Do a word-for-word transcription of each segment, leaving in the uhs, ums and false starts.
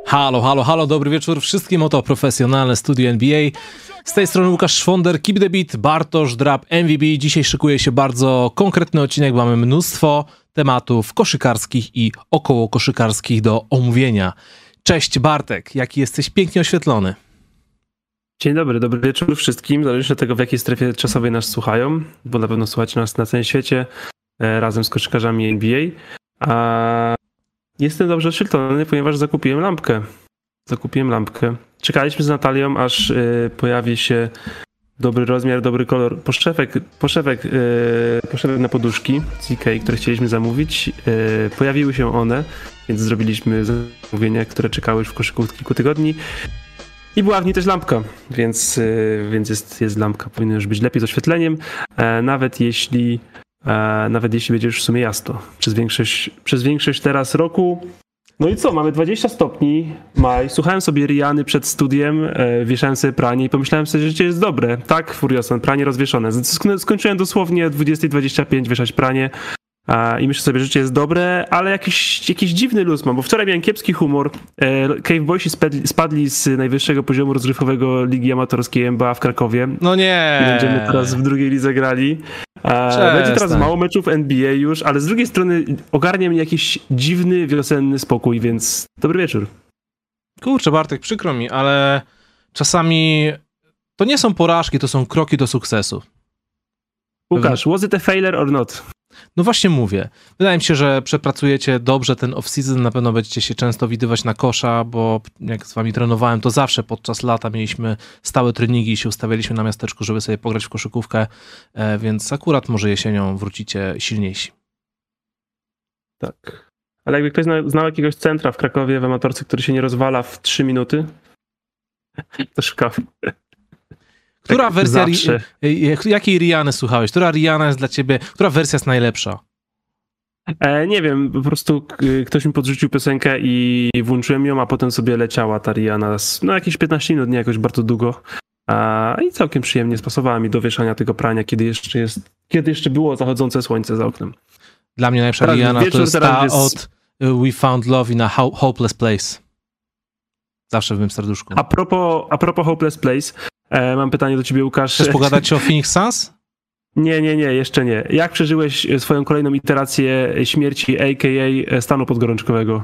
Halo, halo, halo, dobry wieczór wszystkim, oto profesjonalne studio N B A. Z tej strony Łukasz Szwonder, Keep the Beat, Bartosz Drab, M V B. Dzisiaj szykuje się bardzo konkretny odcinek, mamy mnóstwo tematów koszykarskich i około koszykarskich do omówienia. Cześć Bartek, jaki jesteś pięknie oświetlony. Dzień dobry, dobry wieczór wszystkim, zależnie od tego, w jakiej strefie czasowej nas słuchają, bo na pewno słuchacie nas na całym świecie e, razem z koszykarzami N B A. A jestem dobrze oświetlony, ponieważ zakupiłem lampkę. Zakupiłem lampkę. Czekaliśmy z Natalią, aż y, pojawi się dobry rozmiar, dobry kolor poszewek, poszewek, y, poszewek na poduszki z Ikei, które chcieliśmy zamówić. Y, pojawiły się one, więc zrobiliśmy zamówienia, które czekały już w koszyku od kilku tygodni. I była w niej też lampka, więc, y, więc jest, jest lampka. Powinno już być lepiej z oświetleniem, e, nawet jeśli e, nawet jeśli będzie już w sumie jasno. Przez większość, przez większość teraz roku. No i co, mamy dwadzieścia stopni, maj. Słuchałem sobie Riany przed studiem, e, wieszałem sobie pranie i pomyślałem sobie, że życie jest dobre. Tak, Furiosan, pranie rozwieszone. Skończyłem dosłownie o dwudziesta dwadzieścia pięć wieszać pranie e, i myślę sobie, że życie jest dobre, ale jakiś, jakiś dziwny luz mam, bo wczoraj miałem kiepski humor. E, Cave Boysi spadli, spadli z najwyższego poziomu rozgrywkowego Ligi Amatorskiej N B A w Krakowie. No nie! I będziemy teraz w drugiej lidze grali. E, będzie teraz mało meczów N B A już, ale z drugiej strony ogarnia mnie jakiś dziwny, wiosenny spokój, więc dobry wieczór. Kurczę Bartek, przykro mi, ale czasami to nie są porażki, to są kroki do sukcesu. Łukasz, was it a failure or not? No właśnie mówię. Wydaje mi się, że przepracujecie dobrze ten off-season, na pewno będziecie się często widywać na kosza, bo jak z wami trenowałem, to zawsze podczas lata mieliśmy stałe treningi i się ustawialiśmy na miasteczku, żeby sobie pograć w koszykówkę, więc akurat może jesienią wrócicie silniejsi. Tak. Ale jakby ktoś znał jakiegoś centra w Krakowie w amatorce, który się nie rozwala w trzy minuty, to szukam. Która tak wersja, zawsze. Jakiej Riany słuchałeś? Która Rihanna jest dla ciebie, która wersja jest najlepsza? E, nie wiem, po prostu ktoś mi podrzucił piosenkę i włączyłem ją, a potem sobie leciała ta Rihanna, no jakieś piętnaście minut, nie jakoś bardzo długo. A, i całkiem przyjemnie spasowała mi do wieszania tego prania, kiedy jeszcze jest, kiedy jeszcze było zachodzące słońce za oknem. Dla mnie najlepsza teraz Rihanna wieczór, to jest ta jest... od We Found Love in a Hopeless Place. Zawsze w moim serduszku. A propos, a propos Hopeless Place, e, mam pytanie do ciebie, Łukasz. Chcesz pogadać o Phoenix Suns? Nie, nie, nie, jeszcze nie. Jak przeżyłeś swoją kolejną iterację śmierci, a k a stanu podgorączkowego?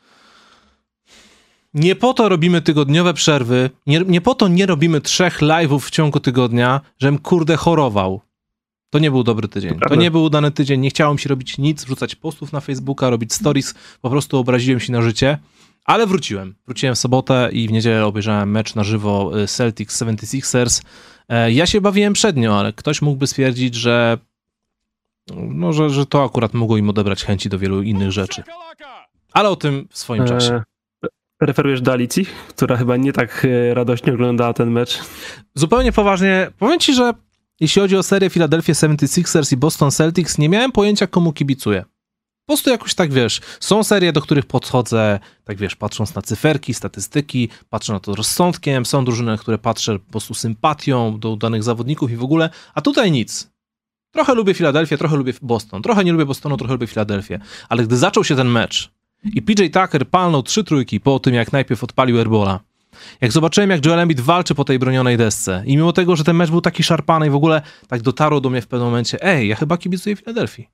Nie po to robimy tygodniowe przerwy, nie, nie po to nie robimy trzech live'ów w ciągu tygodnia, żebym kurde chorował. To nie był dobry tydzień. To, to nie był udany tydzień. Nie chciałem się robić nic, wrzucać postów na Facebooka, robić stories. Po prostu obraziłem się na życie. Ale wróciłem. Wróciłem w sobotę i w niedzielę obejrzałem mecz na żywo Celtics seventy-sixers. Ja się bawiłem przednio, ale ktoś mógłby stwierdzić, że, no, że, że to akurat mogło im odebrać chęci do wielu innych rzeczy. Ale o tym w swoim czasie. E, referujesz do Alicji, która chyba nie tak radośnie oglądała ten mecz? Zupełnie poważnie. Powiem ci, że jeśli chodzi o serię Philadelphia seventy-sixers i Boston Celtics, nie miałem pojęcia, komu kibicuję. Po prostu jakoś tak, wiesz, są serie, do których podchodzę, tak wiesz, patrząc na cyferki, statystyki, patrzę na to rozsądkiem, są drużyny, na które patrzę po prostu sympatią do danych zawodników i w ogóle, a tutaj nic. Trochę lubię Filadelfię, trochę lubię Boston, trochę nie lubię Bostonu, trochę lubię Filadelfię, ale gdy zaczął się ten mecz i P J Tucker palnął trzy trójki po tym, jak najpierw odpalił airbola, jak zobaczyłem, jak Joel Embiid walczy po tej bronionej desce i mimo tego, że ten mecz był taki szarpany i w ogóle tak dotarło do mnie w pewnym momencie, ej, ja chyba kibicuję Filadelfii.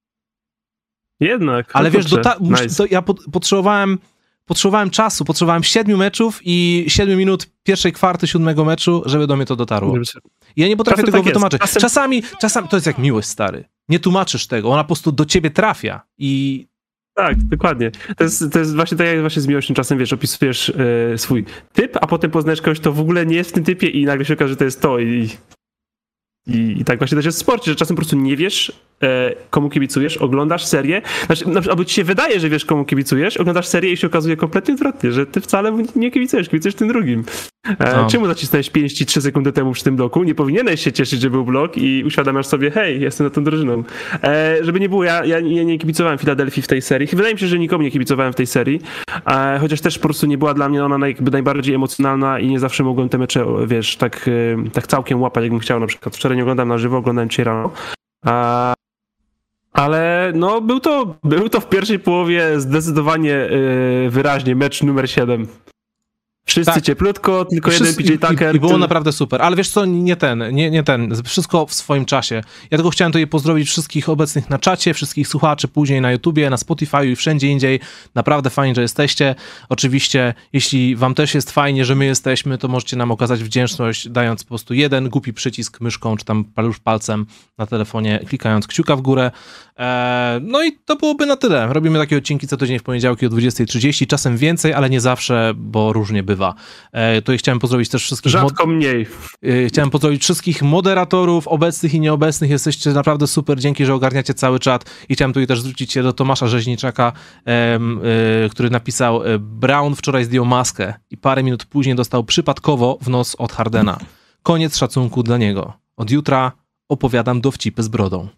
Jednak. Ale wiesz, do ta, nice. to ja pot, potrzebowałem, potrzebowałem czasu, potrzebowałem siedmiu meczów i siedmiu minut pierwszej kwarty siódmego meczu, żeby do mnie to dotarło. I ja nie potrafię Czasem tego tak wytłumaczyć. Czasem... Czasami, czasami to jest jak miłość, stary. Nie tłumaczysz tego, ona po prostu do ciebie trafia i... Tak, dokładnie. To jest, to jest właśnie tak jak właśnie z miłością czasem, wiesz, opisujesz e, swój typ, a potem poznajesz kogoś, kto w ogóle nie jest w tym typie i nagle się okaże, że to jest to i... I, I tak właśnie też jest w sporcie, że czasem po prostu nie wiesz, e, komu kibicujesz, oglądasz serię, znaczy, albo ci się wydaje, że wiesz, komu kibicujesz, oglądasz serię i się okazuje kompletnie odwrotnie, że ty wcale nie kibicujesz, kibicujesz tym drugim. E, no. Czemu zacisnąłeś pięści trzy sekundy temu przy tym bloku? Nie powinieneś się cieszyć, że był blok i uświadamiasz sobie, hej, jestem na tą drużyną. E, żeby nie było, ja, ja, ja nie kibicowałem Filadelfii w tej serii. Wydaje mi się, że nikomu nie kibicowałem w tej serii, e, chociaż też po prostu nie była dla mnie ona jakby najbardziej emocjonalna i nie zawsze mogłem te mecze, wiesz, tak, tak całkiem łapać, jakbym chciał. Na przykład wczoraj nie oglądam na żywo, oglądałem dzisiaj rano. A, Ale no był to, był to w pierwszej połowie zdecydowanie yy, wyraźnie mecz numer siedem. Wszyscy tak. Cieplutko, tylko Wszyscy, jeden P J Tucker. I, i było naprawdę super, ale wiesz co, nie ten, nie, nie ten, wszystko w swoim czasie. Ja tylko chciałem tutaj pozdrowić wszystkich obecnych na czacie, wszystkich słuchaczy później na YouTubie, na Spotify i wszędzie indziej. Naprawdę fajnie, że jesteście. Oczywiście, jeśli wam też jest fajnie, że my jesteśmy, to możecie nam okazać wdzięczność, dając po prostu jeden głupi przycisk myszką, czy tam palusz palcem na telefonie, klikając kciuka w górę. Eee, no i to byłoby na tyle. Robimy takie odcinki co tydzień w poniedziałki o dwudziestej trzydzieści, czasem więcej, ale nie zawsze, bo różnie bywa. E, to chciałem pozdrowić też wszystkich... Rzadko mod... mniej. E, chciałem pozdrowić wszystkich moderatorów, obecnych i nieobecnych. Jesteście naprawdę super, dzięki, że ogarniacie cały czat. I chciałem tutaj też zwrócić się do Tomasza Rzeźniczaka, e, e, który napisał: Brown wczoraj zdjął maskę i parę minut później dostał przypadkowo w nos od Hardena. Koniec szacunku dla niego. Od jutra opowiadam dowcipy z brodą.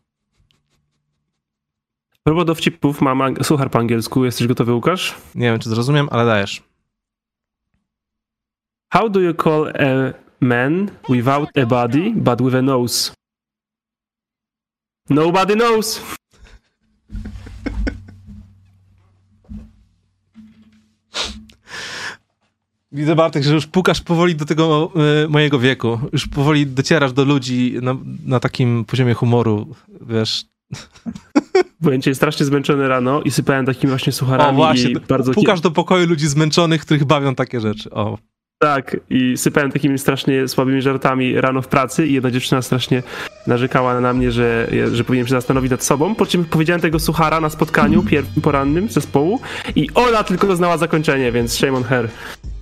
Próba dowcipów mam ang- suchar po angielsku. Jesteś gotowy, Łukasz? Nie wiem, czy zrozumiem, ale dajesz. How do you call a man without a body, but with a nose? Nobody knows. Widzę, Bartek, że już pukasz powoli do tego y, mojego wieku. Już powoli docierasz do ludzi na, na takim poziomie humoru, wiesz. Byłem dzisiaj strasznie zmęczony rano i sypałem takimi właśnie sucharami. O właśnie, i bardzo pukasz do pokoju ludzi zmęczonych, których bawią takie rzeczy. O. Tak, i sypałem takimi strasznie słabymi żartami rano w pracy i jedna dziewczyna strasznie narzekała na mnie, że, że powinienem się zastanowić nad sobą, po czym powiedziałem tego suchara na spotkaniu pierwszym porannym zespołu i ona tylko znała zakończenie, więc shame on her.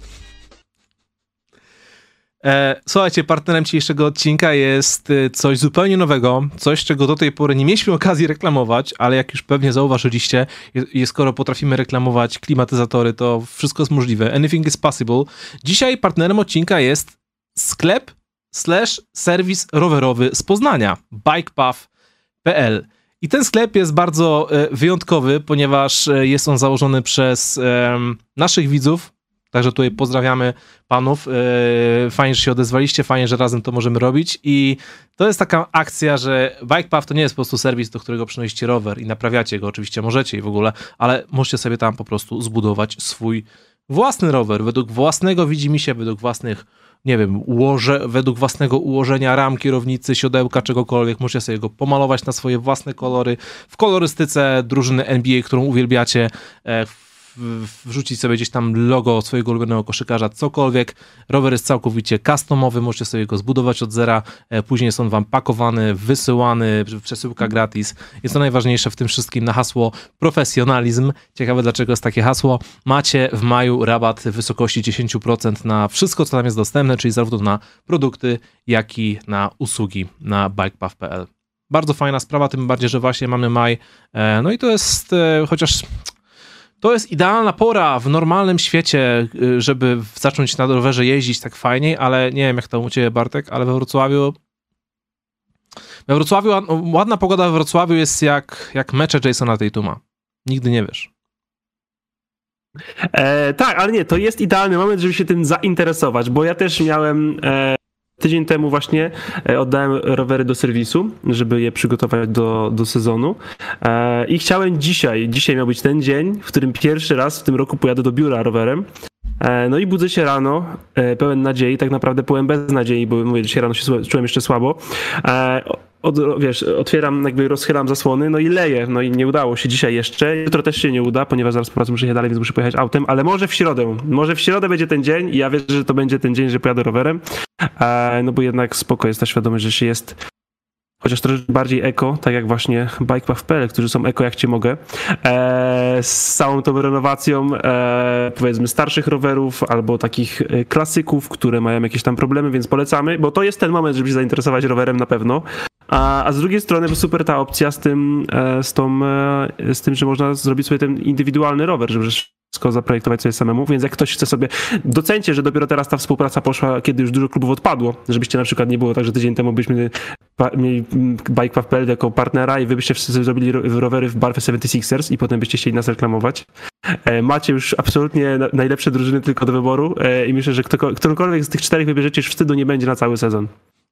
E, słuchajcie, partnerem dzisiejszego odcinka jest coś zupełnie nowego, coś, czego do tej pory nie mieliśmy okazji reklamować, ale jak już pewnie zauważyliście, i skoro potrafimy reklamować klimatyzatory, to wszystko jest możliwe. Anything is possible. Dzisiaj partnerem odcinka jest sklep slash serwis rowerowy z Poznania, bikepath kropka p l. I ten sklep jest bardzo e, wyjątkowy, ponieważ jest on założony przez e, naszych widzów. Także tutaj pozdrawiamy panów. Fajnie, że się odezwaliście, fajnie, że razem to możemy robić. I to jest taka akcja, że Bikepath to nie jest po prostu serwis, do którego przynosicie rower i naprawiacie go, oczywiście możecie i w ogóle, ale możecie sobie tam po prostu zbudować swój własny rower, według własnego widzimisię, według własnych, nie wiem, ułoże, według własnego ułożenia ram, kierownicy, siodełka, czegokolwiek. Możecie sobie go pomalować na swoje własne kolory, w kolorystyce drużyny N B A, którą uwielbiacie, wrzucić sobie gdzieś tam logo swojego ulubionego koszykarza, cokolwiek. Rower jest całkowicie customowy, możecie sobie go zbudować od zera, później jest on wam pakowany, wysyłany, przesyłka gratis. Jest to najważniejsze w tym wszystkim na hasło profesjonalizm. Ciekawe, dlaczego jest takie hasło. Macie w maju rabat w wysokości dziesięć procent na wszystko, co tam jest dostępne, czyli zarówno na produkty, jak i na usługi na bikepath kropka p l. Bardzo fajna sprawa, tym bardziej, że właśnie mamy maj. No i to jest, chociaż to jest idealna pora w normalnym świecie, żeby zacząć na rowerze jeździć tak fajniej, ale nie wiem, jak to u ciebie, Bartek, ale we Wrocławiu we Wrocławiu, ładna pogoda we Wrocławiu jest jak, jak mecze Jasona Tatuma. Nigdy nie wiesz. E, tak, ale nie, to jest idealny moment, żeby się tym zainteresować, bo ja też miałem... E... Tydzień temu właśnie oddałem rowery do serwisu, żeby je przygotować do, do sezonu i chciałem dzisiaj, dzisiaj miał być ten dzień, w którym pierwszy raz w tym roku pojadę do biura rowerem. No i budzę się rano pełen nadziei, tak naprawdę pełen bez nadziei, bo mówię, dzisiaj rano się czułem jeszcze słabo. Od, wiesz, otwieram, jakby rozchylam zasłony, no i leję, no i nie udało się dzisiaj jeszcze. Jutro też się nie uda, ponieważ zaraz po pracy muszę jechać dalej, więc muszę pojechać autem, ale może w środę, może w środę będzie ten dzień i ja wierzę, że to będzie ten dzień, że pojadę rowerem, no bo jednak spoko jest ta świadomość, że się jest chociaż trochę bardziej eko, tak jak właśnie bikepath kropka p l, którzy są eko jak cię mogę, e, z całą tą renowacją e, powiedzmy starszych rowerów albo takich klasyków, które mają jakieś tam problemy, więc polecamy, bo to jest ten moment, żeby się zainteresować rowerem na pewno. A, a z drugiej strony super ta opcja z tym, e, z, tą, e, z tym, że można zrobić sobie ten indywidualny rower, żeby wszystko zaprojektować sobie samemu, więc jak ktoś chce sobie, docencie, że dopiero teraz ta współpraca poszła, kiedy już dużo klubów odpadło, żebyście na przykład nie było tak, że tydzień temu byśmy pa, mieli bikepath kropka p l jako partnera i wy byście wszyscy zrobili rowery w barwie seventy sixers i potem byście chcieli nas reklamować. E, macie już absolutnie na, najlepsze drużyny tylko do wyboru e, i myślę, że kto, którąkolwiek z tych czterech wybierzecie, już wstydu nie będzie na cały sezon.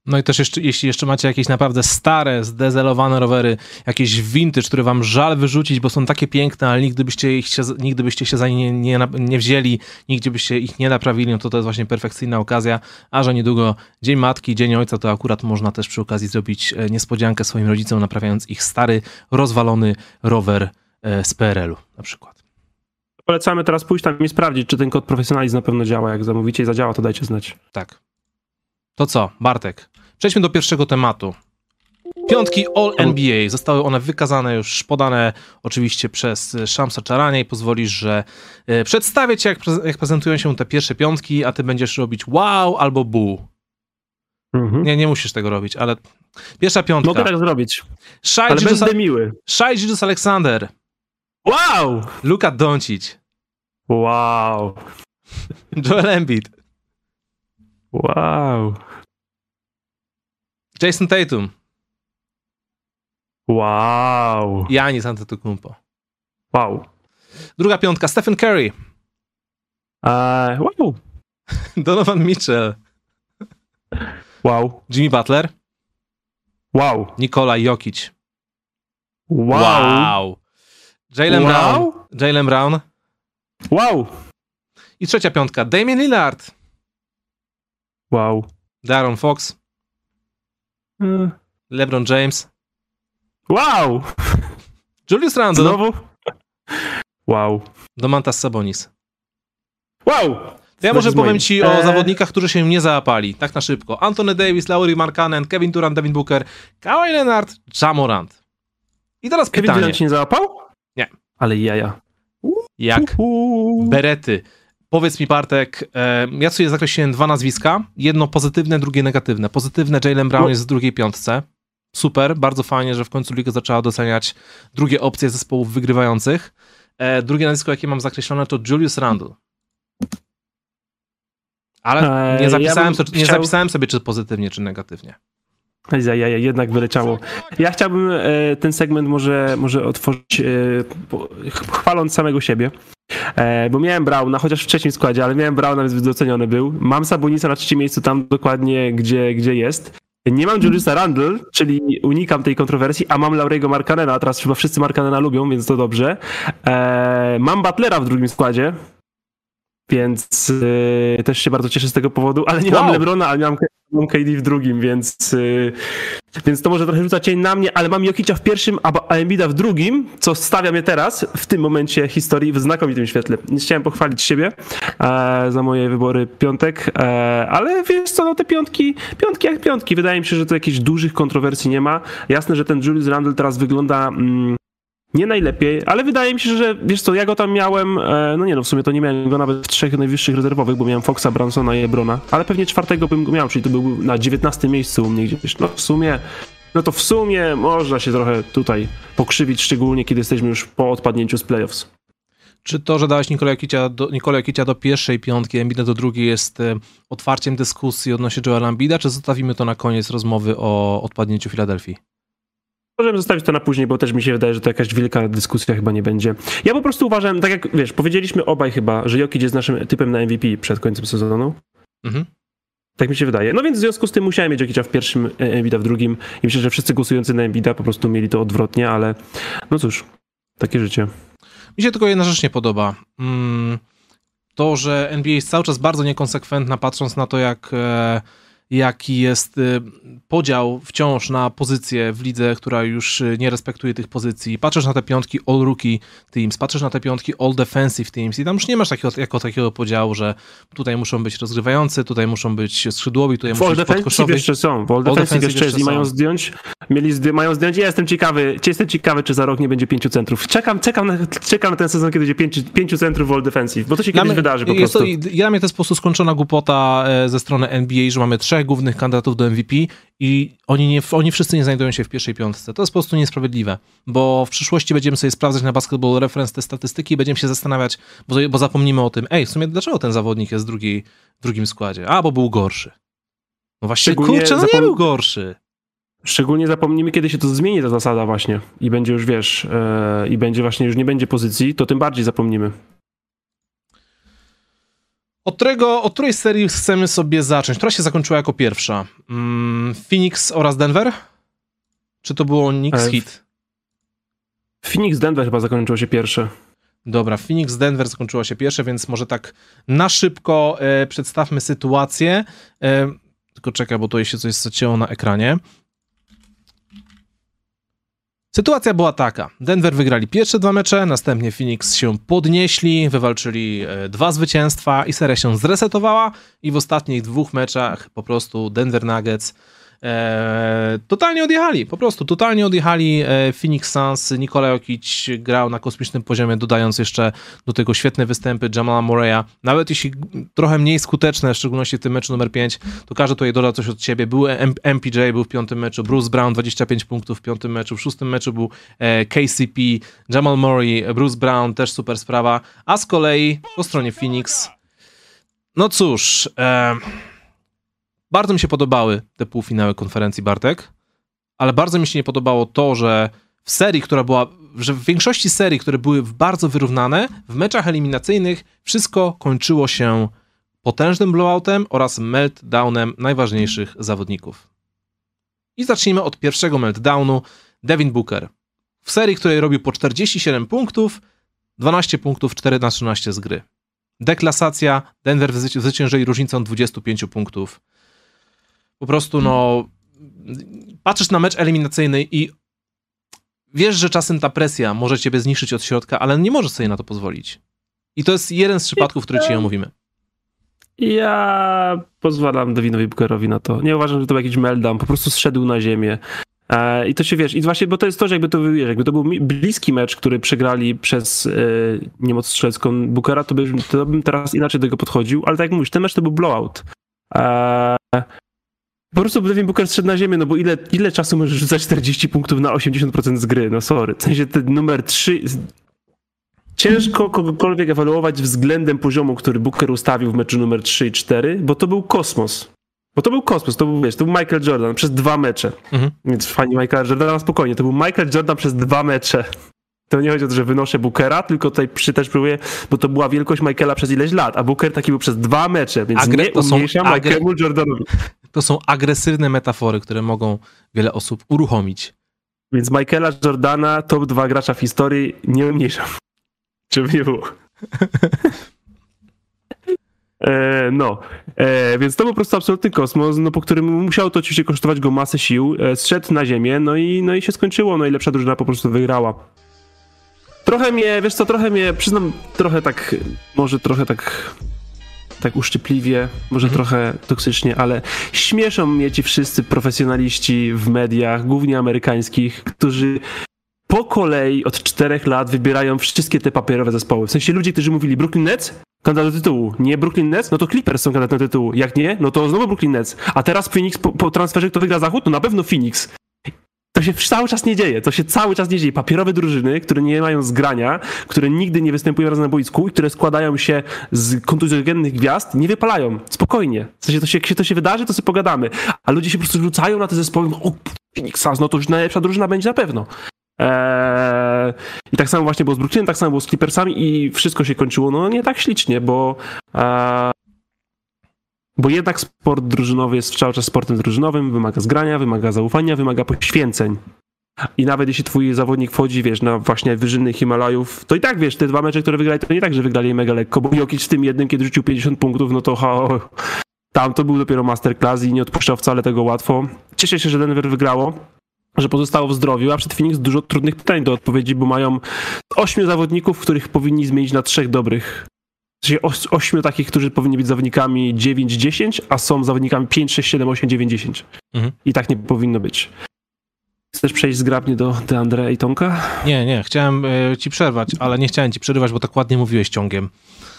No i też jeszcze, jeśli jeszcze macie jakieś naprawdę stare, zdezelowane rowery, jakieś vintage, które wam żal wyrzucić, bo są takie piękne, ale nigdy byście, ich się, nigdy byście się za nie, nie, nie wzięli, nigdzie byście ich nie naprawili, no to to jest właśnie perfekcyjna okazja, a że niedługo Dzień Matki, Dzień Ojca, to akurat można też przy okazji zrobić niespodziankę swoim rodzicom, naprawiając ich stary, rozwalony rower z P R L-u na przykład. Polecamy teraz pójść tam i sprawdzić, czy ten kod profesjonalizm na pewno działa. Jak zamówicie i zadziała, to dajcie znać. Tak. To co, Bartek? Przejdźmy do pierwszego tematu. Piątki All N B A. Zostały one wykazane, już podane oczywiście przez Shamsa Charania i pozwolisz, że e, przedstawię ci, jak, prez jak prezentują się te pierwsze piątki, a ty będziesz robić wow albo bu. Mhm. Nie, nie musisz tego robić, ale pierwsza piątka. Mogę tak zrobić, Shai ale Gilgeous będę miły. Shai Gilgeous-Alexander. Wow! Luka Doncic. Wow. Joel Embiid. Wow. Jason Tatum. Wow. Giannis Antetokounmpo. Wow. Druga piątka, Stephen Curry. Uh, wow. Donovan Mitchell. Wow. Jimmy Butler. Wow. Nikola Jokic. Wow. Wow. Jaylen wow. Brown. Jaylen Brown. Wow. I trzecia piątka, Damian Lillard. Wow. Darren Fox. Hmm. LeBron James. Wow. Julius Randle. Znowu? Wow. Domantas Sabonis. Wow. To ja może powiem ci o eee. zawodnikach, którzy się nie załapali. Tak na szybko. Anthony Davis, Lauri Markkanen, Kevin Durant, Devin Booker, Kawhi Leonard, Ja Morant. I teraz Kevin pytanie. Durant się nie załapał? Nie. Ale jaja. Jak? Uhu. Berety. Powiedz mi, Bartek, e, ja sobie zakreśliłem dwa nazwiska. Jedno pozytywne, drugie negatywne. Pozytywne Jaylen Brown no. jest w drugiej piątce. Super, bardzo fajnie, że w końcu liga zaczęła doceniać drugie opcje zespołów wygrywających. E, drugie nazwisko, jakie mam zakreślone, to Julius Randle. Ale nie zapisałem, ja sobie, nie chciał... zapisałem sobie, czy pozytywnie, czy negatywnie. Ja, ja, jednak wyleciało. Ja chciałbym e, ten segment może, może otworzyć e, po, chwaląc samego siebie, e, bo miałem Browna, chociaż w trzecim składzie, ale miałem Browna, więc doceniony był. Mam Sabonisa na trzecim miejscu, tam dokładnie, gdzie, gdzie jest. Nie mam Juliusa Randle, czyli unikam tej kontrowersji, a mam Lauriego Markkanena, a teraz chyba wszyscy Markkanena lubią, więc to dobrze. E, mam Butlera w drugim składzie, więc yy, też się bardzo cieszę z tego powodu, ale nie wow. mam LeBrona, ale mam, mam K D w drugim, więc, yy, więc to może trochę rzuca cień na mnie, ale mam Jokicia w pierwszym, a Embida w drugim, co stawia mnie teraz, w tym momencie historii, w znakomitym świetle. Chciałem pochwalić siebie e, za moje wybory piątek, e, ale wiesz co, no te piątki, piątki jak piątki, wydaje mi się, że to jakichś dużych kontrowersji nie ma. Jasne, że ten Julius Randle teraz wygląda... Mm, nie najlepiej, ale wydaje mi się, że wiesz co, ja go tam miałem, no nie no, w sumie to nie miałem go nawet w trzech najwyższych rezerwowych, bo miałem Foxa, Bransona i Ebrona, ale pewnie czwartego bym go miał, czyli to był na dziewiętnastym miejscu u mnie gdzieś. No w sumie, no to w sumie można się trochę tutaj pokrzywić, szczególnie kiedy jesteśmy już po odpadnięciu z playoffs. Czy to, że dałeś Nikola Jokicia do, Nikola Jokicia do pierwszej piątki, Embida do drugiej jest e, otwarciem dyskusji odnośnie Joela Embida, czy zostawimy to na koniec rozmowy o odpadnięciu Filadelfii? Możemy zostawić to na później, bo też mi się wydaje, że to jakaś wielka dyskusja chyba nie będzie. Ja po prostu uważam, tak jak wiesz, powiedzieliśmy obaj chyba, że Jokic jest naszym typem na M V P przed końcem sezonu. Mhm. Tak mi się wydaje. No więc w związku z tym musiałem mieć Jokicia w pierwszym, Embida w drugim i myślę, że wszyscy głosujący na Embida po prostu mieli to odwrotnie, ale no cóż, takie życie. Mi się tylko jedna rzecz nie podoba. Mm, to, że N B A jest cały czas bardzo niekonsekwentna, patrząc na to, jak... E, jaki jest podział wciąż na pozycje w lidze, która już nie respektuje tych pozycji. Patrzysz na te piątki All Rookie Teams, patrzysz na te piątki All Defensive Teams i tam już nie masz takiego, jako takiego podziału, że tutaj muszą być rozgrywający, tutaj muszą być skrzydłowi, tutaj muszą być podkoszowi. jeszcze są, w All Defensive jeszcze jest i mają zdjąć, mieli zdy, mają zdjąć. Ja jestem ciekawy, jestem ciekawy, czy za rok nie będzie pięciu centrów. Czekam, czekam na, czekam na ten sezon, kiedy będzie pięciu, pięciu centrów w All Defensive, bo to się kiedyś mnie, wydarzy po jest prostu. To, dla mnie to jest po prostu skończona głupota ze strony N B A, że mamy trzech głównych kandydatów do M V P i oni, nie, oni wszyscy nie znajdują się w pierwszej piątce. To jest po prostu niesprawiedliwe, bo w przyszłości będziemy sobie sprawdzać na Basketball Reference te statystyki i będziemy się zastanawiać, bo, bo zapomnimy o tym, ej, w sumie dlaczego ten zawodnik jest w, drugiej, w drugim składzie? A, bo był gorszy. No właśnie, kurczę, no zapom- nie był gorszy. Szczególnie zapomnimy, kiedy się to zmieni ta zasada właśnie i będzie już, wiesz, yy, i będzie właśnie, już nie będzie pozycji, to tym bardziej zapomnimy. Od, którego, od której serii chcemy sobie zacząć? Która się zakończyła jako pierwsza? Mm, Phoenix oraz Denver? Czy to było Knicks E, Heat? Phoenix Denver chyba zakończyło się pierwsze. Dobra, Phoenix Denver zakończyła się pierwsze, więc może tak na szybko e, przedstawmy sytuację. E, tylko czekaj, bo tutaj się coś zacięło na ekranie. Sytuacja była taka. Denver wygrali pierwsze dwa mecze, następnie Phoenix się podnieśli, wywalczyli e, dwa zwycięstwa i seria się zresetowała i w ostatnich dwóch meczach po prostu Denver Nuggets e, totalnie odjechali. Po prostu totalnie odjechali e, Phoenix Suns. Nikola Jokic grał na kosmicznym poziomie, dodając jeszcze do tego świetne występy Jamala Murray'a. Nawet jeśli trochę mniej skuteczne, w szczególności w tym meczu numer pięć, to każdy tutaj dodał coś od siebie. Był M P J, był w piątym meczu, Bruce Brown dwadzieścia pięć punktów w piątym meczu, w szóstym meczu był e, K C P, Jamal Murray, Bruce Brown, też super sprawa. A z kolei po stronie Phoenix, no cóż, e, bardzo mi się podobały te półfinały konferencji, Bartek, ale bardzo mi się nie podobało to, że w serii, która była, że w większości serii, które były bardzo wyrównane, w meczach eliminacyjnych wszystko kończyło się potężnym blowoutem oraz meltdownem najważniejszych zawodników. I zacznijmy od pierwszego meltdownu. Devin Booker. W serii, której robił po czterdzieści siedem punktów, dwanaście punktów, cztery na trzynaście z gry. Deklasacja, Denver zwyciężyli różnicą dwadzieścia pięć punktów. Po prostu, no, patrzysz na mecz eliminacyjny i wiesz, że czasem ta presja może ciebie zniszczyć od środka, ale nie możesz sobie na to pozwolić. I to jest jeden z przypadków, który ci omówimy. Ja pozwalam Devinowi Bookerowi na to. Nie uważam, że to był jakiś meltdown, po prostu zszedł na ziemię. E, I to się, wiesz, i właśnie, bo to jest to, że jakby to, wiesz, jakby to był bliski mecz, który przegrali przez e, niemoc strzelecką Bookera, to, by, to bym teraz inaczej do tego podchodził, ale tak jak mówisz, ten mecz to był blowout. E, po prostu Devin Booker zszedł na ziemię, no bo ile, ile czasu możesz rzucać czterdzieści punktów na osiemdziesiąt procent z gry? No sorry. W sensie ten numer trzy... Ciężko kogokolwiek ewaluować względem poziomu, który Booker ustawił w meczu numer trzy i cztery, bo to był kosmos. Bo to był kosmos, to był, wiesz, to był Michael Jordan przez dwa mecze. Mhm. Więc fani Michaela Jordana spokojnie, to był Michael Jordan przez dwa mecze. To nie chodzi o to, że wynoszę Bookera, tylko tutaj przy, też próbuję, bo to była wielkość Michaela przez ileś lat, a Booker taki był przez dwa mecze, więc Agre- nie umniejszam agre- Michaelu Jordanowi. To są agresywne metafory, które mogą wiele osób uruchomić. Więc Michaela Jordana, top dwa gracza w historii, nie umniejszam. Żeby nie było. E, no, e, więc to był po prostu absolutny kosmos, no, po którym musiało to oczywiście kosztować go masę sił, e, zszedł na ziemię, no i, no i się skończyło, no i lepsza drużyna po prostu wygrała. Trochę mnie, wiesz co, trochę mnie, przyznam, trochę tak, może trochę tak, tak uszczypliwie, może mhm. trochę toksycznie, ale śmieszą mnie ci wszyscy profesjonaliści w mediach, głównie amerykańskich, którzy po kolei od czterech lat wybierają wszystkie te papierowe zespoły. W sensie ludzie, którzy mówili Brooklyn Nets, kandydat do tytułu. Nie Brooklyn Nets, no to Clippers są kandydatem do tytułu. Jak nie, no to znowu Brooklyn Nets. A teraz Phoenix po, po transferze, kto wygra zachód, no na pewno Phoenix. To się cały czas nie dzieje. To się cały czas nie dzieje. Papierowe drużyny, które nie mają zgrania, które nigdy nie występują razem na boisku i które składają się z kontuzjogennych gwiazd, nie wypalają. Spokojnie. W sensie to się, jak to się wydarzy, to sobie pogadamy. A ludzie się po prostu rzucają na te zespoły. O, Phoenix Suns, no to już najlepsza drużyna będzie na pewno. Eee, I tak samo właśnie było z Brooklynem, tak samo było z Clippersami i wszystko się kończyło, no nie tak ślicznie, bo eee, bo jednak sport drużynowy jest cały czas sportem drużynowym, wymaga zgrania, wymaga zaufania, wymaga poświęceń. I nawet jeśli twój zawodnik wchodzi, wiesz, na właśnie wyżyny Himalajów, to i tak, wiesz, te dwa mecze, które wygrali, to nie tak, że wygrali mega lekko, bo Jokic w tym jednym, kiedy rzucił pięćdziesiąt punktów, no to ha, tam to był dopiero masterclass i nie odpuszczał wcale tego łatwo. Cieszę się, że Denver wygrało, że pozostało w zdrowiu, a przed Phoenix dużo trudnych pytań do odpowiedzi, bo mają ośmiu zawodników, których powinni zmienić na trzech dobrych. W sensie oś, ośmiu takich, którzy powinni być zawodnikami dziewięć dziesięć, a są zawodnikami pięć sześć siedem osiem dziewięć dziesięć. Mhm. I tak nie powinno być. Chcesz przejść zgrabnie do DeAndre Aytonka? Nie, nie, chciałem y, ci przerwać, ale nie chciałem ci przerywać, bo tak ładnie mówiłeś ciągiem.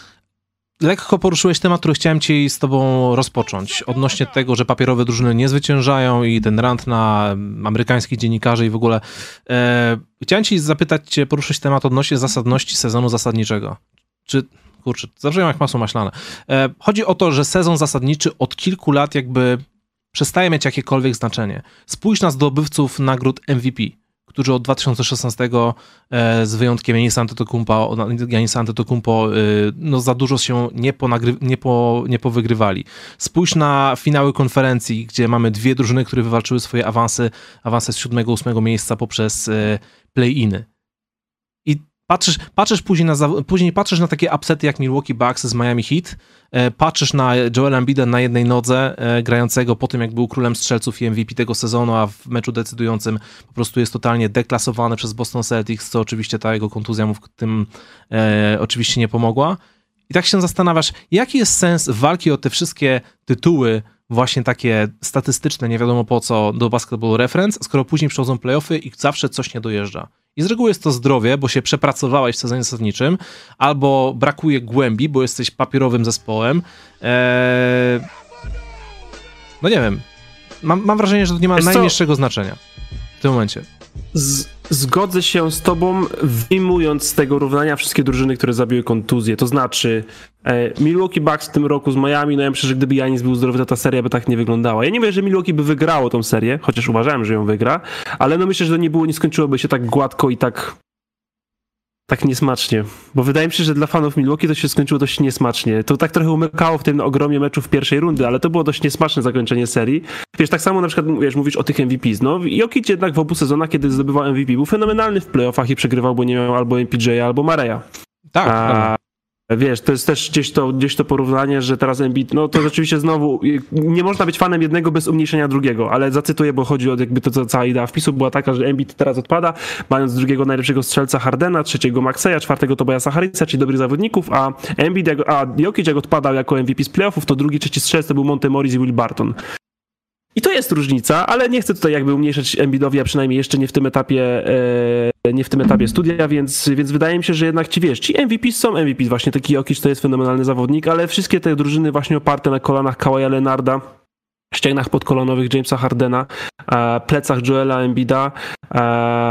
Lekko poruszyłeś temat, który chciałem ci z tobą rozpocząć. Odnośnie tego, że papierowe drużyny nie zwyciężają i ten rant na amerykańskich dziennikarzy i w ogóle. E, chciałem ci zapytać cię, poruszyć temat odnośnie zasadności sezonu zasadniczego. Czy, kurczę, zawsze jak masło maślane. E, chodzi o to, że sezon zasadniczy od kilku lat jakby przestaje mieć jakiekolwiek znaczenie. Spójrz na zdobywców nagród M V P, którzy od dwa tysiące szesnastego e, z wyjątkiem Giannisa Antetokounmpo, Giannisa Antetokounmpo e, no za dużo się nie, ponagry, nie, po, nie powygrywali. Spójrz na finały konferencji, gdzie mamy dwie drużyny, które wywalczyły swoje awansy, awansy z siódmego, ósmego miejsca poprzez e, play-iny. I patrzysz, patrzysz później, na, później patrzysz na takie upsety jak Milwaukee Bucks z Miami Heat, e, patrzysz na Joela Embida na jednej nodze, e, grającego po tym, jak był królem strzelców i M V P tego sezonu, a w meczu decydującym po prostu jest totalnie deklasowany przez Boston Celtics, co oczywiście ta jego kontuzja mu w tym e, oczywiście nie pomogła. I tak się zastanawiasz, jaki jest sens walki o te wszystkie tytuły, właśnie takie statystyczne, nie wiadomo po co, do Basketball Reference, skoro później przychodzą playoffy i zawsze coś nie dojeżdża. I z reguły jest to zdrowie, bo się przepracowałeś w sezonie zasadniczym, albo brakuje głębi, bo jesteś papierowym zespołem. Eee... No nie wiem. Mam, mam wrażenie, że to nie ma Wiesz co? najmniejszego znaczenia w tym momencie. Z, zgodzę się z tobą, wyjmując z tego równania wszystkie drużyny, które zabiły kontuzję. To znaczy e, Milwaukee Bucks w tym roku z Miami, no ja myślę, że gdyby Giannis był zdrowy, to ta seria by tak nie wyglądała. Ja nie wiem, że Milwaukee by wygrało tą serię, chociaż uważałem, że ją wygra, ale no myślę, że to nie było, nie skończyłoby się tak gładko i tak tak niesmacznie, bo wydaje mi się, że dla fanów Milwaukee to się skończyło dość niesmacznie. To tak trochę umykało w tym ogromie meczów pierwszej rundy, ale to było dość niesmaczne zakończenie serii. Wiesz, tak samo na przykład, wiesz, mówisz o tych M V P's. No, Jokic jednak w obu sezonach, kiedy zdobywał M V P, był fenomenalny w playoffach i przegrywał, bo nie miał albo M P J, albo Mareya. Tak, A, tak. Wiesz, to jest też gdzieś to, gdzieś to porównanie, że teraz Embiid, no to rzeczywiście znowu, nie można być fanem jednego bez umniejszenia drugiego, ale zacytuję, bo chodzi o jakby to, to cała idea wpisu była taka, że Embiid teraz odpada, mając drugiego najlepszego strzelca Hardena, trzeciego Maxeya, czwartego Tobiasa Harrisa, czyli dobrych zawodników, a Embiid, jak, a Jokic jak odpadał jako M V P z playoffów, to drugi, trzeci strzelec to był Monte Morris i Will Barton. I to jest różnica, ale nie chcę tutaj jakby umniejszać Embiidowi, a przynajmniej jeszcze nie w tym etapie, e, nie w tym etapie studia, więc, więc wydaje mi się, że jednak ci wiesz, ci M V P są M V P, właśnie taki Jokic to jest fenomenalny zawodnik, ale wszystkie te drużyny właśnie oparte na kolanach Kawaja Leonarda, ścięgnach podkolonowych Jamesa Hardena, e, plecach Joela Embida, e,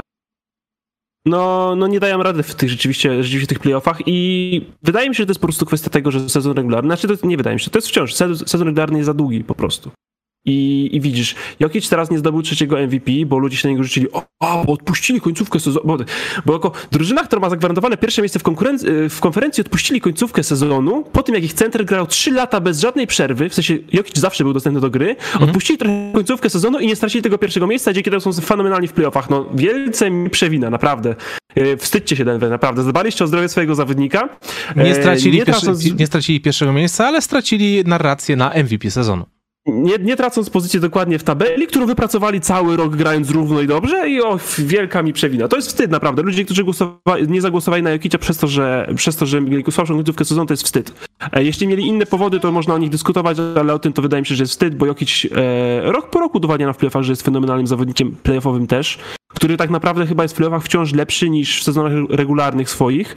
no, no nie dają rady w tych rzeczywiście, rzeczywiście tych playoffach i wydaje mi się, że to jest po prostu kwestia tego, że sezon regularny, znaczy to nie wydaje mi się, to jest wciąż, sezon, sezon regularny jest za długi po prostu. I, I widzisz, Jokic teraz nie zdobył trzeciego M V P, bo ludzie się na niego rzucili, o, o bo odpuścili końcówkę sezonu, bo, bo jako drużyna, która ma zagwarantowane pierwsze miejsce w, w konferencji, odpuścili końcówkę sezonu, po tym jak ich center grał trzy lata bez żadnej przerwy, w sensie Jokic zawsze był dostępny do gry, mhm. odpuścili trochę końcówkę sezonu i nie stracili tego pierwszego miejsca, dzięki temu są fenomenalni w playoffach. No wielce mi przewina, naprawdę. Wstydźcie się, Denver, naprawdę. Zadbaliście o zdrowie swojego zawodnika. Nie stracili, nie, pierwszy, tracąc... nie stracili pierwszego miejsca, ale stracili narrację na M V P sezonu. Nie, nie tracąc pozycję dokładnie w tabeli, którą wypracowali cały rok grając równo i dobrze i o, wielka mi przewina. To jest wstyd naprawdę. Ludzie, którzy głosowali, nie zagłosowali na Jokicia przez to, że przez to, że mieli słabszą końcówkę sezonu, to jest wstyd. Jeśli mieli inne powody, to można o nich dyskutować, ale o tym to wydaje mi się, że jest wstyd, bo Jokic e, rok po roku udowadnia w playoffach, że jest fenomenalnym zawodnikiem playoffowym też, który tak naprawdę chyba jest w playoffach wciąż lepszy niż w sezonach regularnych swoich.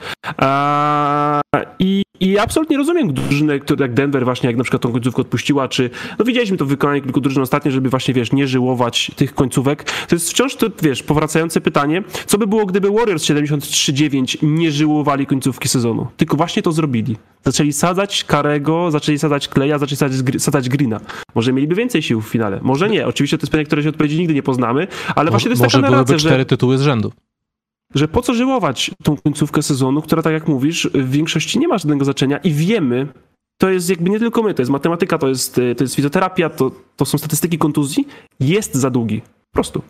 A, i, I absolutnie rozumiem drużynę, które jak Denver właśnie, jak na przykład tą końcówkę odpuściła, czy no widzieliśmy to w wykonaniu kilku drużyn ostatnio, żeby właśnie, wiesz, nie żyłować tych końcówek. To jest wciąż to, wiesz, powracające pytanie, co by było, gdyby Warriors siedemdziesiąt trzy dziewięć nie żyłowali końcówki sezonu? Tylko właśnie to zrobili. Zaczęli sadzać Karego, zaczęli sadzać Kleja, zaczęli sadzać, sadzać Greena. Może mieliby więcej sił w finale. Może nie. Oczywiście to jest pytanie, które się odpowiedzi nigdy nie poznamy, ale Mo- właśnie to jest może taka narracja, cztery że... tytuły z rzędu. Że po co żyłować tą końcówkę sezonu, która, tak jak mówisz, w większości nie ma żadnego znaczenia i wiemy, to jest jakby nie tylko my, to jest matematyka, to jest, to jest fizjoterapia, to, to są statystyki kontuzji, jest za długi. Po prostu.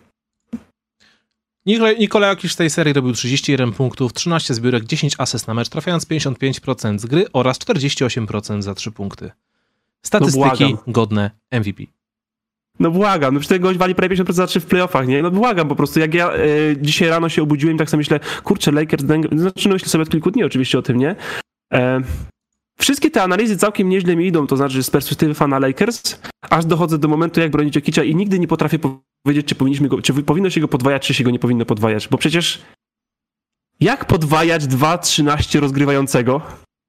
Nikola Jokic w tej serii robił trzydzieści jeden punktów, trzynaście zbiórek, dziesięć asyst na mecz, trafiając pięćdziesiąt pięć procent z gry oraz czterdzieści osiem procent za trzy punkty. Statystyki no godne M V P. No błagam, no przecież ten gość wali prawie pięćdziesiąt procent za trzy w playoffach, nie? No błagam po prostu, jak ja e, dzisiaj rano się obudziłem i tak sobie myślę, kurczę, Lakers, znaczy no myślę sobie od kilku dni oczywiście o tym, nie? E, wszystkie te analizy całkiem nieźle mi idą, to znaczy z perspektywy fana Lakers, aż dochodzę do momentu, jak bronić Jokicia i nigdy nie potrafię powiedzieć, czy powinniśmy go, czy powinno się go podwajać, czy się go nie powinno podwajać, bo przecież jak podwajać dwa trzynaście rozgrywającego?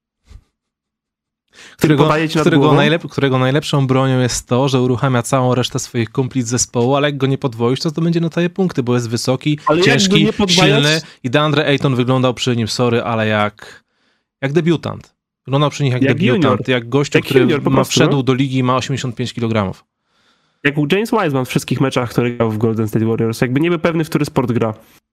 Którego, którego, najlep- którego najlepszą bronią jest to, że uruchamia całą resztę swoich kumpli z zespołu, ale jak go nie podwoisz, to to będzie na twoje punkty, bo jest wysoki, ale ciężki, silny i DeAndre Ayton wyglądał przy nim, sorry, ale jak, jak debiutant. Wyglądał przy nich jak, jak debiutant, junior. jak gościu, jak który junior, ma, prostu, wszedł no? do ligi i ma osiemdziesiąt pięć kilogramów. Jak był James Wiseman w wszystkich meczach, które grał w Golden State Warriors. Jakby nie był pewny, w który sport gra.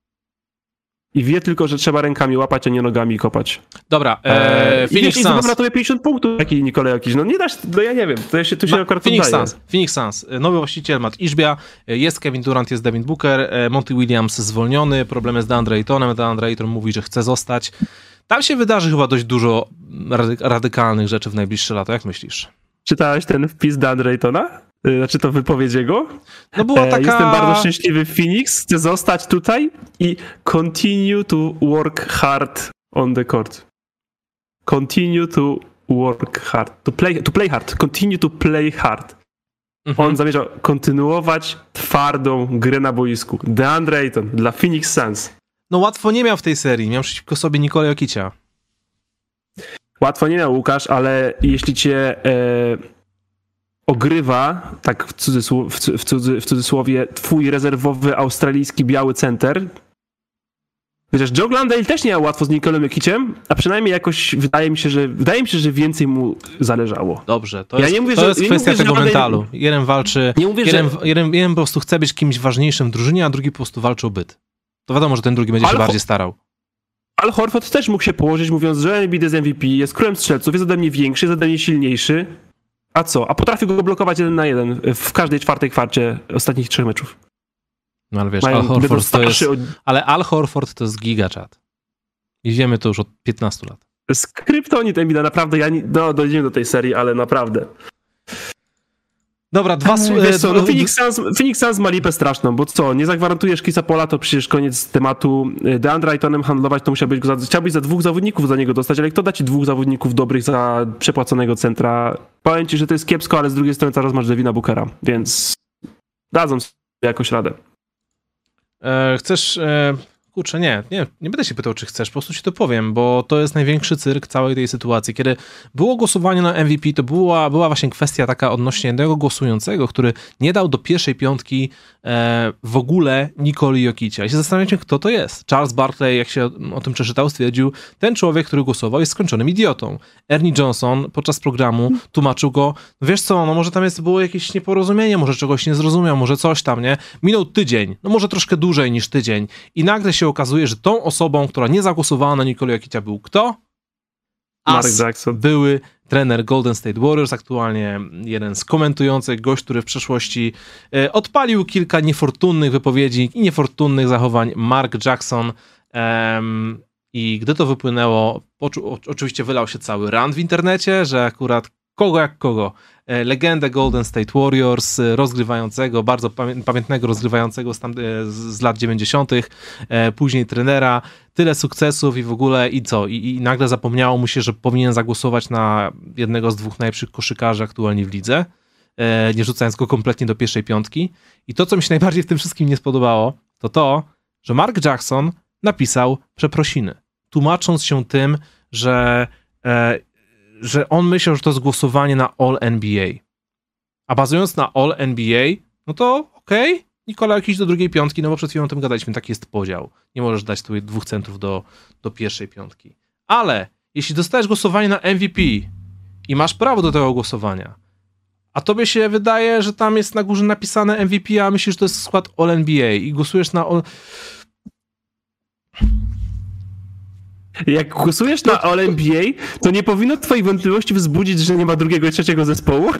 i wie tylko, że trzeba rękami łapać, a nie nogami kopać. Dobra, e, I Phoenix wiesz, Suns. I na tobie pięćdziesiąt punktów, taki Nikola jakiś. No nie dasz, no ja nie wiem, to ja się, tu się Ma, akurat Phoenix oddaję. Suns, Phoenix Suns, nowy właściciel Matt Ishbia, jest Kevin Durant, jest Devin Booker, Monty Williams zwolniony, problemy z DeAndre Aytonem, DeAndre Ayton mówi, że chce zostać. Tam się wydarzy chyba dość dużo rady, radykalnych rzeczy w najbliższe lata, jak myślisz? Czytałeś ten wpis DeAndre Aytona? Znaczy to wypowiedź jego? No była taka... Jestem bardzo szczęśliwy w Phoenix, chcę zostać tutaj i continue to work hard on the court. Continue to work hard. To play, to play hard. Continue to play hard. Mhm. On zamierza kontynuować twardą grę na boisku. DeAndre Ayton dla Phoenix Suns. No łatwo nie miał w tej serii. Miał przeciwko sobie Nikolę Jokicia. Łatwo nie miał, Łukasz, ale jeśli cię e, ogrywa, tak w, cudzysł- w, w, cudzy- w cudzysłowie, twój rezerwowy australijski biały center. Chociaż Joe Landale też nie miał łatwo z Nikolą Jokiciem, a przynajmniej jakoś wydaje mi się, że wydaje mi się, że więcej mu zależało. Dobrze, to Ja jest, nie mówię, to że- jest ja nie kwestia mówię, że tego Landale- mentalu. Jeden walczy, Nie mówię, jeden, że... jeden, jeden po prostu chce być kimś ważniejszym w drużynie, a drugi po prostu walczy o byt. To wiadomo, że ten drugi będzie Ale się ho- bardziej starał. Al Horford też mógł się położyć, mówiąc, że Embiid jest M V P, jest królem strzelców, jest ode mnie większy, jest ode mnie silniejszy. A co? A potrafi go blokować jeden na jeden w każdej czwartej kwarcie ostatnich trzech meczów. No ale wiesz, Mają- Al będą Horford to jest... starszy od- Ale Al Horford to jest gigaczat. I wiemy to już od piętnastu lat. Skryptonit Embida, naprawdę, ja nie, no dojdziemy do tej serii, ale naprawdę. Dobra, dwa... Wiesz e, co, no d- Phoenix Suns, Phoenix Suns ma lipę straszną, bo co, nie zagwarantujesz Chrisa Paula, to przecież koniec tematu. DeAndre Aytonem handlować, to musiałbyś go za, chciałbyś za dwóch zawodników za niego dostać, ale kto da ci dwóch zawodników dobrych za przepłaconego centra? Powiem ci, że to jest kiepsko, ale z drugiej strony teraz masz Devina Bookera, więc dadzą sobie jakoś radę. E, chcesz... E, kurczę, nie, nie, nie będę się pytał, czy chcesz, po prostu ci to powiem, bo to jest największy cyrk całej tej sytuacji. Kiedy było głosowanie na M V P, to była, była właśnie kwestia taka odnośnie jednego głosującego, który nie dał do pierwszej piątki e, w ogóle Nikoli Jokicia. I się zastanawiacie, kto to jest. Charles Barkley, jak się o tym przeczytał, stwierdził, ten człowiek, który głosował, jest skończonym idiotą. Ernie Johnson podczas programu tłumaczył go, no wiesz co, no może tam jest, było jakieś nieporozumienie, może czegoś nie zrozumiał, może coś tam, nie? Minął tydzień, no może troszkę dłużej niż tydzień i nagle się okazuje, że tą osobą, która nie zagłosowała na Nikolę Jokicia, był kto? Mark As, Jackson. były trener Golden State Warriors, aktualnie jeden z komentujących, gość, który w przeszłości e, odpalił kilka niefortunnych wypowiedzi i niefortunnych zachowań, Mark Jackson. Em, I gdy to wypłynęło, poczu- o, oczywiście wylał się cały rant w internecie, że akurat kogo jak kogo, e, legendę Golden State Warriors, e, rozgrywającego, bardzo pamię- pamiętnego rozgrywającego z, tam, e, z, z lat dziewięćdziesiątych, e, później trenera, tyle sukcesów i w ogóle i co? I, I nagle zapomniało mu się, że powinien zagłosować na jednego z dwóch najlepszych koszykarzy aktualnie w lidze, e, nie rzucając go kompletnie do pierwszej piątki. I to, co mi się najbardziej w tym wszystkim nie spodobało, to to, że Mark Jackson napisał przeprosiny, tłumacząc się tym, że e, że on myślał, że to jest głosowanie na All N B A. A bazując na All N B A, no to okej, okay, Nikola jakiś do drugiej piątki, no bo przed chwilą o tym gadaliśmy, taki jest podział. Nie możesz dać tu dwóch centrów do, do pierwszej piątki. Ale jeśli dostajesz głosowanie na M V P i masz prawo do tego głosowania, a tobie się wydaje, że tam jest na górze napisane M V P, a myślisz, że to jest skład All N B A i głosujesz na All... Jak głosujesz na All N B A, to nie powinno twoich wątpliwości wzbudzić, że nie ma drugiego i trzeciego zespołu?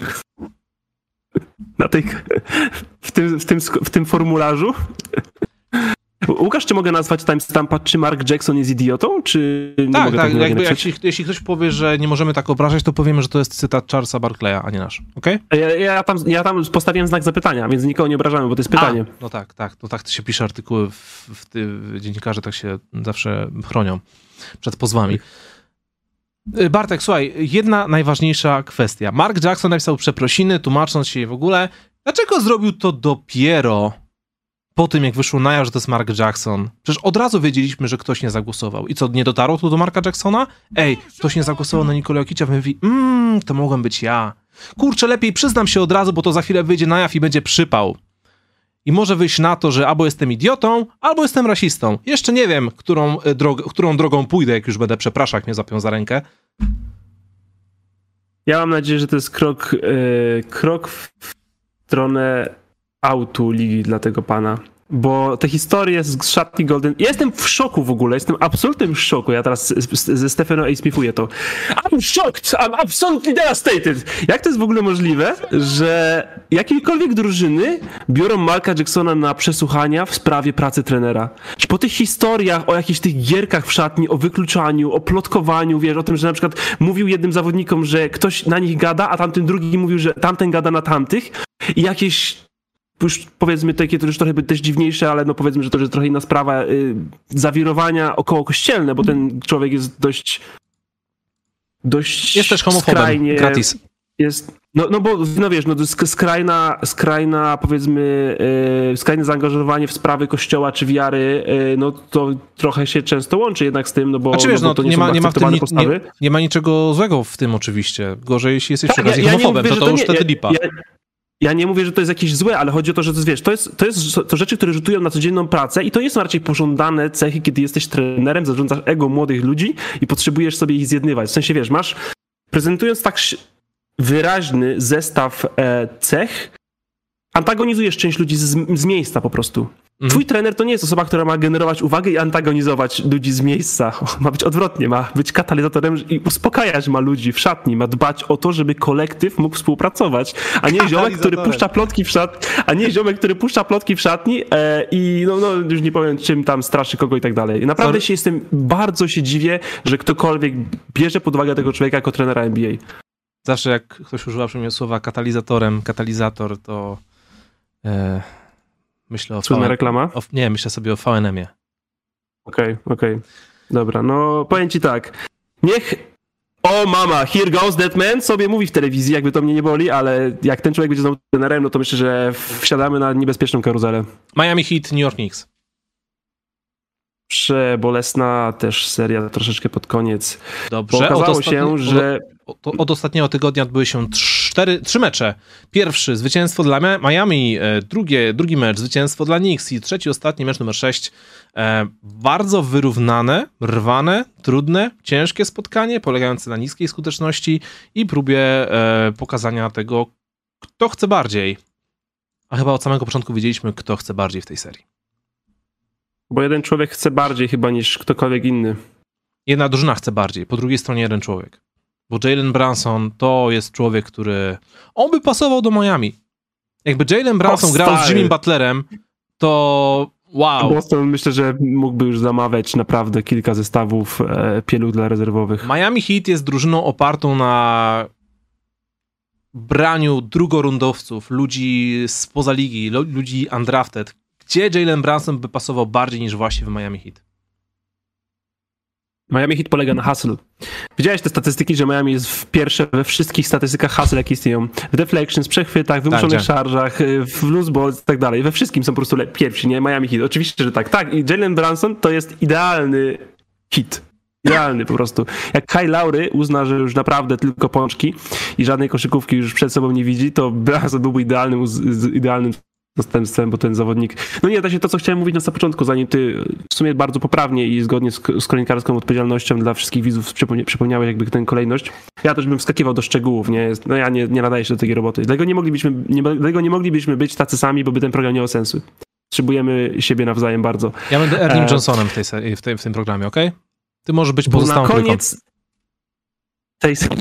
Na tej, w, tym, w, tym, w tym formularzu? Łukasz, czy mogę nazwać timestampa, czy Mark Jackson jest idiotą, czy nie tak, mogę tak, tak jakby jeśli, jeśli ktoś powie, że nie możemy tak obrażać, to powiemy, że to jest cytat Charlesa Barkleya, a nie nasz, okej? Okay? Ja, ja, tam, ja tam postawiłem znak zapytania, więc nikogo nie obrażamy, bo to jest pytanie. A, no tak, tak, no tak się pisze artykuły, w, w, w, dziennikarze tak się zawsze chronią przed pozwami. Bartek, słuchaj, jedna najważniejsza kwestia. Mark Jackson napisał przeprosiny, tłumacząc się w ogóle. Dlaczego zrobił to dopiero po tym, jak wyszło na jaw, że to jest Mark Jackson? Przecież od razu wiedzieliśmy, że ktoś nie zagłosował. I co, nie dotarło tu do Marka Jacksona? Ej, ktoś nie zagłosował na Nikola Jokicia, mówi, mmm, to mogłem być ja. Kurczę, lepiej przyznam się od razu, bo to za chwilę wyjdzie na jaw i będzie przypał. I może wyjść na to, że albo jestem idiotą, albo jestem rasistą. Jeszcze nie wiem, którą, drog- którą drogą pójdę, jak już będę przepraszał, jak mnie zapią za rękę. Ja mam nadzieję, że to jest krok, yy, krok w stronę autu ligi dla tego pana. bo te historie z szatni Golden... Ja jestem w szoku w ogóle, jestem absolutnym w szoku. Ja teraz ze Stefanem A-Smithuję to. I'm shocked, I'm absolutely devastated. Jak to jest w ogóle możliwe, że jakiekolwiek drużyny biorą Marka Jacksona na przesłuchania w sprawie pracy trenera? Po tych historiach o jakichś tych gierkach w szatni, o wykluczaniu, o plotkowaniu, wiesz, o tym, że na przykład mówił jednym zawodnikom, że ktoś na nich gada, a tamten drugi mówił, że tamten gada na tamtych i jakieś już powiedzmy takie to już trochę też dziwniejsze, ale no powiedzmy, że to jest trochę inna sprawa, yy, zawirowania około kościelne, bo ten człowiek jest dość dość jest też homofobem, skrajnie, gratis. Jest, no, no bo no wiesz, no to jest skrajna, skrajna powiedzmy, yy, skrajne zaangażowanie w sprawy kościoła czy wiary, yy, no to trochę się często łączy jednak z tym, no bo, znaczy, wiesz, no, no, bo to nie, nie, są ma, nie, ma w tym, nie, postawy. nie, nie ma niczego złego w tym oczywiście. Gorzej, jeśli jesteś przy Tak, okazji ja, ja nie homofobem, mówię, to to, że już nie, wtedy ja, lipa. Ja, Ja nie mówię, że to jest jakieś złe, ale chodzi o to, że to jest, wiesz, to jest, to jest to rzeczy, które rzutują na codzienną pracę i to nie są raczej pożądane cechy, kiedy jesteś trenerem, zarządzasz ego młodych ludzi i potrzebujesz sobie ich zjednywać. W sensie, wiesz, masz, prezentując tak wyraźny zestaw e, cech, antagonizujesz część ludzi z, z miejsca po prostu. Mhm. Twój trener to nie jest osoba, która ma generować uwagę i antagonizować ludzi z miejsca. Ma być odwrotnie, ma być katalizatorem i uspokajać ma ludzi w szatni, ma dbać o to, żeby kolektyw mógł współpracować, a nie ziomek, który puszcza plotki w szatni, a nie ziomek, który puszcza plotki w szatni e, i no, no już nie powiem, czym tam straszy kogo i tak dalej. Naprawdę się jestem, bardzo się dziwię, że ktokolwiek bierze pod uwagę tego człowieka jako trenera N B A. Zawsze jak ktoś używa przy mnie słowa katalizatorem, katalizator, to e, myślę o Słynna reklama? O, nie, myślę sobie o V N M-ie. Okej, okay, okej. Okay. Dobra, no powiem ci tak. Niech o mama, here goes that man sobie mówi w telewizji, jakby to mnie nie boli, ale jak ten człowiek będzie znowu trenerem, no to myślę, że wsiadamy na niebezpieczną karuzelę. Miami Heat, New York Knicks. Przebolesna też seria troszeczkę pod koniec. Dobrze. Bo okazało od się, ostatni... że... Od, od, od ostatniego tygodnia odbyły się cztery, trzy mecze. Pierwszy, zwycięstwo dla Miami, e, drugie, drugi mecz, zwycięstwo dla Knicks i trzeci, ostatni mecz numer sześć. E, bardzo wyrównane, rwane, trudne, ciężkie spotkanie, polegające na niskiej skuteczności i próbie e, pokazania tego, kto chce bardziej. A chyba od samego początku wiedzieliśmy, kto chce bardziej w tej serii. Bo jeden człowiek chce bardziej chyba niż ktokolwiek inny. Jedna drużyna chce bardziej, po drugiej stronie jeden człowiek. Bo Jalen Brunson to jest człowiek, który... On by pasował do Miami. Jakby Jalen Brunson O, grał z stary. Jimmy Butlerem, to wow. Boston myślę, że mógłby już zamawiać naprawdę kilka zestawów e, pieluch dla rezerwowych. Miami Heat jest drużyną opartą na braniu drugorundowców, ludzi spoza ligi, ludzi undrafted. Gdzie Jalen Brunson by pasował bardziej niż właśnie w Miami Heat? Miami Heat polega na hustle. Widziałeś te statystyki, że Miami jest w pierwsze we wszystkich statystykach hustle, jakie istnieją. W deflections, przechwytach, wymuszonych tak, szarżach, w loose balls i tak dalej. We wszystkim są po prostu pierwsi, nie? Miami Heat. Oczywiście, że tak. Tak, i Jalen Brunson to jest idealny hit. Idealny po prostu. Jak Kyle Lowry uzna, że już naprawdę tylko pączki i żadnej koszykówki już przed sobą nie widzi, to Brunson byłby idealnym, idealnym następstwem, bo ten zawodnik... No nie, to się to, co chciałem mówić na początku, zanim ty w sumie bardzo poprawnie i zgodnie z, z kronikarską odpowiedzialnością dla wszystkich widzów przypomnia, przypomniałeś jakby tę kolejność. Ja też bym wskakiwał do szczegółów, nie? No ja nie, nie nadaję się do takiej roboty. Dlatego nie moglibyśmy, nie, dlatego nie moglibyśmy być tacy sami, bo by ten program nie miał sensu. Potrzebujemy siebie nawzajem bardzo. Ja będę Ernie e... Johnsonem w, tej serii, w, tej, w tym programie, okej? Okay? Ty możesz być Bo pozostałą na koniec trójką. tej serii...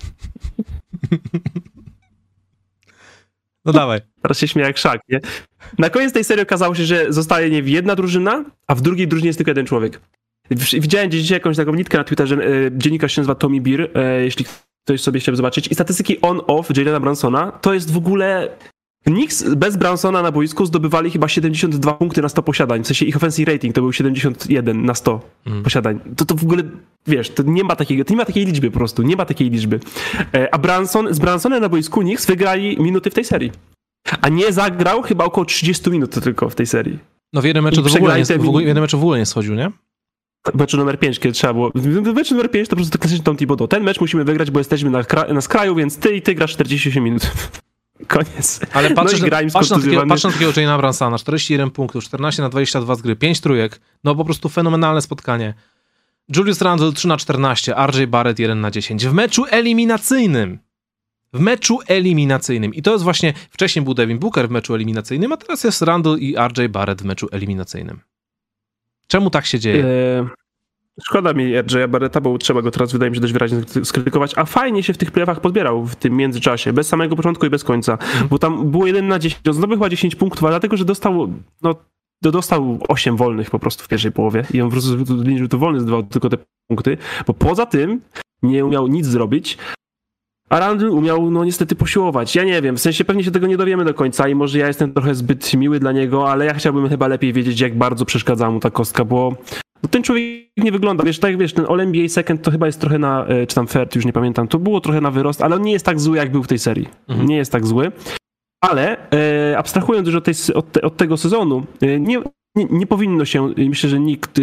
No dawaj. Teraz się śmieję jak szak, nie? Na koniec tej serii okazało się, że zostaje nie jedna drużyna, a w drugiej drużynie jest tylko jeden człowiek. Widziałem gdzieś dzisiaj jakąś taką nitkę na Twitterze, dziennikarz się nazywa Tommy Beer, jeśli ktoś sobie chciał zobaczyć. I statystyki on-off Jalena Brunsona to jest w ogóle... Knicks bez Brunsona na boisku zdobywali chyba siedemdziesiąt dwa punkty na sto posiadań. W sensie ich offensive rating to był siedemdziesiąt jeden na sto mm. posiadań. To to w ogóle, wiesz, to nie ma takiego, to nie ma takiej liczby po prostu, nie ma takiej liczby. A Brunson, z Brunsonem na boisku Knicks wygrali minuty w tej serii. A nie zagrał chyba około trzydzieści minut tylko w tej serii. No w jednym meczu to w ogóle, nie, w ogóle, w jednym meczu w ogóle nie schodził, nie? W meczu numer pięć, kiedy trzeba było. W meczu numer pięć to po prostu klasyczny Tom Thibodeau. Ten mecz musimy wygrać, bo jesteśmy na, kra- na skraju, więc ty i ty grasz czterdzieści osiem minut. Koniec. Ale patrzysz, no patrz, patrz, na takiego, patrz na takiego Jalena Brunsona, czterdzieści jeden punktów, czternaście na dwadzieścia dwa z gry, pięć trójek, no po prostu fenomenalne spotkanie. Julius Randle trzy na czternaście, R J Barrett jeden na dziesięć. W meczu eliminacyjnym, w meczu eliminacyjnym. I to jest właśnie, wcześniej był Devin Booker w meczu eliminacyjnym, a teraz jest Randle i R J Barrett w meczu eliminacyjnym. Czemu tak się dzieje? Eee, szkoda mi R J Barretta, bo trzeba go teraz, wydaje mi się, dość wyraźnie skrytykować, a fajnie się w tych playoffach pozbierał w tym międzyczasie, bez samego początku i bez końca, mm. bo tam było jeden na dziesięć, zdobył chyba dziesięć punktów, ale dlatego, że dostał, no, dostał osiem wolnych po prostu w pierwszej połowie i on po prostu że to wolny zdawał tylko te punkty, bo poza tym nie umiał nic zrobić, a Randle umiał, no niestety, posiłować. Ja nie wiem, w sensie pewnie się tego nie dowiemy do końca i może ja jestem trochę zbyt miły dla niego, ale ja chciałbym chyba lepiej wiedzieć, jak bardzo przeszkadza mu ta kostka, bo no, ten człowiek nie wygląda, wiesz, tak jak wiesz, ten All N B A Second to chyba jest trochę na, czy tam Third, już nie pamiętam, to było trochę na wyrost, ale on nie jest tak zły, jak był w tej serii. Mhm. Nie jest tak zły, ale e, abstrahując już od, tej, od, te, od tego sezonu, e, nie, nie, nie powinno się, myślę, że nikt... E,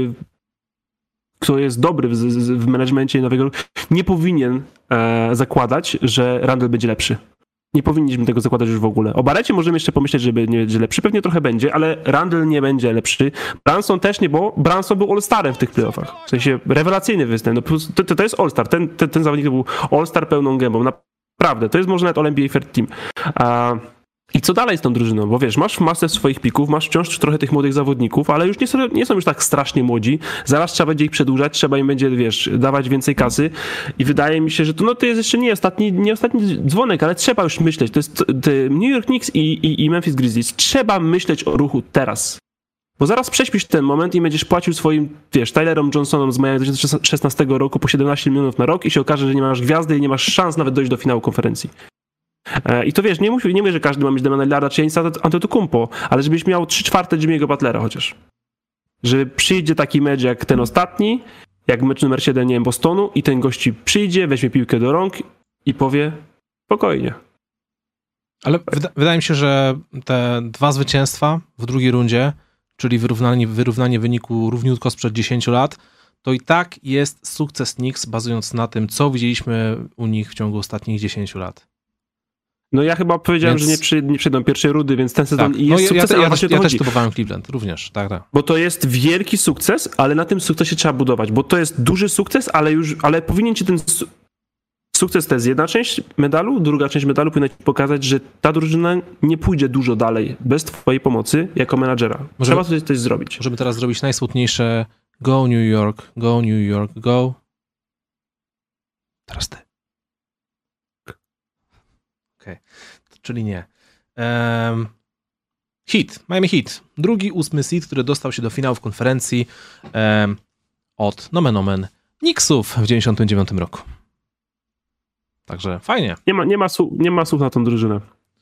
kto jest dobry w, w managemencie nowego, nie powinien e, zakładać, że Randle będzie lepszy. Nie powinniśmy tego zakładać już w ogóle. O Barretcie możemy jeszcze pomyśleć, że będzie lepszy. Pewnie trochę będzie, ale Randle nie będzie lepszy. Branson też nie, bo Branson był All-Starem w tych playoffach. W sensie rewelacyjny występ. No, to, to, to jest All-Star. Ten, ten, ten zawodnik to był All-Star pełną gębą. Naprawdę. To jest może nawet All N B A Third Team. A I co dalej z tą drużyną? Bo wiesz, masz masę swoich pików, masz wciąż trochę tych młodych zawodników, ale już nie są, nie są już tak strasznie młodzi. Zaraz trzeba będzie ich przedłużać, trzeba im będzie, wiesz, dawać więcej kasy i wydaje mi się, że to, no, to jest jeszcze nie ostatni, nie ostatni dzwonek, ale trzeba już myśleć. To jest New York Knicks i, i, i Memphis Grizzlies. Trzeba myśleć o ruchu teraz. Bo zaraz prześpisz ten moment i będziesz płacił swoim, wiesz, Tylerom Johnsonom z maja dwa tysiące szesnantego roku po siedemnaście milionów na rok i się okaże, że nie masz gwiazdy i nie masz szans nawet dojść do finału konferencji. I to wiesz, nie mówię, nie mówię, że każdy ma mieć Damiana Lillarda czy Giannisa Antetokounmpo, ale żebyś miał trzy czwarte Jimmy'ego Butlera chociaż. Że przyjdzie taki mecz jak ten ostatni, jak mecz numer siedem, nie wiem, Bostonu i ten gości przyjdzie, weźmie piłkę do rąk i powie spokojnie. Ale wyda- wydaje mi się, że te dwa zwycięstwa w drugiej rundzie, czyli wyrównanie, wyrównanie wyniku równiutko sprzed dziesięciu lat, to i tak jest sukces Knicks bazując na tym, co widzieliśmy u nich w ciągu ostatnich dziesięciu lat. No ja chyba powiedziałem, więc... że nie, przy, nie przyjdą pierwszej rundy, więc ten sezon tak. jest no, ja, sukcesem. Ja, ja, właśnie też, ja chodzi. też typowałem Cleveland, również, tak, tak. Bo to jest wielki sukces, ale na tym sukcesie trzeba budować, bo to jest duży sukces, ale już, ale powinien ci ten su- sukces, to jest jedna część medalu, druga część medalu powinna ci pokazać, że ta drużyna nie pójdzie dużo dalej bez twojej pomocy jako menadżera. Możemy, trzeba coś zrobić. Możemy teraz zrobić najsmutniejsze go New York, go New York, go. Teraz ty. Okej. Okay. Czyli nie. Um, Heat, Miami Heat. Drugi, ósmy seed, który dostał się do finału w konferencji um, od nomen omen Knicksów w dziewięćdziesiątym dziewiątym roku. Także fajnie. Nie ma, nie ma, su- nie ma słów na tą drużynę.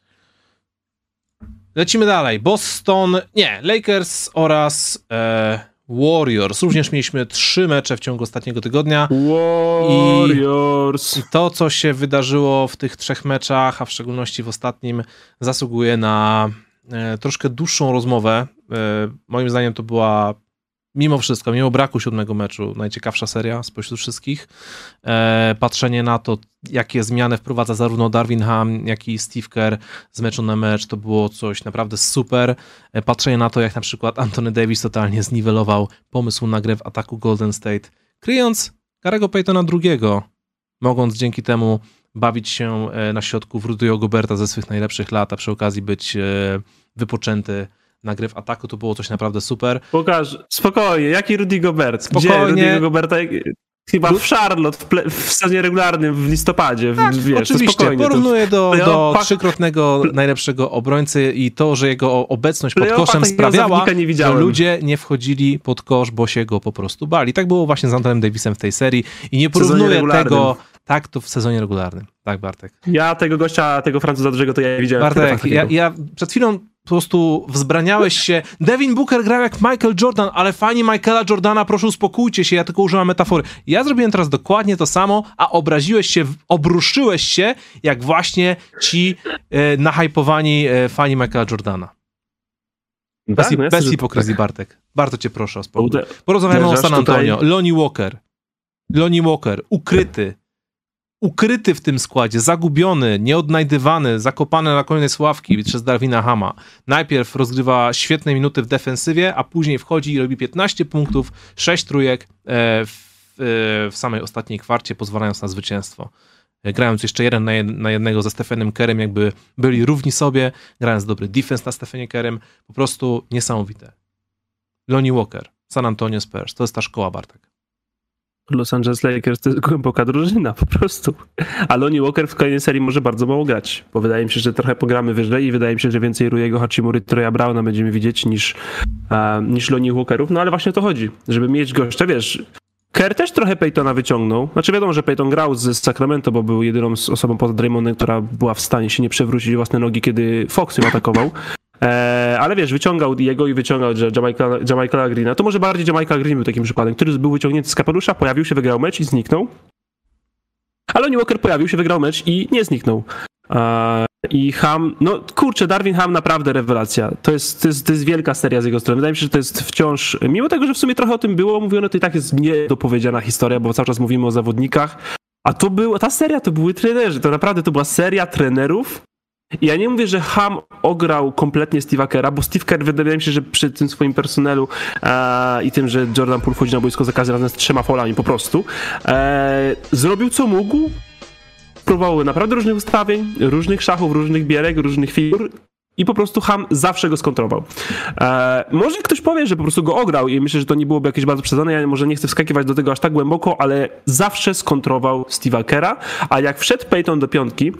Lecimy dalej. Boston, nie, Lakers oraz e, Warriors. Również mieliśmy trzy mecze w ciągu ostatniego tygodnia. Warriors. I, I to, co się wydarzyło w tych trzech meczach, a w szczególności w ostatnim, zasługuje na e, troszkę dłuższą rozmowę. E, moim zdaniem to była, mimo wszystko, mimo braku siódmego meczu, najciekawsza seria spośród wszystkich. E, patrzenie na to, jakie zmiany wprowadza zarówno Darvin Ham, jak i Steve Kerr z meczu na mecz, to było coś naprawdę super. E, patrzenie na to, jak na przykład Anthony Davis totalnie zniwelował pomysł na grę w ataku Golden State, kryjąc Garego Paytona drugiego, mogąc dzięki temu bawić się na środku w Rudy'ego Goberta ze swych najlepszych lat, a przy okazji być e, wypoczęty na grę w ataku, to było coś naprawdę super. Pokaż, spokojnie, jaki Rudy Gobert? Spokojnie. Gdzie Rudy'ego Goberta? Chyba w Charlotte, w, ple- w sezonie regularnym w listopadzie. Tak, wiesz, oczywiście. Porównuję do, to, do pak- trzykrotnego najlepszego obrońcy i to, że jego obecność pod koszem sprawiała, że ludzie nie wchodzili pod kosz, bo się go po prostu bali. Tak było właśnie z Antonem Davisem w tej serii i nie porównuję tego tak to w sezonie regularnym. Tak, Bartek. Ja tego gościa, tego Francuza dużego to ja widziałem. Bartek, ja, ja przed chwilą po prostu wzbraniałeś się. Devin Booker grał jak Michael Jordan, ale fani Michaela Jordana, proszę uspokójcie się, ja tylko używam metafory. Ja zrobiłem teraz dokładnie to samo, a obraziłeś się, obruszyłeś się, jak właśnie ci e, nahypowani e, fani Michaela Jordana. Bez, tak, no bez jasne, hipokryzji, tak. Bartek. Bardzo cię proszę o spokój. Porozmawiamy o San Antonio. Tutaj... Lonnie Walker. Lonnie Walker, ukryty. Ukryty w tym składzie, zagubiony, nieodnajdywany, zakopany na kolejnej sławki przez Darvina Hama. Najpierw rozgrywa świetne minuty w defensywie, a później wchodzi i robi piętnaście punktów, sześć trójek w, w samej ostatniej kwarcie, pozwalając na zwycięstwo. grając jeszcze jeden na, jed, na jednego ze Stephenem Kerrem, jakby byli równi sobie, grając dobry defense na Stephenie Kerrem, po prostu niesamowite. Lonnie Walker, San Antonio Spurs, to jest ta szkoła, Bartek. Los Angeles Lakers to jest głęboka drużyna po prostu. A Lonnie Walker w kolejnej serii może bardzo mało grać, bo wydaje mi się, że trochę pogramy wyżej i wydaje mi się, że więcej Rujego Hachimury, Troya Browna będziemy widzieć niż, uh, niż Lonnie Walkerów, no ale właśnie o to chodzi, żeby mieć gościa, wiesz, Kerr też trochę Peytona wyciągnął, znaczy wiadomo, że Peyton grał z Sacramento, bo był jedyną osobą poza Draymondem, która była w stanie się nie przewrócić własne nogi, kiedy Fox ją atakował. E, ale wiesz, wyciągał jego i wyciągał Jamichaela Greena. To może bardziej Jamichael Green był takim przykładem, który był wyciągnięty z kapelusza, pojawił się, wygrał mecz i zniknął. Ale Lonnie Walker pojawił się, wygrał mecz i nie zniknął. E, I Ham, no kurczę, Darvin Ham naprawdę rewelacja. To jest, to, jest, to jest wielka seria z jego strony. Wydaje mi się, że to jest wciąż, mimo tego, że w sumie trochę o tym było mówione, to i tak jest niedopowiedziana historia, bo cały czas mówimy o zawodnikach. A to był, ta seria to były trenerzy. To naprawdę to była seria trenerów. I ja nie mówię, że Ham ograł kompletnie Steve'a Kerra, bo Steve Kerr wydaje mi się, że przy tym swoim personelu e, i tym, że Jordan Poole wchodzi na boisko za każdym razem z trzema faulami po prostu, e, zrobił co mógł, próbował naprawdę różnych ustawień, różnych szachów, różnych bierek, różnych figur i po prostu Ham zawsze go skontrował. E, może ktoś powie, że po prostu go ograł i myślę, że to nie byłoby jakieś bardzo przesadzone, ja może nie chcę wskakiwać do tego aż tak głęboko, ale zawsze skontrował Steve'a Kerra, a jak wszedł Peyton do piątki,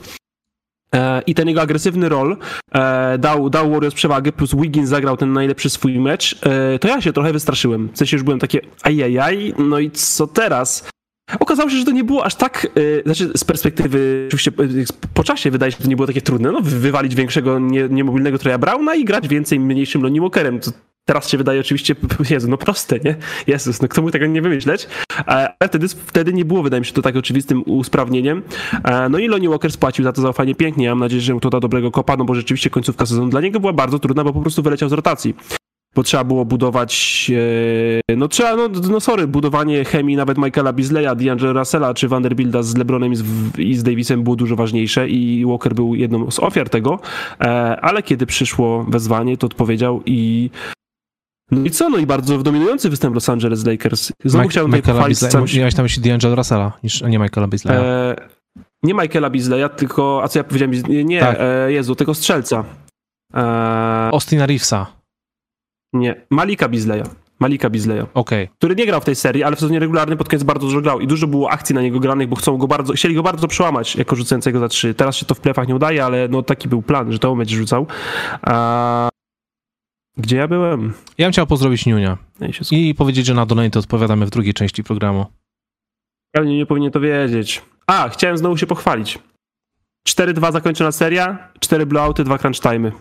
i ten jego agresywny rol e, dał, dał Warriors przewagę, plus Wiggins zagrał ten najlepszy swój mecz, e, to ja się trochę wystraszyłem. W sensie już byłem takie ajajaj, no i co teraz? Okazało się, że to nie było aż tak, e, znaczy z perspektywy, oczywiście po czasie wydaje się, że to nie było takie trudne, no wywalić większego, nie, niemobilnego Troya Browna i grać więcej, mniejszym Lonnie Walkerem. To teraz się wydaje oczywiście, Jezu, no proste, nie? Jezus, no kto mógł tego nie wymyśleć? Ale wtedy, wtedy nie było, wydaje mi się, to tak oczywistym usprawnieniem. No i Lonnie Walker spłacił za to zaufanie pięknie. Ja mam nadzieję, że mu to da dobrego kopa, no bo rzeczywiście końcówka sezonu dla niego była bardzo trudna, bo po prostu wyleciał z rotacji. Bo trzeba było budować, no trzeba, no, no sorry, budowanie chemii nawet Michaela Beasleya, D'Angelo Russella czy Vanderbilta z LeBronem i z, i z Davisem było dużo ważniejsze i Walker był jedną z ofiar tego, ale kiedy przyszło wezwanie, to odpowiedział i no i co? No i bardzo dominujący występ Los Angeles Lakers. Znowu Mike, chciałem tutaj pochwalić... Sam... Miałeś tam myśli D'Angelo Russella, niż, a nie Michaela Beasleya. E, nie Michaela Beasleya, tylko... A co ja powiedziałem? Nie, tak. e, Jezu, tego strzelca. E, Austina Reevesa. Nie, Malika Beasleya. Malika Beasleya. Okay. Który nie grał w tej serii, ale w sezonie regularnym pod koniec bardzo dużo grał i dużo było akcji na niego granych, bo chcą go bardzo, chcieli go bardzo przełamać jako rzucającego za trzy. Teraz się to w playoffach nie udaje, ale no taki był plan, że to mecz rzucał. A... Gdzie ja byłem? Ja bym chciał pozdrowić Niunia i powiedzieć, że na donate odpowiadamy w drugiej części programu. Ja nie, nie powinien to wiedzieć. A, chciałem znowu się pochwalić. cztery dwa zakończona seria, cztery blowouty, dwa crunch time'y.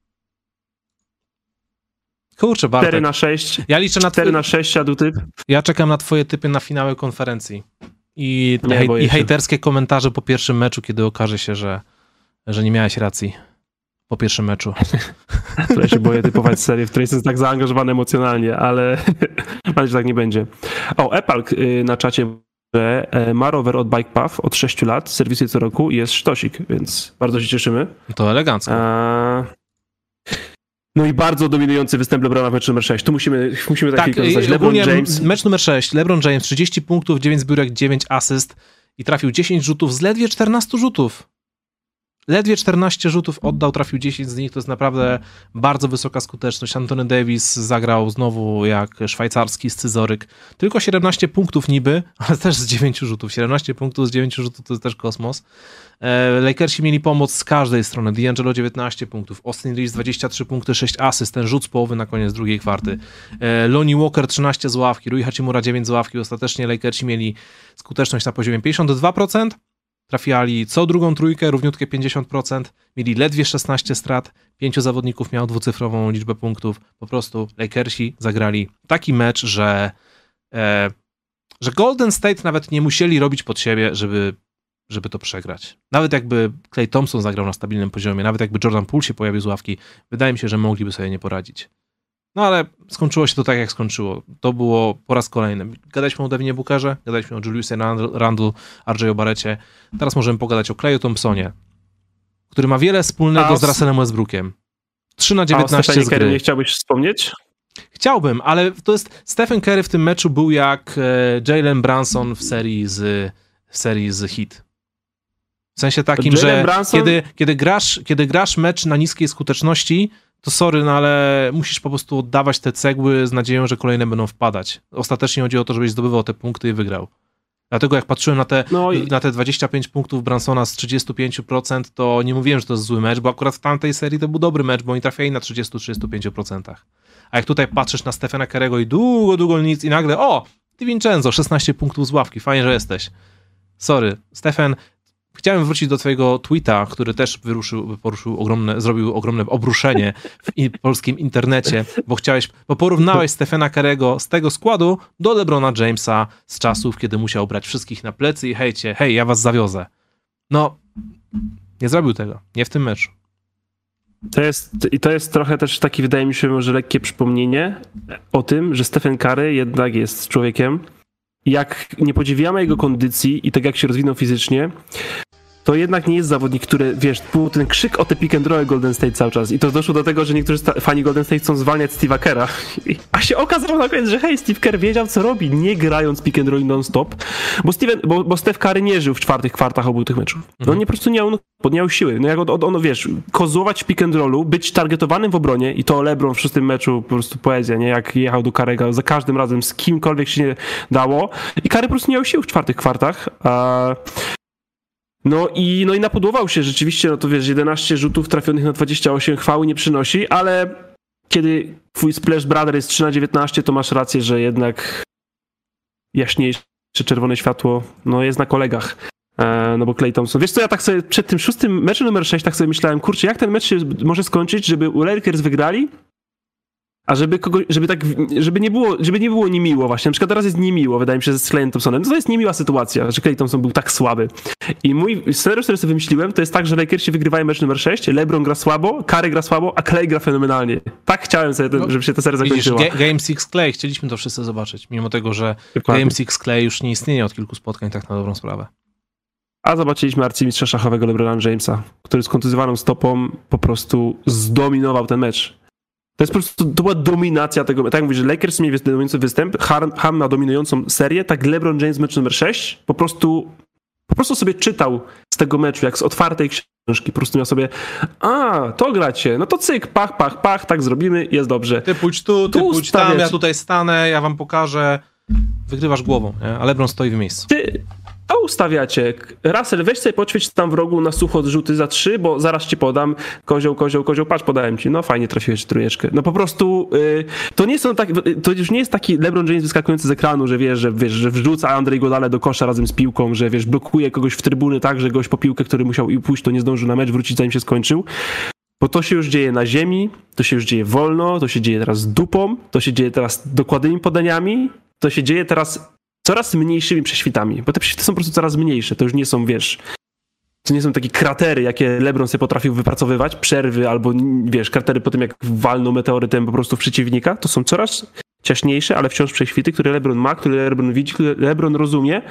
Kurczę, Bartek. cztery na sześć. Ja liczę na cztery na sześć siadł typ. Ja czekam na twoje typy na finały konferencji. I, nie, hej, i hejterskie komentarze po pierwszym meczu, kiedy okaże się, że, że nie miałeś racji. Po pierwszym meczu. Ja się boję typować serię, w której jestem tak zaangażowany emocjonalnie, ale mam nadzieję, że tak nie będzie. O, Epalk na czacie, że ma rower od Bike Path od sześciu lat, serwisuje co roku i jest sztosik, więc bardzo się cieszymy. To elegancko. A... No i bardzo dominujący występ LeBrona w meczu numer sześć. Tu musimy, musimy tak, tak chwilkę LeBron James. Mecz numer sześć. LeBron James, trzydzieści punktów, dziewięć zbiórek, dziewięć asyst i trafił dziesięć rzutów z ledwie czternastu rzutów. Ledwie czternaście rzutów oddał, trafił dziesięć z nich, to jest naprawdę bardzo wysoka skuteczność. Anthony Davis zagrał znowu jak szwajcarski scyzoryk. Tylko siedemnaście punktów niby, ale też z dziewięciu rzutów. siedemnaście punktów z dziewięciu rzutów to jest też kosmos. Lakersi mieli pomoc z każdej strony. D'Angelo dziewiętnaście punktów, Austin Reeves dwadzieścia trzy punkty, sześć asyst, ten rzut z połowy na koniec drugiej kwarty. Lonnie Walker trzynaście z ławki, Rui Hachimura dziewięć z ławki. Ostatecznie Lakersi mieli skuteczność na poziomie pięćdziesiąt dwa procent. Trafiali co drugą trójkę, równiutkie pięćdziesiąt procent, mieli ledwie szesnaście strat, pięciu zawodników miało dwucyfrową liczbę punktów. Po prostu Lakersi zagrali taki mecz, że, e, że Golden State nawet nie musieli robić pod siebie, żeby, żeby to przegrać. Nawet jakby Klay Thompson zagrał na stabilnym poziomie, nawet jakby Jordan Poole się pojawił z ławki, wydaje mi się, że mogliby sobie nie poradzić. No ale skończyło się to tak, jak skończyło. To było po raz kolejny. Gadaliśmy o Devinie Bookerze, gadaliśmy o Juliusie Randle, R J Barretcie. Teraz możemy pogadać o Clayu Thompsonie, który ma wiele wspólnego z Russellem Westbrookiem. trzy na dziewiętnaście z gry. Nie chciałbyś wspomnieć? Chciałbym, ale to jest... Stephen Curry w tym meczu był jak Jalen Brunson w serii z, w serii z Heat. W sensie takim, Jalen że Brunson... kiedy, kiedy, grasz, kiedy grasz mecz na niskiej skuteczności, to sorry, no ale musisz po prostu oddawać te cegły z nadzieją, że kolejne będą wpadać. Ostatecznie chodzi o to, żebyś zdobywał te punkty i wygrał. Dlatego jak patrzyłem na te, no i... na te dwadzieścia pięć punktów Brunsona z trzydzieści pięć procent, to nie mówiłem, że to jest zły mecz, bo akurat w tamtej serii to był dobry mecz, bo oni trafiali na trzydzieści do trzydziestu pięciu procent. A jak tutaj patrzysz na Stephena Curry'ego i długo, długo nic i nagle, o, DiVincenzo, szesnaście punktów z ławki, fajnie, że jesteś. Sorry, Stephen, chciałem wrócić do twojego tweeta, który też wyruszył, poruszył ogromne, zrobił ogromne obruszenie w i, polskim internecie, bo chciałeś, bo porównałeś Stephena Curry'ego z tego składu do LeBrona Jamesa z czasów, kiedy musiał brać wszystkich na plecy i hejcie, hej, ja was zawiozę. No, nie zrobił tego, nie w tym meczu. To jest, i to jest trochę też taki, wydaje mi się, może lekkie przypomnienie o tym, że Stephen Curry jednak jest człowiekiem, jak nie podziwiamy jego kondycji i tak jak się rozwinął fizycznie, to jednak nie jest zawodnik, który, wiesz, był ten krzyk o te pick and roll Golden State cały czas i to doszło do tego, że niektórzy fani Golden State chcą zwalniać Steve'a Kerra, a się okazało na koniec, że hej, Steve Kerr wiedział, co robi, nie grając pick and roll non-stop, bo, Steven, bo, bo Steph Curry nie żył w czwartych kwartach obu tych meczów. No on nie po prostu nie miał, nie miał siły. No jak on, on, wiesz, kozłować w pick and rollu, być targetowanym w obronie i to LeBron w szóstym meczu po prostu poezja, nie? Jak jechał do Curry'ego za każdym razem z kimkolwiek się nie dało i Curry po prostu nie miał sił w czwartych kwartach, a No i, no i napudłował się rzeczywiście, no to wiesz, jedenaście rzutów trafionych na dwadzieścia osiem chwały nie przynosi, ale kiedy twój Splash Brother jest trzy na dziewiętnaście, to masz rację, że jednak jaśniejsze czerwone światło no jest na kolegach. E, no bo Klay Thompson, wiesz co, ja tak sobie przed tym szóstym meczem numer sześć tak sobie myślałem, kurczę, jak ten mecz się może skończyć, żeby Lakers wygrali, a żeby kogoś, żeby tak, żeby nie było, żeby nie było niemiło właśnie. Na przykład teraz jest niemiło, wydaje mi się, z Klay Thompsonem. No to jest niemiła sytuacja, że Klay Thompson był tak słaby. I mój scenariusz, który sobie wymyśliłem, to jest tak, że Lakersi wygrywają mecz numer sześć, LeBron gra słabo, Curry gra słabo, a Klay gra fenomenalnie. Tak chciałem sobie, ten, żeby się ta seria zakończyła. Widzisz, Game six Klay, chcieliśmy to wszyscy zobaczyć, mimo tego, że Dokładnie. Game six Klay już nie istnieje od kilku spotkań, tak na dobrą sprawę. A zobaczyliśmy arcymistrza szachowego LeBrona Jamesa, który z kontuzjowaną stopą po prostu zdominował ten mecz. To jest po prostu, to była dominacja tego, tak jak mówisz, że Lakers mieli dominujący występ, Ham ma dominującą serię, tak LeBron James mecz numer sześć po prostu, po prostu sobie czytał z tego meczu, jak z otwartej książki, po prostu miał sobie, a, to gracie, no to cyk, pach, pach, pach, tak zrobimy, jest dobrze. Ty pójdź tu, ty tu pójdź tam, ja tutaj stanę, ja wam pokażę, wygrywasz głową, nie? A LeBron stoi w miejscu. Ty, to ustawiacie. Russell, weź sobie poćwicz tam w rogu na sucho rzuty za trzy, bo zaraz ci podam. Kozioł, kozioł, kozioł, patrz, podałem ci. No fajnie trafiłeś trójeczkę. No po prostu yy, to nie są tak, to już nie jest taki LeBron James wyskakujący z ekranu, że wiesz, że wiesz, że wrzuca Andrej Godale do kosza razem z piłką, że wiesz, blokuje kogoś w trybuny tak, że goś po piłkę, który musiał pójść, to nie zdążył na mecz wrócić, zanim się skończył. Bo to się już dzieje na ziemi, to się już dzieje wolno, to się dzieje teraz z dupą, to się dzieje teraz dokładnymi podaniami, to się dzieje teraz coraz mniejszymi prześwitami, bo te prześwity są po prostu coraz mniejsze, to już nie są, wiesz, to nie są takie kratery, jakie LeBron sobie potrafił wypracowywać, przerwy albo, wiesz, kratery po tym, jak walną meteorytem po prostu w przeciwnika, to są coraz ciaśniejsze, ale wciąż prześwity, które LeBron ma, które LeBron widzi, które LeBron rozumie.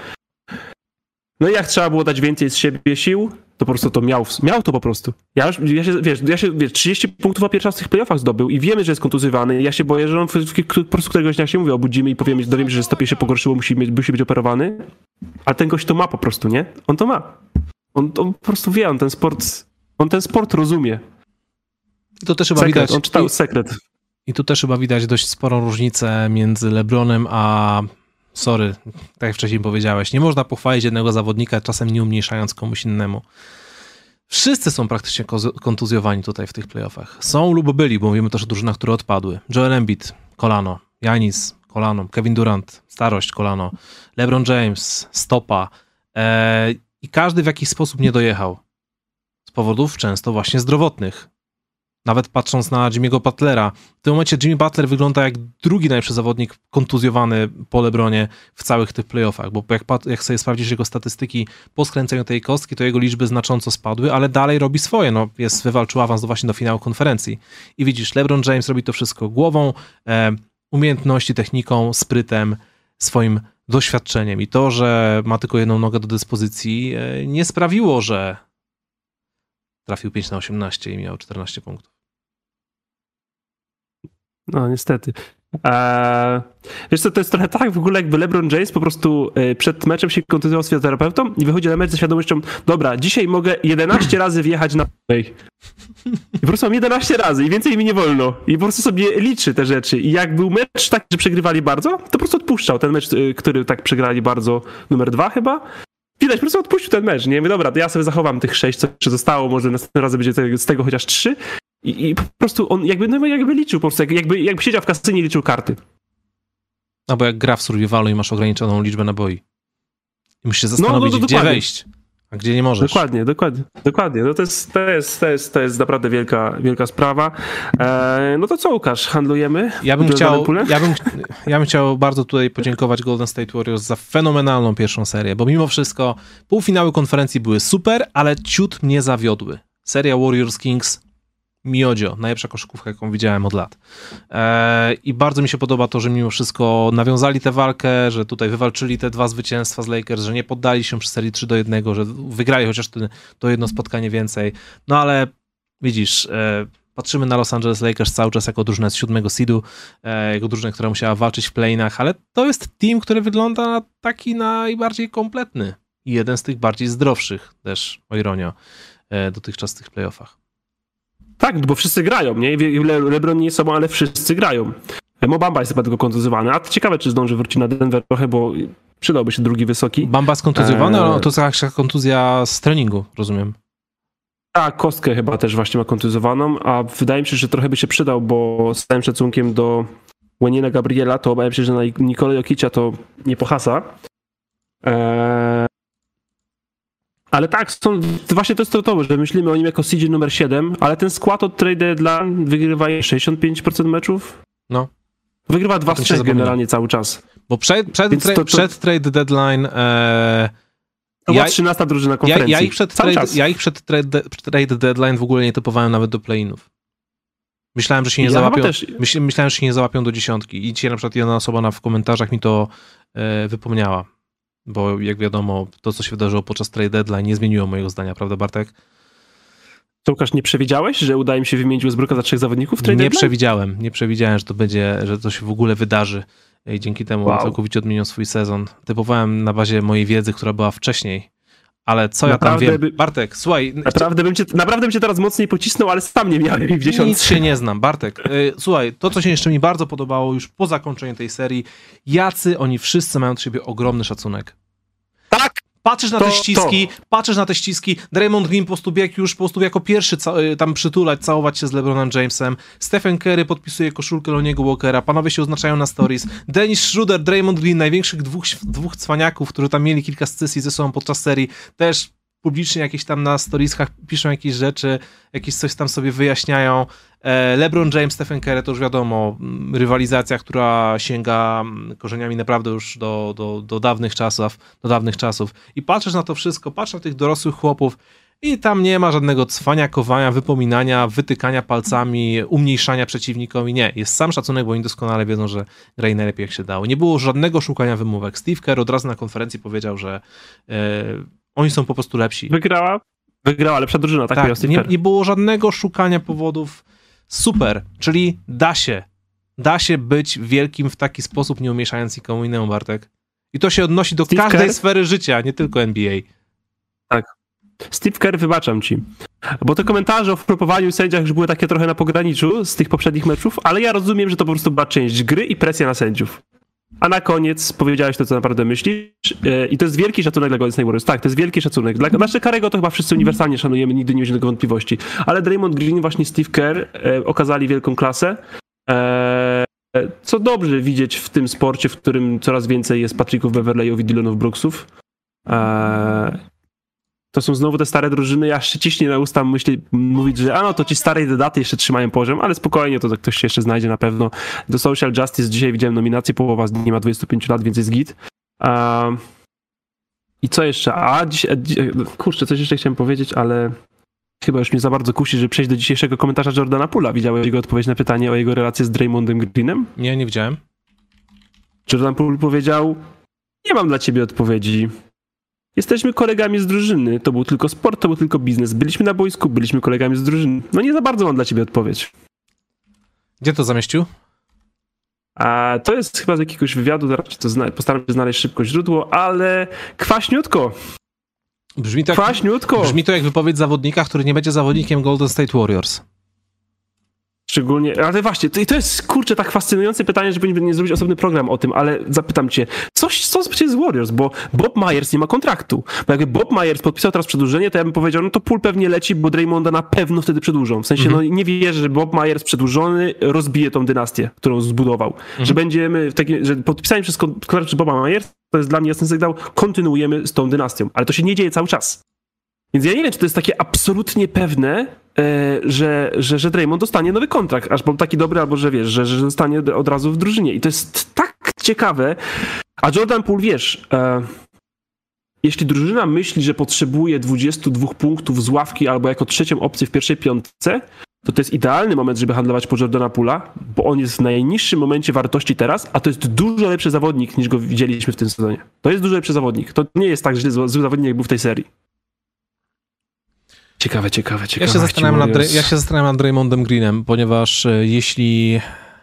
No i jak trzeba było dać więcej z siebie sił, to po prostu to miał, miał to po prostu. Ja już, ja się, wiesz, ja się, wiesz, trzydzieści punktów a pierwszy raz w tych playoffach zdobył i wiemy, że jest kontuzjowany. Ja się boję, że on w, w, po prostu któregoś dnia się mówi, obudzimy i powiemy, dowiemy, że stopień się pogorszyło, musi, mieć, musi być operowany. Ale ten gość to ma po prostu, nie? On to ma. On, on po prostu wie, on ten sport, on ten sport rozumie. I to też chyba sekret, widać. On czytał i, sekret. I tu też chyba widać dość sporą różnicę między LeBronem a... Sorry, tak jak wcześniej powiedziałeś, nie można pochwalić jednego zawodnika, czasem nie umniejszając komuś innemu. Wszyscy są praktycznie kontuzjowani tutaj w tych playoffach. Są lub byli, bo mówimy też o drużynach, które odpadły. Joel Embiid, kolano. Giannis, kolano. Kevin Durant, starość, kolano. LeBron James, stopa. Eee, I każdy w jakiś sposób nie dojechał. Z powodów często właśnie zdrowotnych. Nawet patrząc na Jimmy'ego Butlera, w tym momencie Jimmy Butler wygląda jak drugi najlepszy zawodnik kontuzjowany po LeBronie w całych tych playoffach, bo jak, jak sobie sprawdzisz jego statystyki po skręceniu tej kostki, to jego liczby znacząco spadły, ale dalej robi swoje, no jest, wywalczył awans do właśnie do finału konferencji. I widzisz, LeBron James robi to wszystko głową, e, umiejętności, techniką, sprytem, swoim doświadczeniem i to, że ma tylko jedną nogę do dyspozycji, e, nie sprawiło, że trafił pięć na osiemnaście i miał czternaście punktów. No niestety. Eee, wiesz co, to jest trochę tak w ogóle, jakby LeBron James po prostu e, przed meczem się kontynuował z fizjoterapeutą i wychodzi na mecz ze świadomością, dobra, dzisiaj mogę jedenaście razy wjechać na I po prostu mam jedenaście razy i więcej mi nie wolno. I po prostu sobie liczy te rzeczy. I jak był mecz taki, że przegrywali bardzo, to po prostu odpuszczał. Ten mecz, e, który tak przegrali bardzo, numer dwa chyba, widać, po prostu odpuścił ten mecz. Nie, mówię, dobra, to ja sobie zachowam tych sześć, co jeszcze zostało, może następnym razem będzie tego, z tego chociaż trzy. I, I po prostu on jakby, no jakby liczył, po prostu jakby, jakby siedział w kasynie i liczył karty. No bo jak gra w survivalu i masz ograniczoną liczbę naboi. I musisz się zastanowić, no, no, gdzie dokładnie. wejść, a gdzie nie możesz. Dokładnie, dokładnie, dokładnie. No to jest, to jest, to jest, to jest naprawdę wielka, wielka sprawa. E, no to co, Łukasz, handlujemy? Ja bym, chciał, pulę? ja, bym, ja bym chciał bardzo tutaj podziękować Golden State Warriors za fenomenalną pierwszą serię, bo mimo wszystko półfinały konferencji były super, ale ciut mnie zawiodły. Seria Warriors Kings miodzio, najlepsza koszykówka, jaką widziałem od lat. Eee, I bardzo mi się podoba to, że mimo wszystko nawiązali tę walkę, że tutaj wywalczyli te dwa zwycięstwa z Lakers, że nie poddali się przy serii trzy do jednego, że wygrali chociaż ten, to jedno spotkanie więcej. No ale widzisz, e, patrzymy na Los Angeles Lakers cały czas jako drużynę z siódmego seedu, e, jako drużynę, która musiała walczyć w play-inach, ale to jest team, który wygląda na taki najbardziej kompletny i jeden z tych bardziej zdrowszych też, o ironio, e, dotychczas w tych playoffach. Tak, bo wszyscy grają, nie? Le LeBron nie jest sobą, ale wszyscy grają. Mo Bamba jest chyba tylko kontuzjowany, a ciekawe, czy zdąży wrócić na Denver trochę, bo przydałby się drugi wysoki. Bamba skontuzjowany, eee... ale to jest jakaś kontuzja z treningu, rozumiem. Tak, kostkę chyba też właśnie ma kontuzjowaną, a wydaje mi się, że trochę by się przydał, bo z całym szacunkiem do Łeniena Gabriela, to obawiam się, że na Nikolę Jokicia to nie pohasa. Eee... Ale tak, są, właśnie to jest to, to, że myślimy o nim jako seedzie numer siedem, ale ten skład od trade deadline wygrywa sześćdziesiąt pięć procent meczów. No. Wygrywa dwa z trzech generalnie cały czas. Bo przed, przed, tra- to, to... przed trade deadline... E... To była trzynasta drużyna konferencji. Ja, ja, ich przed cały trade, czas. ja ich przed trade, trade deadline w ogóle nie typowałem nawet do play-inów. Myślałem, że się nie ja załapią. Też... Myśl, myślałem, że się nie załapią do dziesiątki. I dzisiaj na przykład jedna osoba na, w komentarzach mi to e, wypomniała. Bo jak wiadomo, to co się wydarzyło podczas trade deadline nie zmieniło mojego zdania, prawda Bartek? To Łukasz, nie przewidziałeś, że uda im się wymienić Westbrooka za trzech zawodników w trade Nie deadline? przewidziałem, nie przewidziałem, że to będzie, że to się w ogóle wydarzy i dzięki temu wow. całkowicie odmienią swój sezon. Typowałem na bazie mojej wiedzy, która była wcześniej, ale co naprawdę ja tam wiem? By... Bartek, słuchaj... Naprawdę bym, cię, naprawdę bym cię teraz mocniej pocisnął, ale sam nie miałem ich w dziesiątce. Nic się nie znam, Bartek. Yy, słuchaj, to co się jeszcze mi bardzo podobało już po zakończeniu tej serii, jacy oni wszyscy mają do siebie ogromny szacunek. Tak! Patrzysz na to, te ściski, to. patrzysz na te ściski, Draymond Green po prostu biegł już po prostu jako pierwszy ca- tam przytulać, całować się z LeBronem Jamesem, Stephen Curry podpisuje koszulkę Lonniego Walkera, panowie się oznaczają na stories, Dennis Schroeder, Draymond Green, największych dwóch, dwóch cwaniaków, którzy tam mieli kilka scysji ze sobą podczas serii, też publicznie jakieś tam na storieskach piszą jakieś rzeczy, jakieś coś tam sobie wyjaśniają. LeBron James, Stephen Curry to już wiadomo, rywalizacja, która sięga korzeniami naprawdę już do, do, do dawnych czasów, do dawnych czasów. I patrzysz na to wszystko, patrzysz na tych dorosłych chłopów i tam nie ma żadnego cwaniakowania, wypominania, wytykania palcami, umniejszania przeciwnikowi. Nie, jest sam szacunek, bo oni doskonale wiedzą, że grali najlepiej jak się dało. Nie było żadnego szukania wymówek. Steve Kerr od razu na konferencji powiedział, że yy, oni są po prostu lepsi. Wygrała, wygrała lepsza drużyna, tak? Tak, nie, nie było żadnego szukania powodów. Super, czyli da się. Da się być wielkim w taki sposób, nie umieszając nikomu innemu, Bartek. I to się odnosi do Steve każdej Kerr? sfery życia, nie tylko N B A. Tak. Steve Kerr, wybaczam ci. Bo te komentarze o flopowaniu sędziach już były takie trochę na pograniczu z tych poprzednich meczów, ale ja rozumiem, że to po prostu była część gry i presja na sędziów. A na koniec powiedziałeś to, co naprawdę myślisz. I to jest wielki szacunek dla Golden State Warriors. Tak, to jest wielki szacunek. Dla znaczy Curry'ego to chyba wszyscy uniwersalnie szanujemy, nigdy nie będzie tego wątpliwości. Ale Draymond Green, właśnie Steve Kerr e, okazali wielką klasę. E, co dobrze widzieć w tym sporcie, w którym coraz więcej jest Patricków Beverleyów i Dylonów Brooksów. E, to są znowu te stare drużyny. Ja szczyciśnie na usta myśli, mówić, że a no to ci starej daty jeszcze trzymają poziom, ale spokojnie, to ktoś się jeszcze znajdzie na pewno. Do Social Justice dzisiaj widziałem nominację, połowa z nich nie ma dwudziestu pięciu lat, więc jest git. Um, I co jeszcze? A dziś, dziś, kurczę, coś jeszcze chciałem powiedzieć, ale chyba już mnie za bardzo kusi, że przejść do dzisiejszego komentarza Jordana Poola. Widziałeś jego odpowiedź na pytanie o jego relację z Draymondem Greenem? Nie, nie widziałem. Jordan Poole powiedział: nie mam dla ciebie odpowiedzi. Jesteśmy kolegami z drużyny. To był tylko sport, to był tylko biznes. Byliśmy na boisku, byliśmy kolegami z drużyny. No nie za bardzo mam dla ciebie odpowiedź. Gdzie to zamieścił? A to jest chyba z jakiegoś wywiadu, zaraz to zna- postaram się znaleźć szybko źródło, ale kwaśniutko. Brzmi to, jak, kwaśniutko. brzmi to jak wypowiedź zawodnika, który nie będzie zawodnikiem Golden State Warriors. Szczególnie, ale właśnie, to, to jest, kurczę, tak fascynujące pytanie, że powinien nie zrobić osobny program o tym, ale zapytam cię, coś, co z Warriors, bo Bob Myers nie ma kontraktu. Bo jakby Bob Myers podpisał teraz przedłużenie, to ja bym powiedział, no to Poole pewnie leci, bo Draymonda na pewno wtedy przedłużą. W sensie, mhm. no nie wierzę, że Bob Myers przedłużony rozbije tą dynastię, którą zbudował. Mhm. Że będziemy, w takim, że podpisanie przez kontrakt przez Boba Myers, to jest dla mnie jasny sygnał, kontynuujemy z tą dynastią. Ale to się nie dzieje cały czas. Więc ja nie wiem, czy to jest takie absolutnie pewne, Że, że, że Draymond dostanie nowy kontrakt, aż był taki dobry, albo że wiesz, że, że zostanie od razu w drużynie. I to jest tak ciekawe. A Jordan Poole, wiesz, e, jeśli drużyna myśli, że potrzebuje dwudziestu dwóch punktów z ławki albo jako trzecią opcję w pierwszej piątce, to to jest idealny moment, żeby handlować po Jordana Poole'a, bo on jest w najniższym momencie wartości teraz, a to jest dużo lepszy zawodnik, niż go widzieliśmy w tym sezonie. To jest dużo lepszy zawodnik. To nie jest tak źle zły zawodnik, jak był w tej serii. Ciekawe, ciekawe, ciekawe. Ja się zastanawiam nad, Dray- ja się zastanawiam nad Draymondem Greenem, ponieważ e, jeśli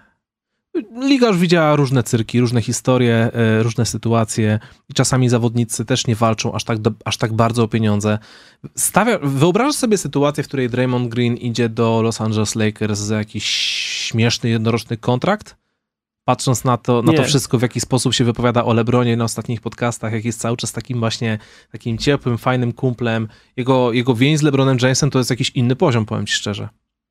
liga już widziała różne cyrki, różne historie, e, różne sytuacje i czasami zawodnicy też nie walczą aż tak, do, aż tak bardzo o pieniądze. Stawia, wyobrażasz sobie sytuację, w której Draymond Green idzie do Los Angeles Lakers za jakiś śmieszny, jednoroczny kontrakt? Patrząc na to, na to wszystko, w jaki sposób się wypowiada o LeBronie na ostatnich podcastach, jak jest cały czas takim właśnie takim ciepłym, fajnym kumplem. Jego, jego więź z LeBronem Jamesem to jest jakiś inny poziom, powiem ci szczerze.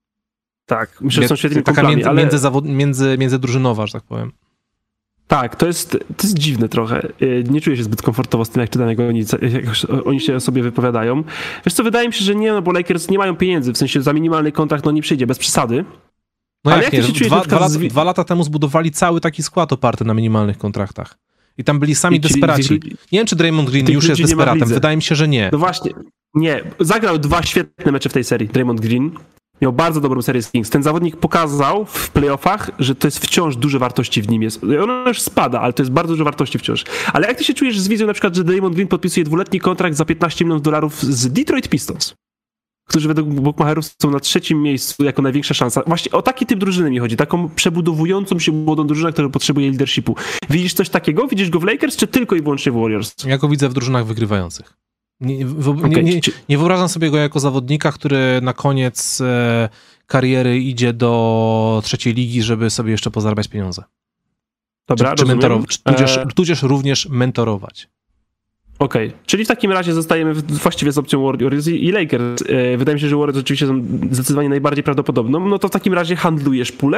Tak, myślę, że są świetnymi Taka kumplami, między, ale... między, między, międzydrużynowa, że tak powiem. Tak, to jest, to jest dziwne trochę. Nie czuję się zbyt komfortowo z tym, jak czytam, jak oni, jak oni się o sobie wypowiadają. Wiesz co, wydaje mi się, że nie, no bo Lakers nie mają pieniędzy, w sensie za minimalny kontrakt no nie przyjdzie, bez przesady. No ale jak, jak nie, się czujesz, dwa, dwa, lata, z... dwa lata temu zbudowali cały taki skład oparty na minimalnych kontraktach. I tam byli sami I desperaci. Ci, nie wiem, czy Draymond Green już jest desperatem. Wydaje mi się, że nie. No właśnie, nie. Zagrał dwa świetne mecze w tej serii, Draymond Green. Miał bardzo dobrą serię z Kings. Ten zawodnik pokazał w playoffach, że to jest wciąż dużo wartości w nim jest. Ona już spada, ale to jest bardzo dużo wartości wciąż. Ale jak ty się czujesz z wizją na przykład, że Draymond Green podpisuje dwuletni kontrakt za piętnaście milionów dolarów z Detroit Pistons, którzy według bookmacherów są na trzecim miejscu jako największa szansa. Właśnie o taki typ drużyny mi chodzi. Taką przebudowującą się młodą drużynę, która potrzebuje leadershipu. Widzisz coś takiego? Widzisz go w Lakers, czy tylko i wyłącznie w Warriors? Ja go widzę w drużynach wygrywających. Nie, w, okay. nie, nie, nie wyobrażam sobie go jako zawodnika, który na koniec e, kariery idzie do trzeciej ligi, żeby sobie jeszcze pozarabiać pieniądze. Dobra, czy, czy mentorować, czy tudzież, e... tudzież również mentorować. Okej, okay. Czyli w takim razie zostajemy właściwie z opcją Warriors i Lakers. E, wydaje mi się, że Warriors rzeczywiście są zdecydowanie najbardziej prawdopodobną. No to w takim razie handlujesz Poolem?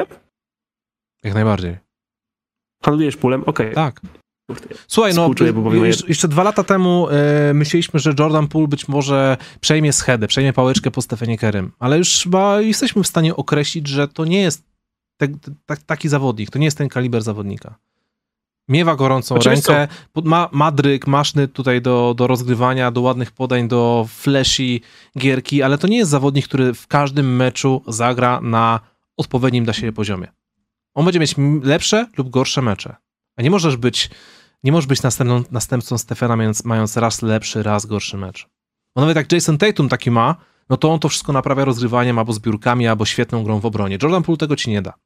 Jak najbardziej. Handlujesz Poolem? Okej. Okay. Tak. Słuchaj, no jeszcze, jeszcze dwa lata temu e, myśleliśmy, że Jordan Poole być może przejmie schedę, przejmie pałeczkę po Stephenie Currym, ale już chyba jesteśmy w stanie określić, że to nie jest te, te, taki zawodnik, to nie jest ten kaliber zawodnika. Miewa gorącą Oczywiście rękę, ma, ma dryg, maszny tutaj do, do rozgrywania, do ładnych podań, do flashy gierki, ale to nie jest zawodnik, który w każdym meczu zagra na odpowiednim dla siebie poziomie. On będzie mieć lepsze lub gorsze mecze. A nie możesz być, nie możesz być następną, następcą Stephena, mając, mając raz lepszy, raz gorszy mecz. Bo nawet jak Jason Tatum taki ma, no to on to wszystko naprawia rozgrywaniem albo zbiórkami, albo świetną grą w obronie. Jordan Poole tego ci nie da.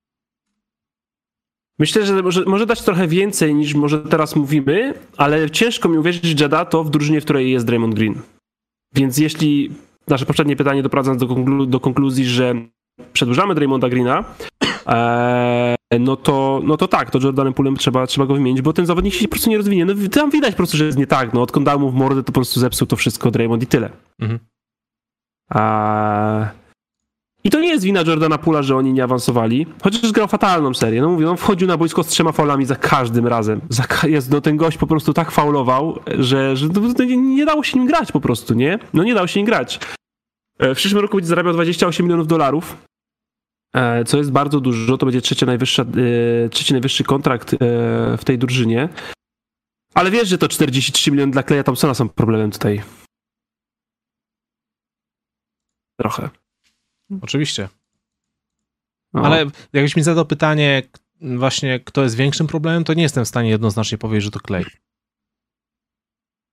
Myślę, że może, może dać trochę więcej niż może teraz mówimy, ale ciężko mi uwierzyć, że da to w drużynie, w której jest Draymond Green. Więc jeśli nasze poprzednie pytanie doprowadząc do, konklu- do konkluzji, że przedłużamy Draymonda Greena, ee, no, to, no to tak, to Jordanem Poolem trzeba, trzeba go wymienić, bo ten zawodnik się po prostu nie rozwinie. No tam widać po prostu, że jest nie tak. No odkąd dał mu w mordę, to po prostu zepsuł to wszystko Draymond i tyle. Mhm. A... I to nie jest wina Jordana Poola, że oni nie awansowali, chociaż grał fatalną serię. No mówię, on wchodził na boisko z trzema faulami za każdym razem. Za, jest, no ten gość po prostu tak faulował, że, że no, nie, nie dało się nim grać po prostu, nie? No nie dało się nim grać. W przyszłym roku będzie zarabiał dwadzieścia osiem milionów dolarów, co jest bardzo dużo. To będzie trzecia najwyższa, trzeci najwyższy kontrakt w tej drużynie. Ale wiesz, że to czterdzieści trzy miliony dla Kleja Thompsona są problemem tutaj. Trochę. Oczywiście. No. Ale jakbyś mi zadał pytanie właśnie, kto jest większym problemem, to nie jestem w stanie jednoznacznie powiedzieć, że to Klay.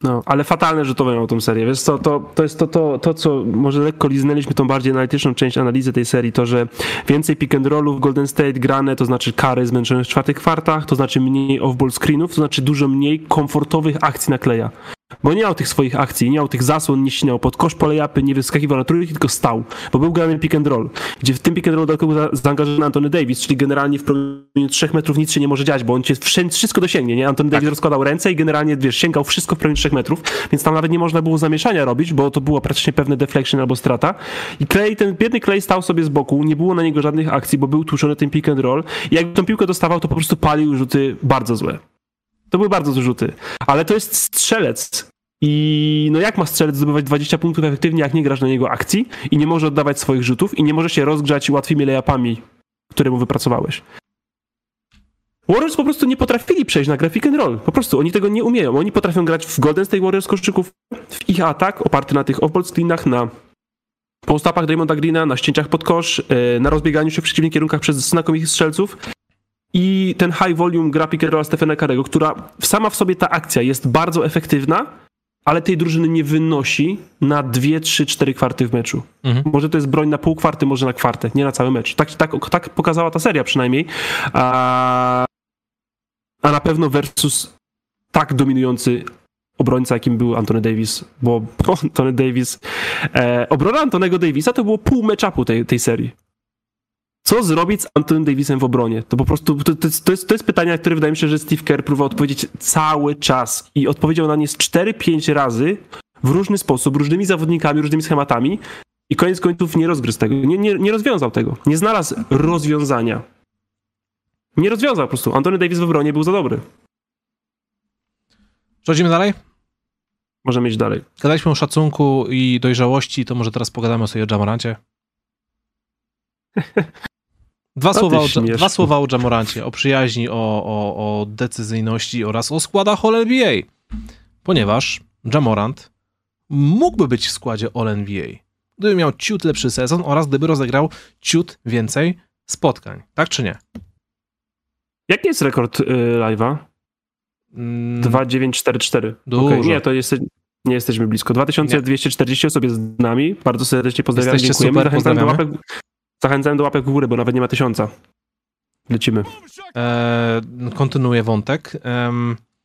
No, ale fatalne rzutowe miał tą serię. Wiesz co, to, to jest to, to, to, co może lekko liznęliśmy tą bardziej analityczną część analizy tej serii, to, że więcej pick and rollów Golden State grane, to znaczy kary zmęczone w czwartych kwartach, to znaczy mniej off-ball screenów, to znaczy dużo mniej komfortowych akcji na Kleja. Bo nie miał tych swoich akcji, nie miał tych zasłon, nie ścinał pod kosz po lay-upy, nie wyskakiwał na trójki, tylko stał, bo był grany pick and roll, gdzie w tym pick and roll był zaangażowany Anthony Davis, czyli generalnie w promieniu trzech metrów nic się nie może dziać, bo on cię wszystko dosięgnie, nie? Anthony Davis rozkładał ręce i generalnie, wiesz, sięgał wszystko w promieniu trzech metrów, więc tam nawet nie można było zamieszania robić, bo to było praktycznie pewne deflection albo strata. I Klay, ten biedny Klay stał sobie z boku, nie było na niego żadnych akcji, bo był tłuczony tym pick and roll i jak tą piłkę dostawał, to po prostu palił rzuty bardzo złe. To były bardzo złe rzuty, ale to jest strzelec. I no jak ma strzelec zdobywać dwadzieścia punktów efektywnie, jak nie grasz na niego akcji i nie może oddawać swoich rzutów i nie może się rozgrzać łatwymi layupami, które mu wypracowałeś. Warriors po prostu nie potrafili przejść na grę pick and roll. Po prostu oni tego nie umieją. Oni potrafią grać w Golden State Warriors koszyków, w ich atak oparty na tych off-ball screenach, na post-upach Draymonda Greena, na ścięciach pod kosz, na rozbieganiu się w przeciwnych kierunkach przez znakomitych strzelców. I ten high volume gra pick and rolla Stephena Curry'ego, która sama w sobie ta akcja jest bardzo efektywna, ale tej drużyny nie wynosi na dwie, trzy, cztery kwarty w meczu. Mhm. Może to jest broń na pół kwarty, może na kwartę, nie na cały mecz. Tak, tak, tak pokazała ta seria przynajmniej. A, a na pewno versus tak dominujący obrońca, jakim był Anthony Davis, bo Anthony Davis, e, obrona Antonego Davisa to było pół match-upu tej, tej serii. Co zrobić z Anthony Davisem w obronie? To po prostu, to, to, to, jest, to jest pytanie, na które wydaje mi się, że Steve Kerr próbował odpowiedzieć cały czas i odpowiedział na nie z cztery pięć razy w różny sposób, różnymi zawodnikami, różnymi schematami i koniec końców nie rozgryzł tego, nie, nie, nie rozwiązał tego, nie znalazł rozwiązania. Nie rozwiązał po prostu. Anthony Davis w obronie był za dobry. Przechodzimy dalej? Możemy iść dalej. Gadaliśmy o szacunku i dojrzałości, to może teraz pogadamy sobie o Ja Morancie. Dwa słowa, o, dwa słowa o Ja Morancie, o przyjaźni, o, o, o decyzyjności oraz o składach All N B A. Ponieważ Ja Morant mógłby być w składzie All N B A, gdyby miał ciut lepszy sezon oraz gdyby rozegrał ciut więcej spotkań. Tak czy nie? Jaki jest rekord y, live'a? Mm, dwa dziewięć cztery cztery. Dużo. Okay. Nie, to jest, nie jesteśmy blisko. dwa tysiące dwieście czterdzieści osób jest z nami. Bardzo serdecznie pozdrawiam, Jesteście dziękujemy. super, Zachęcam do, pozdrawiamy. łapek, zachęcam do łapek w górę, bo nawet nie ma tysiąca. Lecimy. E, kontynuuję wątek. E,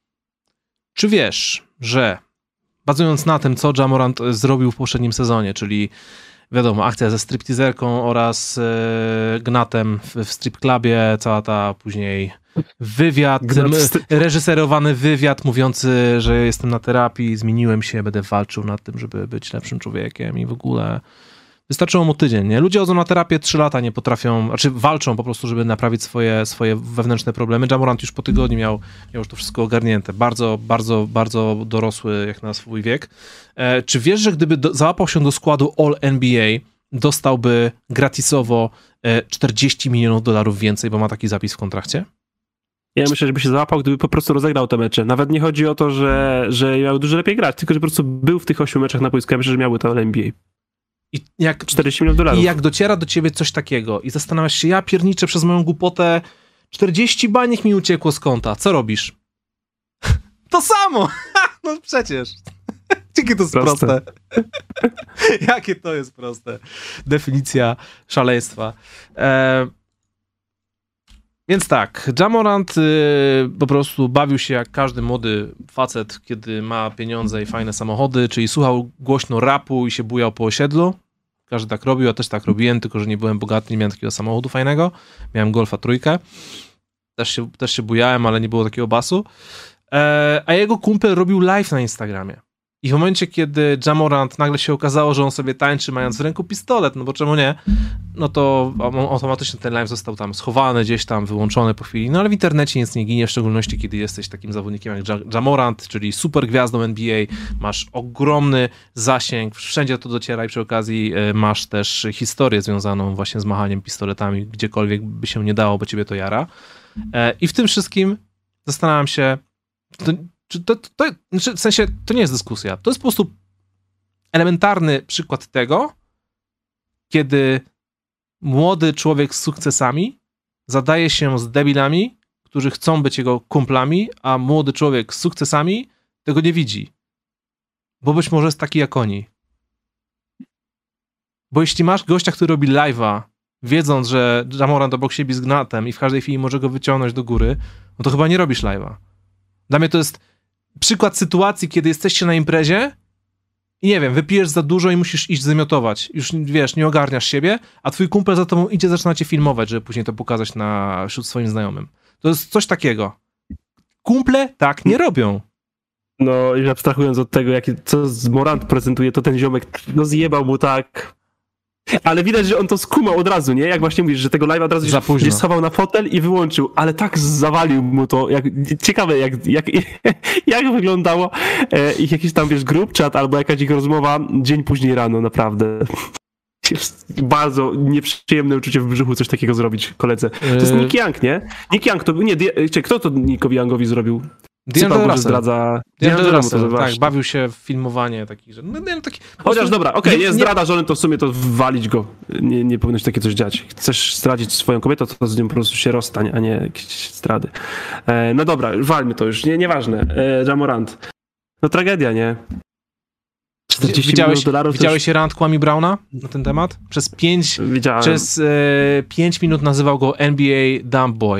czy wiesz, że bazując na tym, co Ja Morant zrobił w poprzednim sezonie, czyli wiadomo, akcja ze stripteaserką oraz e, Gnatem w, w strip clubie, cała ta później wywiad, Gnat... reżyserowany wywiad mówiący, że jestem na terapii, zmieniłem się, będę walczył nad tym, żeby być lepszym człowiekiem i w ogóle wystarczyło mu tydzień, nie? Ludzie chodzą na terapię trzy lata, nie potrafią, znaczy walczą po prostu, żeby naprawić swoje, swoje wewnętrzne problemy. Ja Morant już po tygodniu miał, miał już to wszystko ogarnięte. Bardzo, bardzo, bardzo dorosły jak na swój wiek. E, czy wiesz, że gdyby do, załapał się do składu All N B A, dostałby gratisowo e, czterdzieści milionów dolarów więcej, bo ma taki zapis w kontrakcie? Ja myślę, żeby się załapał, gdyby po prostu rozegrał te mecze. Nawet nie chodzi o to, że, że miał dużo lepiej grać, tylko że po prostu był w tych ośmiu meczach na boisku. Ja myślę, że miałby to All N B A. I jak, czterdzieści milionów dolarów. I jak dociera do ciebie coś takiego i zastanawiasz się, ja pierniczę przez moją głupotę, czterdzieści baniek mi uciekło z konta, co robisz? To samo! No przecież. Jakie to jest proste. proste. Jakie to jest proste. Definicja szaleństwa. E... Więc tak, Ja Morant y, po prostu bawił się jak każdy młody facet, kiedy ma pieniądze i fajne samochody, czyli słuchał głośno rapu i się bujał po osiedlu. Każdy tak robił, ja też tak robiłem, tylko że nie byłem bogaty, nie miałem takiego samochodu fajnego. Miałem Golfa trójkę. Też się, też się bujałem, ale nie było takiego basu. E, a jego kumpel robił live na Instagramie. I w momencie, kiedy Ja Morant nagle się okazało, że on sobie tańczy mając w ręku pistolet, no bo czemu nie, no to automatycznie ten live został tam schowany, gdzieś tam wyłączony po chwili. No ale w internecie nic nie ginie, w szczególności kiedy jesteś takim zawodnikiem jak Ja, Ja Morant, czyli super gwiazdą N B A, masz ogromny zasięg, wszędzie to dociera i przy okazji masz też historię związaną właśnie z machaniem pistoletami, gdziekolwiek by się nie dało, bo ciebie to jara. I w tym wszystkim zastanawiam się, to, Czy to, to, to, w sensie, to nie jest dyskusja. To jest po prostu elementarny przykład tego, kiedy młody człowiek z sukcesami zadaje się z debilami, którzy chcą być jego kumplami, a młody człowiek z sukcesami tego nie widzi. Bo być może jest taki jak oni. Bo jeśli masz gościa, który robi live'a, wiedząc, że Ja Morant obok siebie z gnatem i w każdej chwili może go wyciągnąć do góry, no to chyba nie robisz live'a. Dla mnie to jest przykład sytuacji, kiedy jesteście na imprezie i nie wiem, wypijesz za dużo i musisz iść wymiotować. Już, wiesz, nie ogarniasz siebie, a twój kumpel za tobą idzie, zaczyna cię filmować, żeby później to pokazać na, wśród swoim znajomym. To jest coś takiego. Kumple tak nie robią. No i abstrahując od tego, jak, co z Morant prezentuje, to ten ziomek, no zjebał mu tak. Ale widać, że on to skumał od razu, nie? Jak właśnie mówisz, że tego live'a od razu Za późno. gdzieś schował na fotel i wyłączył, ale tak zawalił mu to. Jak, ciekawe, jak, jak, jak wyglądało e, ich jakiś tam, wiesz, group chat albo jakaś ich rozmowa dzień później rano, naprawdę. Jest bardzo nieprzyjemne uczucie w brzuchu coś takiego zrobić koledze. To jest Nick Young, nie? Nick Young to... Nie, die, kto to Nickowi Youngowi zrobił? D'Angelo Russell. zdradza... D'Angelo Russell, tak, bawił się w filmowanie takich, że... No, nie, taki, Chociaż prostu, dobra, okej, okay, nie, jest nie... zdrada żony, to w sumie to walić go. Nie, nie powinno się takie coś dziać. Chcesz zdradzić swoją kobietę, to z nią po prostu się rozstań, a nie jakieś zdrady. E, no dobra, walmy to już, nie, nieważne. E, Ja Morant. No tragedia, nie? czterdzieści widziałeś dolarów widziałeś też... rant Kwame Browna na ten temat? Przez pięć, Widziałem. przez e, pięć minut nazywał go N B A Dump Boy.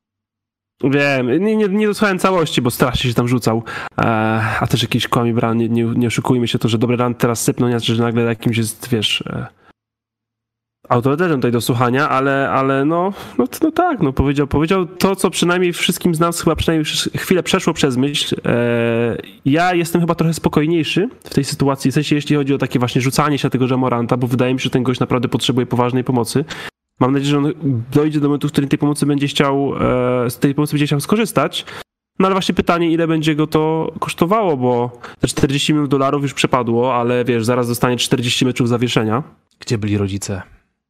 Wiem, nie, nie, nie dosłałem całości, bo strasznie się tam rzucał. E, a też jakiś Kwame Brown, nie, nie, nie oszukujmy się to, że dobry rant teraz sypną, nie, że nagle jakimś jest, wiesz... E, autorytetem tutaj do słuchania, ale, ale no, no, no tak, no powiedział, powiedział to, co przynajmniej wszystkim z nas chyba przynajmniej chwilę przeszło przez myśl. E, ja jestem chyba trochę spokojniejszy w tej sytuacji, w sensie jeśli chodzi o takie właśnie rzucanie się na tego Ja Moranta, bo wydaje mi się, że ten gość naprawdę potrzebuje poważnej pomocy. Mam nadzieję, że on dojdzie do momentu, w którym tej pomocy będzie chciał, e, z tej pomocy będzie chciał skorzystać. No ale właśnie pytanie, ile będzie go to kosztowało, bo te czterdzieści milionów dolarów już przepadło, ale wiesz, zaraz dostanie czterdzieści meczów zawieszenia. Gdzie byli rodzice?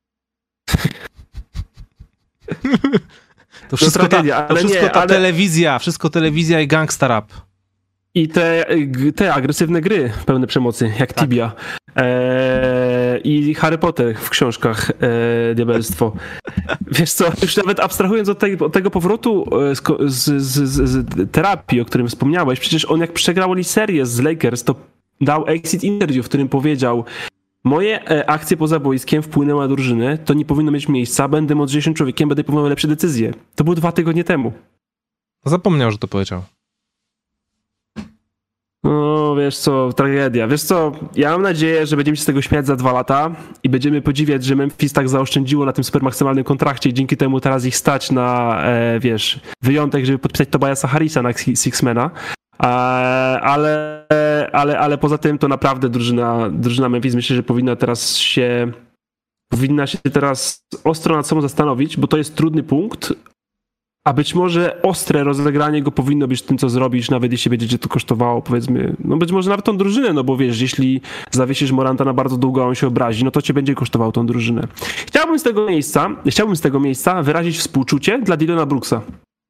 To wszystko, no, tragedia, ta, to ale wszystko nie, ta ale... telewizja, wszystko telewizja i gangsta rap. I te, te agresywne gry pełne przemocy, jak tak. Tibia. Eee, I Harry Potter w książkach eee, Diabelstwo. Wiesz co, już nawet abstrahując od, tej, od tego powrotu z, z, z, z terapii, o którym wspomniałeś, przecież on jak przegrał serię z Lakers, to dał exit interview, w którym powiedział: moje e, akcje poza boiskiem wpłynęły na drużynę, to nie powinno mieć miejsca, będę mądrzejszym człowiekiem, będę podejmował lepsze decyzje. To było dwa tygodnie temu. Zapomniał, że to powiedział. No, wiesz co, tragedia. Wiesz co, ja mam nadzieję, że będziemy się z tego śmiać za dwa lata i będziemy podziwiać, że Memphis tak zaoszczędziło na tym super maksymalnym kontrakcie i dzięki temu teraz ich stać na, e, wiesz, wyjątek, żeby podpisać Tobiasa Harrisa na Sixmana. E, ale, ale, ale poza tym to naprawdę drużyna, drużyna Memphis myślę, że powinna teraz się powinna się teraz ostro nad sobą zastanowić, bo to jest trudny punkt, a być może ostre rozegranie go powinno być tym, co zrobisz, nawet jeśli będzie cię to kosztowało, powiedzmy, no być może nawet tą drużynę, no bo wiesz, jeśli zawiesisz Moranta na bardzo długo, a on się obrazi, no to cię będzie kosztowało tą drużynę. Chciałbym z tego miejsca, chciałbym z tego miejsca wyrazić współczucie dla Dylana Brooksa.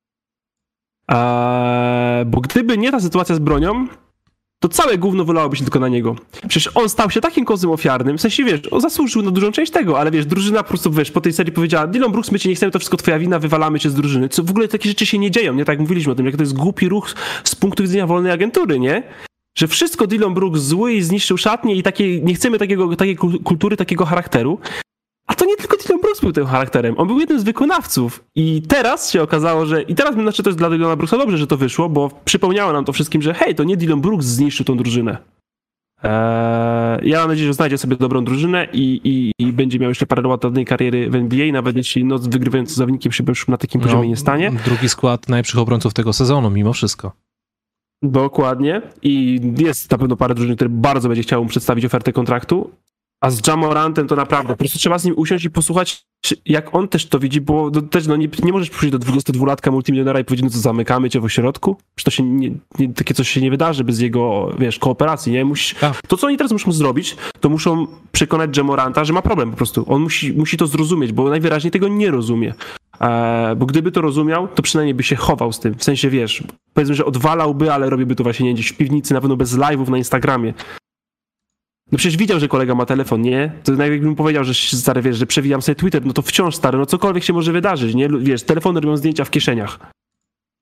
Eee, bo gdyby nie ta sytuacja z bronią, to całe gówno wylałoby się tylko na niego. Przecież on stał się takim kozłem ofiarnym, w sensie, wiesz, on zasłużył na dużą część tego, ale wiesz, drużyna po prostu, wiesz, po tej serii powiedziała: Dillon Brooks, my cię nie chcemy, to wszystko twoja wina, wywalamy cię z drużyny. Co w ogóle takie rzeczy się nie dzieją, nie? Tak jak mówiliśmy o tym, jak to jest głupi ruch z punktu widzenia wolnej agentury, nie? Że wszystko Dillon Brooks zły i zniszczył szatnię i takie, nie chcemy takiego, takiej kultury, takiego charakteru. A to nie tylko Dillon Brooks był tym charakterem, on był jednym z wykonawców i teraz się okazało, że i teraz znaczy to jest dla Dylana Brooksa dobrze, że to wyszło, bo przypomniało nam to wszystkim, że hej, to nie Dillon Brooks zniszczył tą drużynę. Eee, ja mam nadzieję, że znajdzie sobie dobrą drużynę i, i, i będzie miał jeszcze parę lat ładnej kariery w N B A, nawet jeśli noc wygrywając z zawodnikiem się już na takim poziomie no, nie stanie. Drugi skład najlepszych obrońców tego sezonu, mimo wszystko. Dokładnie i jest na pewno parę drużyn, które bardzo będzie chciało mu przedstawić ofertę kontraktu. A z Ja Morantem to naprawdę, po prostu trzeba z nim usiąść i posłuchać, jak on też to widzi, bo to też no, nie, nie możesz przyjść do dwudziestodwulatka multimilionera i powiedzieć: no co, zamykamy cię w ośrodku? Że to się nie, nie, takie coś się nie wydarzy bez jego, wiesz, kooperacji, nie? Musisz, to, co oni teraz muszą zrobić, to muszą przekonać Ja Moranta, że ma problem po prostu. On musi, musi to zrozumieć, bo najwyraźniej tego nie rozumie. E, bo gdyby to rozumiał, to przynajmniej by się chował z tym. W sensie, wiesz, powiedzmy, że odwalałby, ale robiłby to właśnie nie gdzieś w piwnicy, na pewno bez live'ów na Instagramie. No przecież widział, że kolega ma telefon, nie? To nawet jakbym powiedział, że stary, wiesz, że przewijam sobie Twitter, no to wciąż stary, no cokolwiek się może wydarzyć, nie? Wiesz, telefony robią zdjęcia w kieszeniach.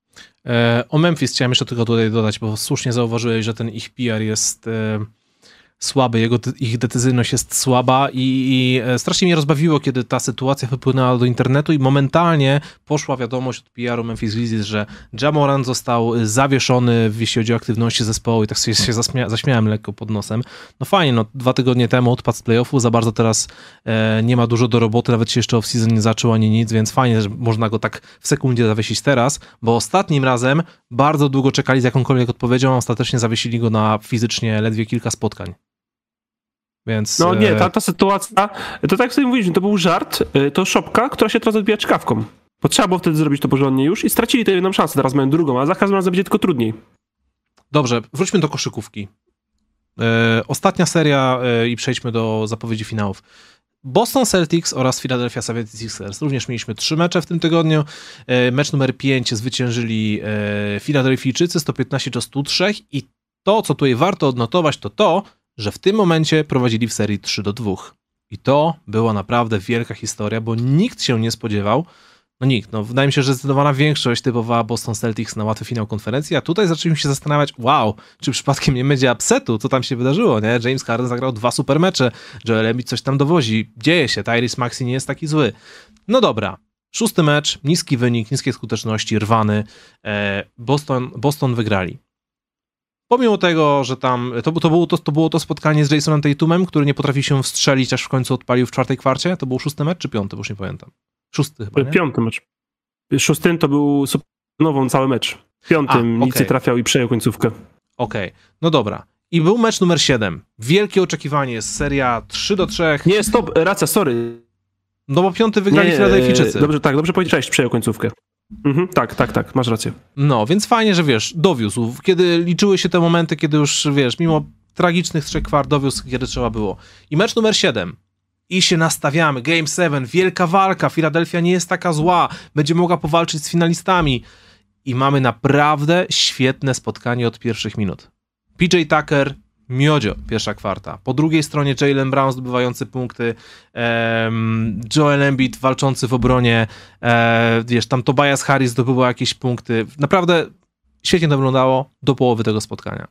E, o Memphis chciałem jeszcze tylko tutaj dodać, bo słusznie zauważyłeś, że ten ich P R jest e, słaby, jego, ich decyzyjność jest słaba i, i strasznie mnie rozbawiło, kiedy ta sytuacja wypłynęła do internetu i momentalnie poszła wiadomość od P R-u Memphis Grizzlies, że Ja Morant został zawieszony, jeśli chodzi o aktywności zespołu i tak sobie się zaśmia- zaśmiałem lekko pod nosem. No fajnie, no dwa tygodnie temu odpadł z playoffu, za bardzo teraz e, nie ma dużo do roboty, nawet się jeszcze off-season nie zaczął ani nic, więc fajnie, że można go tak w sekundzie zawiesić teraz, bo ostatnim razem bardzo długo czekali z jakąkolwiek odpowiedzią, a ostatecznie zawiesili go na fizycznie ledwie kilka spotkań. Więc, no nie, ta, ta sytuacja, to tak jak sobie mówiliśmy, to był żart, to szopka, która się teraz odbija czkawką. Bo trzeba było wtedy zrobić to porządnie już i stracili tę jedną szansę, teraz mają drugą, a za każdym razem będzie tylko trudniej. Dobrze, wróćmy do koszykówki. E, ostatnia seria e, i przejdźmy do zapowiedzi finałów. Boston Celtics oraz Philadelphia seventy-sixers. Również mieliśmy trzy mecze w tym tygodniu. E, mecz numer pięć zwyciężyli e, Filadelfijczycy sto piętnaście do stu trzech i to, co tutaj warto odnotować, to to, że w tym momencie prowadzili w serii trzy do dwóch. I to była naprawdę wielka historia, bo nikt się nie spodziewał, no nikt, no wydaje mi się, że zdecydowana większość typowała Boston Celtics na łatwy finał konferencji, a tutaj zaczęliśmy się zastanawiać, wow, czy przypadkiem nie będzie upsetu, co tam się wydarzyło, nie? James Harden zagrał dwa super mecze, Joel Embiid coś tam dowozi, dzieje się, Tyrese Maxey nie jest taki zły. No dobra, szósty mecz, niski wynik, niskie skuteczności, rwany, Boston, Boston wygrali. Pomimo tego, że tam, to, to, było to, to było to spotkanie z Jasonem Tatumem, który nie potrafi się wstrzelić, aż w końcu odpalił w czwartej kwarcie, to był szósty mecz czy piąty, bo już nie pamiętam. Szósty chyba, nie? Piąty mecz. Szóstym to był nową cały mecz. Piątym A, nic okay. nie trafiał i przejął końcówkę. Okej, okay. No dobra. I był mecz numer siedem. Wielkie oczekiwanie, seria trzy do trzech. Nie, stop, racja, sorry. No bo piąty wygrali Filadelfijczycy. Dobrze, tak, dobrze powiedziałeś, przejął końcówkę. Mhm, tak, tak, tak, masz rację. No, więc fajnie, że wiesz, dowiózł. Kiedy liczyły się te momenty, kiedy już, wiesz, mimo tragicznych trzech kwart dowiózł, kiedy trzeba było. I mecz numer siedem. I się nastawiamy. Game siedem, wielka walka. Filadelfia nie jest taka zła. Będzie mogła powalczyć z finalistami. I mamy naprawdę świetne spotkanie od pierwszych minut. P J Tucker, miodzio, pierwsza kwarta. Po drugiej stronie Jaylen Brown zdobywający punkty, um, Joel Embiid walczący w obronie, e, wiesz, tam Tobias Harris zdobywał jakieś punkty. Naprawdę świetnie to wyglądało do połowy tego spotkania.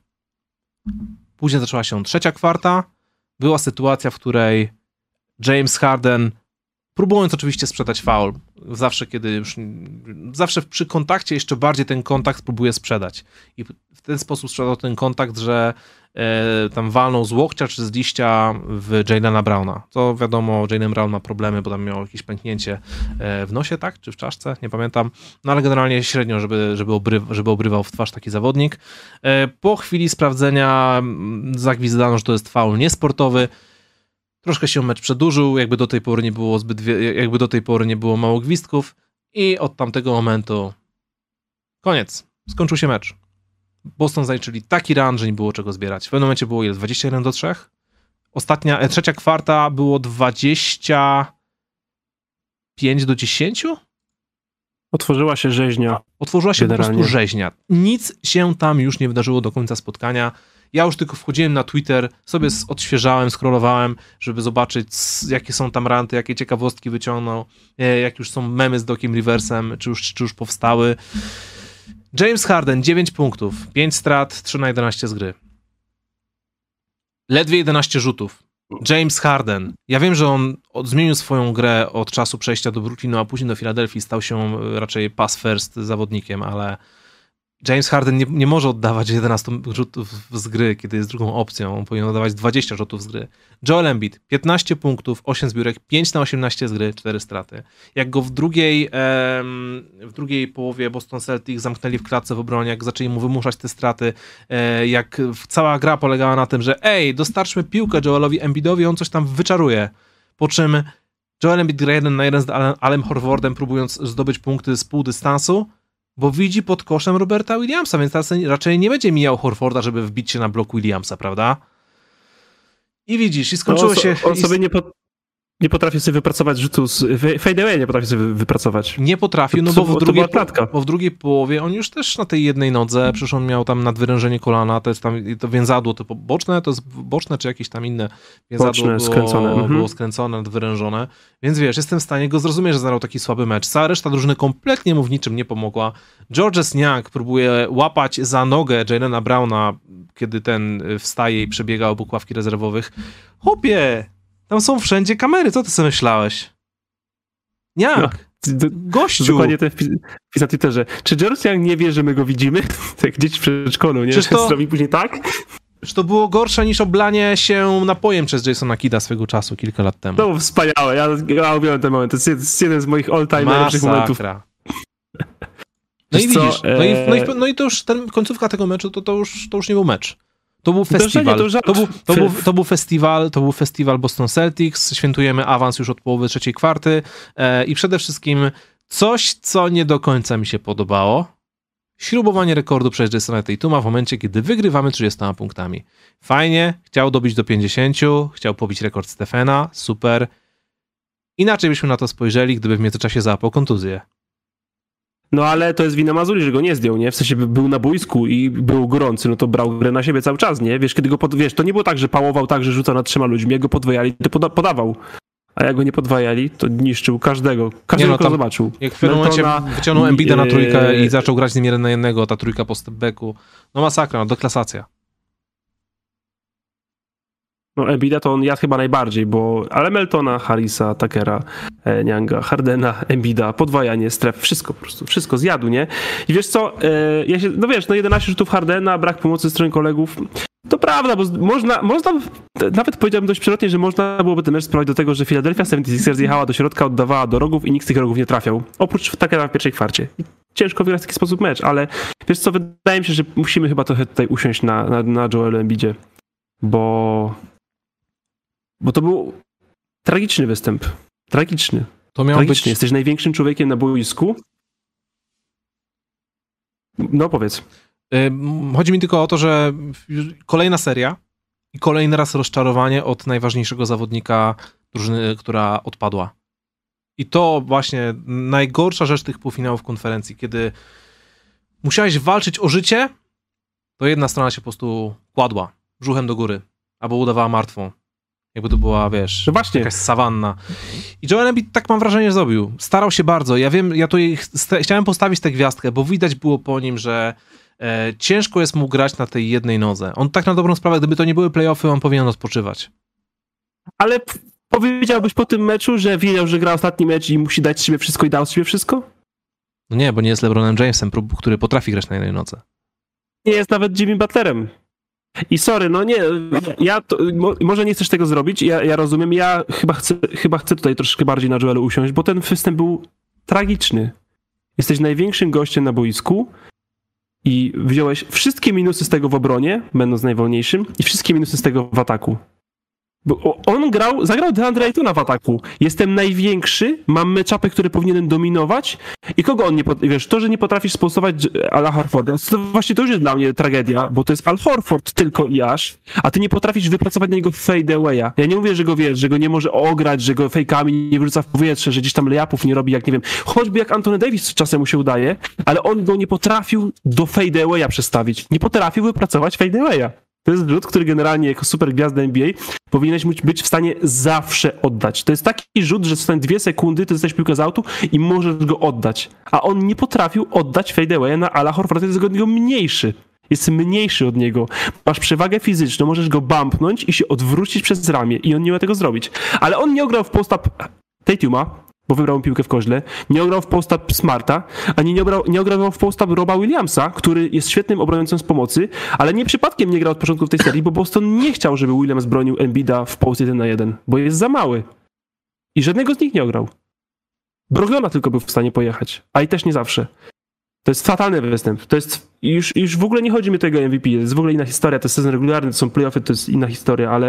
Później zaczęła się trzecia kwarta. Była sytuacja, w której James Harden, próbując oczywiście sprzedać faul, zawsze kiedy już, zawsze przy kontakcie jeszcze bardziej ten kontakt próbuje sprzedać. I w ten sposób sprzedał ten kontakt, że e, tam walnął z łokcia czy z liścia w Jaylena Browna. To wiadomo, Jaylen Brown ma problemy, bo tam miał jakieś pęknięcie w nosie, tak? Czy w czaszce? Nie pamiętam. No ale generalnie średnio, żeby, żeby, obry, żeby obrywał w twarz taki zawodnik. E, po chwili sprawdzenia zagwizdano, że to jest faul niesportowy. Troszkę się mecz przedłużył, jakby do tej pory nie było zbyt, wie, jakby do tej pory nie było mało gwizdków i od tamtego momentu koniec. Skończył się mecz. Boston zaliczyli taki run, że nie było czego zbierać. W pewnym momencie było ile? dwadzieścia jeden do trzech? Ostatnia, e, trzecia kwarta było dwadzieścia pięć do dziesięciu? Otworzyła się rzeźnia. Otworzyła się generalnie. po prostu rzeźnia. Nic się tam już nie wydarzyło do końca spotkania. Ja już tylko wchodziłem na Twitter, sobie odświeżałem, scrollowałem, żeby zobaczyć, jakie są tam ranty, jakie ciekawostki wyciągnął, jak już są memy z Dociem Riversem, czy już, czy już powstały. James Harden, dziewięć punktów, pięć strat, trzy na jedenaście z gry. Ledwie jedenaście rzutów. James Harden. Ja wiem, że on od, zmienił swoją grę od czasu przejścia do Brooklynu, a później do Filadelfii, stał się raczej pass first zawodnikiem, ale James Harden nie, nie może oddawać jedenaście rzutów z gry, kiedy jest drugą opcją. On powinien oddawać dwadzieścia rzutów z gry. Joel Embiid, piętnaście punktów, osiem zbiórek, pięć na osiemnaście z gry, cztery straty. Jak go w drugiej, em, w drugiej połowie Boston Celtics zamknęli w klatce w obronie, jak zaczęli mu wymuszać te straty, e, jak cała gra polegała na tym, że ej, dostarczmy piłkę Joelowi Embiidowi, on coś tam wyczaruje. Po czym Joel Embiid gra jeden na jeden z Alem Horfordem, próbując zdobyć punkty z pół dystansu, bo widzi pod koszem Roberta Williamsa, więc raczej nie będzie mijał Horforda, żeby wbić się na blok Williamsa, prawda? I widzisz, i skończyło no, się... On sobie nie, pod, nie potrafił sobie wypracować rzutu z fadeaway, nie potrafił sobie wypracować. Nie potrafił, no to, bo, to, w drugiej, to bo w drugiej połowie on już też na tej jednej nodze, przecież on miał tam nadwyrężenie kolana, to jest tam to więzadło typu boczne, to jest boczne czy jakieś tam inne więzadło boczne, było, skręcone. było Mhm. skręcone, nadwyrężone, więc wiesz, jestem w stanie go zrozumieć, że zagrał taki słaby mecz. Cała reszta drużyny kompletnie mu w niczym nie pomogła. Georges Niang próbuje łapać za nogę Jaylena Browna, kiedy ten wstaje i przebiega obok ławki rezerwowych. Chłopie, tam są wszędzie kamery, co ty sobie myślałeś? Jak? No, Gościu! Dokładnie ten wpis, wpis na Twitterze. Czy George Young nie wie, że my go widzimy? Jak dzieci w przedszkolu, nie? Przecież to- Zrobi później tak? Że to było gorsze niż oblanie się napojem przez Jasona Kidda swego czasu, kilka lat temu. No wspaniałe, ja, ja uwielbiam ten moment. To jest, to jest jeden z moich all-time najlepszych momentów. Masakra. No i Wiesz co, widzisz, no i, no, i, e- no i to już ten, końcówka tego meczu, to, to, już, to już nie był mecz. To był Uderzenie, festiwal. to już- To był, to, był, to był festiwal, to był festiwal Boston Celtics. Świętujemy awans już od połowy trzeciej kwarty e, i przede wszystkim coś, co nie do końca mi się podobało. Śrubowanie rekordu przez Jasona Tatuma w momencie, kiedy wygrywamy trzydziestoma punktami. Fajnie, chciał dobić do pięćdziesięciu, chciał pobić rekord Stephena, super. Inaczej byśmy na to spojrzeli, gdyby w międzyczasie załapał kontuzję. No ale to jest wina Mazuli, że go nie zdjął, nie? W sensie by- był na boisku i był gorący, no to brał grę na siebie cały czas, nie? Wiesz, kiedy go, pod... wiesz, to nie było tak, że pałował tak, że rzucał nad trzema ludźmi, jak go podwajali, to poda- podawał. A jak go nie podwajali, to niszczył każdego, każdego, Nie no, kogo tam- zobaczył. Jak w pewnym momencie Meltona wyciągnął i, Embida na trójkę e, i zaczął grać z nim jeden na jednego, ta trójka po stepbacku. No masakra, no deklasacja. No Embida to on jadł chyba najbardziej, bo ale Meltona, Harrisa, Tuckera, e, Nianga, Hardena, Embida, podwajanie stref, wszystko po prostu, wszystko zjadł, nie? I wiesz co, e, ja się, no wiesz, no jedenaście rzutów Hardena, brak pomocy ze strony kolegów, to prawda, bo z- można, można, nawet powiedziałbym dość przelotnie, że można byłoby ten mecz sprowadzić do tego, że Philadelphia seventy-sixers zjechała do środka, oddawała do rogów i nikt z tych rogów nie trafiał, oprócz Tuckera w pierwszej kwarcie. I ciężko wygrać w taki sposób mecz, ale wiesz co, wydaje mi się, że musimy chyba trochę tutaj usiąść na, na, na Joelu Embidzie, bo... Bo to był tragiczny występ. Tragiczny. To miał Tragiczny. być... Jesteś największym człowiekiem na boisku. No powiedz. Ym, Chodzi mi tylko o to, że kolejna seria i kolejny raz rozczarowanie od najważniejszego zawodnika drużyny, która odpadła. I to właśnie najgorsza rzecz tych półfinałów konferencji, kiedy musiałeś walczyć o życie, to jedna strona się po prostu kładła brzuchem do góry, albo udawała martwą. Jakby to była, wiesz, No właśnie. jakaś sawanna. I Joel Embiid tak mam wrażenie zrobił. Starał się bardzo. Ja wiem, ja tu ch- chciałem postawić tę gwiazdkę, bo widać było po nim, że e, ciężko jest mu grać na tej jednej nodze. On tak na dobrą sprawę, gdyby to nie były play-offy, on powinien odpoczywać. Ale p- powiedziałbyś po tym meczu, że wiedział, że gra ostatni mecz i musi dać z siebie wszystko i dał z siebie wszystko? No nie, bo nie jest LeBronem Jamesem, prób- który potrafi grać na jednej nodze. Nie jest nawet Jimmy Butlerem. I sorry, no nie, ja to, mo, może nie chcesz tego zrobić, ja, ja rozumiem, ja chyba chcę, chyba chcę tutaj troszkę bardziej na Joelu usiąść, bo ten występ był tragiczny. Jesteś największym gościem na boisku i wziąłeś wszystkie minusy z tego w obronie, będąc najwolniejszym, i wszystkie minusy z tego w ataku. Bo on grał, zagrał DeAndre Aytona w ataku. Jestem największy, mam meczapy, które powinienem dominować i kogo on nie, pot- wiesz, to, że nie potrafisz sponsować Ala Horforda, to właśnie to już jest dla mnie tragedia, bo to jest Al Horford tylko i aż, a ty nie potrafisz wypracować na niego fadeawaya. Ja nie mówię, że go wiesz, że go nie może ograć, że go fejkami nie wyrzuca w powietrze, że gdzieś tam layupów nie robi, jak nie wiem, choćby jak Anthony Davis czasem mu się udaje, ale on go nie potrafił do fadeawaya przestawić. Nie potrafił wypracować fadeawaya. To jest rzut, który generalnie jako super gwiazda N B A powinieneś być w stanie zawsze oddać. To jest taki rzut, że zostanie dwie sekundy, ty jesteś piłkę z autu i możesz go oddać. A on nie potrafił oddać fadeawaya na Ala Horforda, jest od niego mniejszy. Jest mniejszy od niego. Masz przewagę fizyczną, możesz go bumpnąć i się odwrócić przez ramię i on nie ma tego zrobić. Ale on nie ograł w post-up Tatuma, bo wybrał piłkę w koźle, nie ograł w post-up Smarta, ani nie, ograł, nie ograł w post-up Roba Williamsa, który jest świetnym obrońcą z pomocy, ale nie przypadkiem nie grał od początku w tej serii, bo Boston nie chciał, żeby Williams bronił Embida w post jeden na jeden, bo jest za mały. I żadnego z nich nie ograł. Brogdona tylko był w stanie pojechać, a i też nie zawsze. To jest fatalny występ. To jest, już, już w ogóle nie chodzi mi o tego M V P, to jest w ogóle inna historia, to jest sezon regularny, to są playoffy, to jest inna historia, ale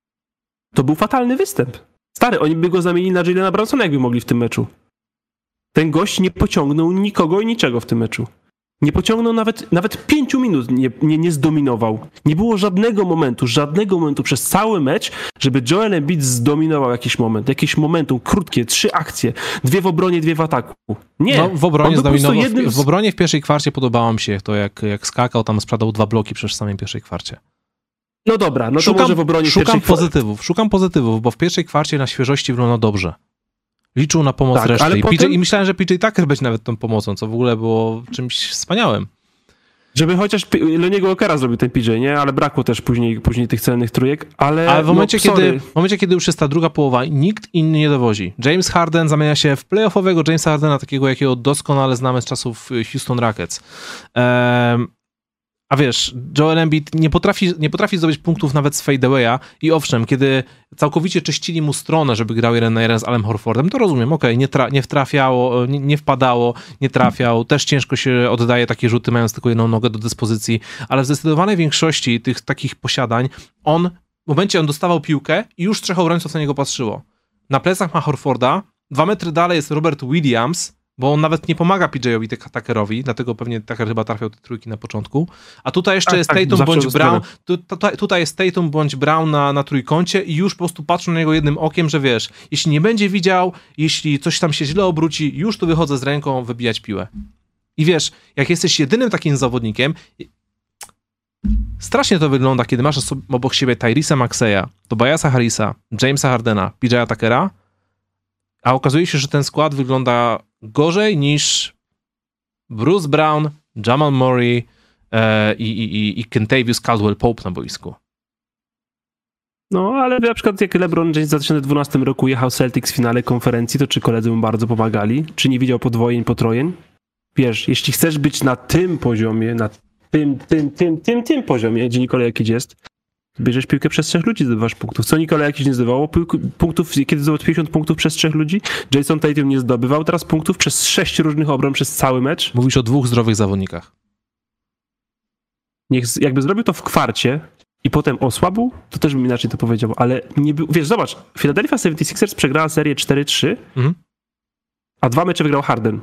to był fatalny występ. Stary, oni by go zamienili na Jaylena Brunsona, jakby mogli w tym meczu. Ten gość nie pociągnął nikogo i niczego w tym meczu. Nie pociągnął nawet, nawet pięciu minut, nie, nie, nie zdominował. Nie było żadnego momentu, żadnego momentu przez cały mecz, żeby Joel Embiid zdominował jakiś moment, jakieś momentum, krótkie, trzy akcje, dwie w obronie, dwie w ataku. Nie. No, w obronie zdominował, jednym... w, w obronie w pierwszej kwarcie podobało mi się to, jak, jak skakał, tam sprzedał dwa bloki przez samej pierwszej kwarcie. No dobra, no szukam, to może w obronie Szukam pierwszej pozytywów, szukam pozytywów, bo w pierwszej kwarcie na świeżości wyglądał dobrze. Liczył na pomoc tak, reszty. ale I, potem... P J, I myślałem, że P J Tucker będzie nawet tą pomocą, co w ogóle było czymś wspaniałym. Żeby chociaż Lonniego Walkera zrobił ten P J, nie? Ale brakło też później, później tych celnych trójek, ale... Ale w momencie, no, kiedy, w momencie, kiedy już jest ta druga połowa, nikt inny nie dowozi. James Harden zamienia się w playoffowego Jamesa Hardena, takiego, jakiego doskonale znamy z czasów Houston Rockets. Um, A wiesz, Joel Embiid nie potrafi, nie potrafi zdobyć punktów nawet z fadeawaya i owszem, kiedy całkowicie czyścili mu stronę, żeby grał jeden na jeden z Alem Horfordem, to rozumiem, okej, okay, nie, tra- nie wtrafiało, nie, nie wpadało, nie trafiał, też ciężko się oddaje takie rzuty, mając tylko jedną nogę do dyspozycji, ale w zdecydowanej większości tych takich posiadań, on, w momencie on dostawał piłkę i już trzech obrońców na niego patrzyło. Na plecach ma Horforda, dwa metry dalej jest Robert Williams, bo on nawet nie pomaga P J-owi Tuckerowi, dlatego pewnie Tucker chyba trafiał te trójki na początku. A tutaj jeszcze tak, jest tak, Tatum bądź Brown, tu, tutaj, tutaj jest Tatum bądź Brown na, na trójkącie i już po prostu patrzą na niego jednym okiem, że wiesz, jeśli nie będzie widział, jeśli coś tam się źle obróci, już tu wychodzę z ręką wybijać piłę. I wiesz, jak jesteś jedynym takim zawodnikiem, strasznie to wygląda, kiedy masz obok siebie Tyrese Maxeya, Tobiasa Harrisa, Jamesa Hardena, P J Tuckera, a okazuje się, że ten skład wygląda gorzej niż Bruce Brown, Jamal Murray e, i, i, i Kentavious Caldwell-Pope na boisku. No, ale na przykład jak LeBron James w dwa tysiące dwunastym roku jechał Celtics w finale konferencji, to czy koledzy mu bardzo pomagali? Czy nie widział podwojeń, potrojeń? Wiesz, jeśli chcesz być na tym poziomie, na tym, tym, tym, tym, tym poziomie, gdzie Nikola Jokic jest, bierzesz piłkę przez trzech ludzi, zdobywasz punktów. Co Nikola Jokic nie zdobywało? Punktów, kiedy zdobył pięćdziesiąt punktów przez trzech ludzi? Jason Tatum nie zdobywał teraz punktów przez sześć różnych obron przez cały mecz? Mówisz o dwóch zdrowych zawodnikach. Niech, jakby zrobił to w kwarcie i potem osłabł, to też bym inaczej to powiedział, ale nie był... Wiesz, zobacz, Philadelphia seventy-sixers przegrała serię cztery trzy, mhm. a dwa mecze wygrał Harden.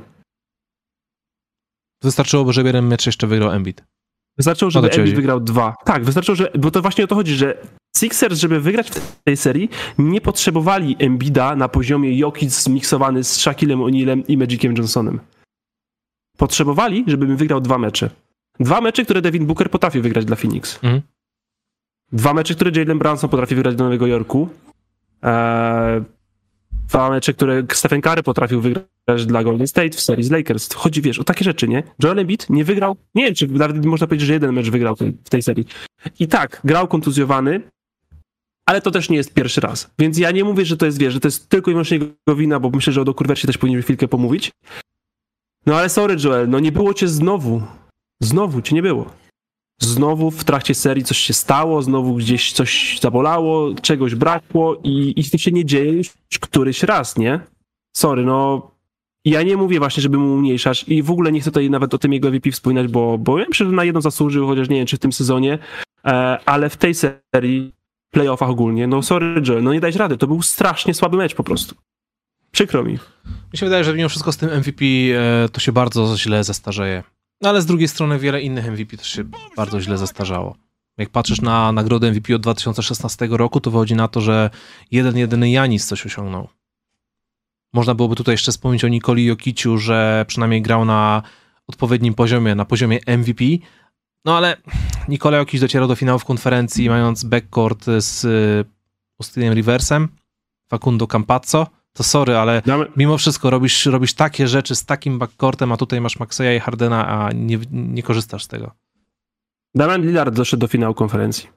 Wystarczyłoby, żeby jeden mecz jeszcze wygrał Embiid. Wystarczyło, żeby Embiid wygrał dwa. Tak, wystarczyło, że, bo to właśnie o to chodzi, że Sixers, żeby wygrać w tej serii, nie potrzebowali Embida na poziomie Jokic zmiksowany z Shaquillem O'Nealem i Magiciem Johnsonem. Potrzebowali, żebym wygrał dwa mecze. Dwa mecze, które Devin Booker potrafi wygrać dla Phoenix. Mhm. Dwa mecze, które Jalen Brunson potrafi wygrać do Nowego Jorku. Eee, dwa mecze, które Stephen Curry potrafił wygrać dla Golden State w serii z Lakers. Chodzi, wiesz, o takie rzeczy, nie? Joel Embiid nie wygrał, nie wiem, czy nawet można powiedzieć, że jeden mecz wygrał w tej serii. I tak, grał kontuzjowany, ale to też nie jest pierwszy raz. Więc ja nie mówię, że to jest, wiesz, że to jest tylko i wyłącznie jego wina, bo myślę, że o Dokurwersie też powinniśmy chwilkę pomówić. No ale sorry, Joel, no nie było cię znowu. Znowu cię nie było. Znowu w trakcie serii coś się stało, znowu gdzieś coś zabolało, czegoś brakło i, i to się nie dzieje już któryś raz, nie? Sorry, no ja nie mówię właśnie, żeby mu umniejszać i w ogóle nie chcę tutaj nawet o tym jego M V P wspominać, bo, bo ja myślę, że na jedno zasłużył, chociaż nie wiem, czy w tym sezonie, e, ale w tej serii, playoffach ogólnie, no sorry, Joel, no nie dać rady, to był strasznie słaby mecz po prostu. Przykro mi. Mi się wydaje, że mimo wszystko z tym M V P e, to się bardzo źle zestarzeje. No ale z drugiej strony wiele innych M V P też się bardzo źle zestarzało. Jak patrzysz na nagrodę M V P od dwa tysiące szesnastego roku, to wychodzi na to, że jeden jedyny Janis coś osiągnął. Można byłoby tutaj jeszcze wspomnieć o Nikoli Jokiciu, że przynajmniej grał na odpowiednim poziomie, na poziomie M V P. No ale Nikola Jokic docierał do finału w konferencji, mając backcourt z Austinem Riversem, Facundo Campazzo. To sorry, ale mimo wszystko robisz, robisz takie rzeczy z takim backcourtem, a tutaj masz Maxeya i Hardena, a nie, nie korzystasz z tego. Damian Lillard doszedł do finału konferencji.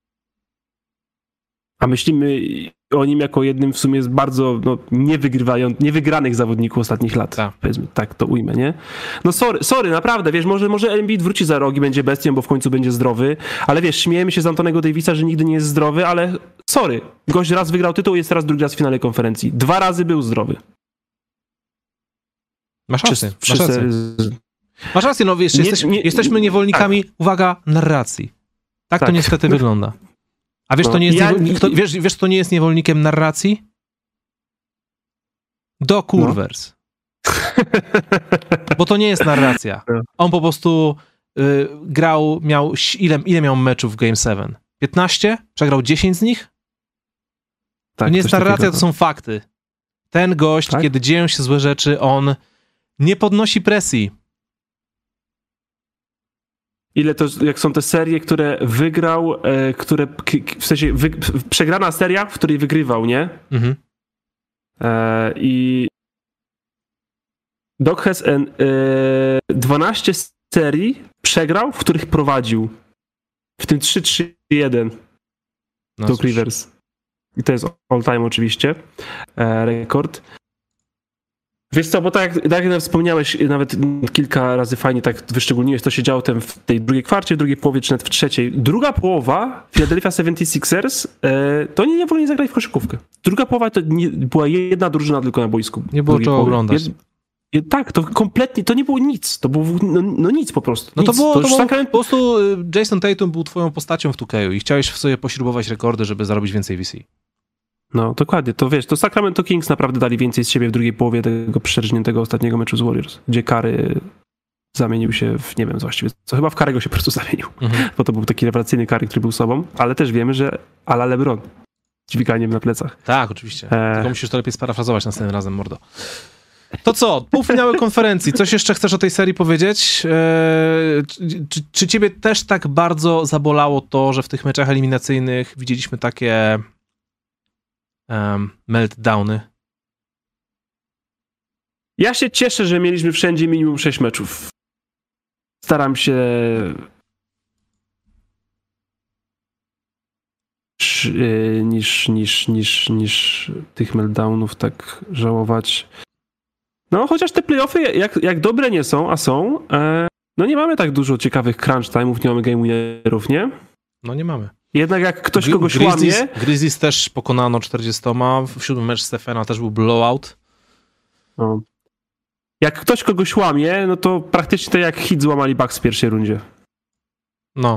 A myślimy o nim jako jednym w sumie z bardzo no, niewygranych zawodników ostatnich lat. Ta. Powiedzmy, tak to ujmę, nie? No sorry, sorry, naprawdę, wiesz, może, może Embiid wróci za rok i będzie bestią, bo w końcu będzie zdrowy, ale wiesz, śmiejemy się z Antonego Davisa, że nigdy nie jest zdrowy, ale sorry, gość raz wygrał tytuł, jest teraz drugi raz w finale konferencji. Dwa razy był zdrowy. Masz rację, masz rację. Masz rację, no wiesz, nie, jesteś, nie, jesteśmy niewolnikami, tak. Uwaga, narracji. Tak, tak to niestety wygląda. A wiesz, no, to nie jest ja... niewol... kto, wiesz, wiesz, kto nie jest niewolnikiem narracji? Doc Rivers. No. Bo to nie jest narracja. On po prostu y, grał, miał, ile, ile miał meczów w Game siedem? piętnaście? Przegrał dziesięć z nich? Tak, to nie jest narracja, takiego, to są fakty. Ten gość, tak? kiedy dzieją się złe rzeczy, on nie podnosi presji. Ile to, jak są te serie, które wygrał, e, które, k, w sensie wy, przegrana seria, w której wygrywał, nie? Mhm. E, I Doc Hess e, dwanaście serii przegrał, w których prowadził. W tym trzy trzy jeden. No Doc Rivers. I to jest all time oczywiście e, rekord. Wiesz co, bo tak, tak jak wspomniałeś, nawet kilka razy fajnie tak wyszczególniłeś, to się działo tam w tej drugiej kwarcie, w drugiej połowie, czy nawet w trzeciej. Druga połowa Philadelphia seventy-sixers e, to oni nie w ogóle nie zagrali w koszykówkę. Druga połowa to nie, była jedna drużyna tylko na boisku. Nie było czego oglądać. Jed, jed, tak, to kompletnie, to nie było nic. To było no, no nic po prostu. No nic. to było, to było Sacramento... po prostu Jason Tatum był twoją postacią w two K i chciałeś w sobie pośrubować rekordy, żeby zarobić więcej V C. No, dokładnie. To wiesz, to Sacramento Kings naprawdę dali więcej z siebie w drugiej połowie tego przerżniętego ostatniego meczu z Warriors, gdzie Curry zamienił się w, nie wiem właściwie, co chyba w Curry'ego się po prostu zamienił, mhm. bo to był taki rewelacyjny Curry, który był sobą, ale też wiemy, że a la LeBron z dźwiganiem na plecach. Tak, oczywiście. E... Tylko musisz to lepiej sparafrazować następnym razem, mordo. To co? Półfinały konferencji. Coś jeszcze chcesz o tej serii powiedzieć? Eee, czy, czy ciebie też tak bardzo zabolało to, że w tych meczach eliminacyjnych widzieliśmy takie um, meltdowny? Ja się cieszę, że mieliśmy wszędzie minimum sześć meczów. Staram się niż, niż, niż, niż tych meltdownów tak żałować. No, chociaż te playoffy, jak, jak dobre nie są, a są, e, no nie mamy tak dużo ciekawych crunch time'ów, nie mamy game winnerów, nie? No nie mamy. Jednak jak ktoś Gri- kogoś Grizzlies, łamie... Grizzlies też pokonano czterdziestoma, w siódmym mecz Stephena też był blowout. No. Jak ktoś kogoś łamie, no to praktycznie to jak Heat złamali Bucks w pierwszej rundzie. No.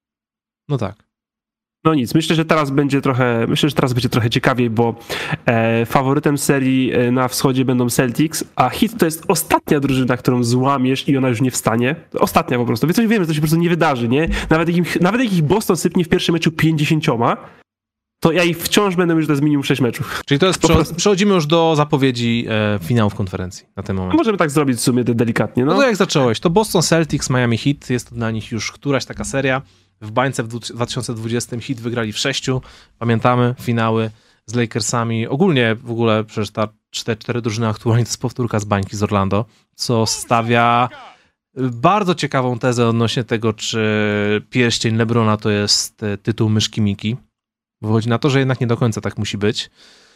No tak. No nic, myślę, że teraz będzie trochę, myślę, że teraz będzie trochę ciekawiej, bo e, faworytem serii e, na wschodzie będą Celtics, a Heat to jest ostatnia drużyna, którą złamiesz i ona już nie wstanie. Ostatnia po prostu. Więc coś wiemy, że to się po prostu nie wydarzy, nie? Nawet jak, im, nawet jak ich Boston sypnie w pierwszym meczu pięćdziesięcioma, to ja ich wciąż będę już, że to jest minimum sześć meczów. Czyli to jest, prze, przechodzimy już do zapowiedzi e, finałów konferencji na ten moment. No możemy tak zrobić w sumie delikatnie, no. No to jak zacząłeś, to Boston Celtics, Miami Heat, jest to dla nich już któraś taka seria. W bańce w dwa tysiące dwudziestym Heat wygrali w sześciu. Pamiętamy finały z Lakersami. Ogólnie w ogóle przecież ta cztery, cztery drużyny aktualnie to jest powtórka z bańki z Orlando, co stawia bardzo ciekawą tezę odnośnie tego, czy pierścień LeBrona to jest tytuł myszki Miki. Wychodzi na to, że jednak nie do końca tak musi być.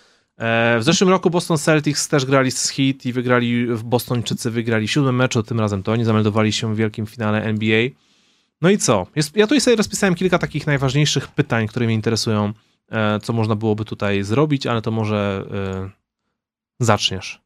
W zeszłym roku Boston Celtics też grali z Heat i wygrali, w Bostończycy wygrali siódmy mecz, tym razem to oni zameldowali się w wielkim finale N B A. No i co? Jest, ja tutaj sobie rozpisałem kilka takich najważniejszych pytań, które mnie interesują, e, co można byłoby tutaj zrobić, ale to może e, zaczniesz.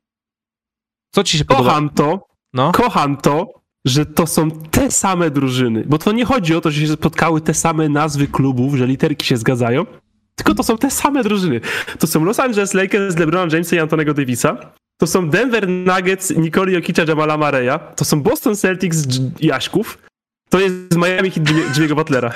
Co ci się podoba? Kocham to, no? kocham to, że to są te same drużyny, bo to nie chodzi o to, że się spotkały te same nazwy klubów, że literki się zgadzają, tylko to są te same drużyny. To są Los Angeles Lakers, LeBrona Jamesa i Antonego Davisa, to są Denver Nuggets, Nikoli Jokicza, Jamala Murraya, to są Boston Celtics Jaśków, to jest z Miami Heat Jimmy'ego Butlera.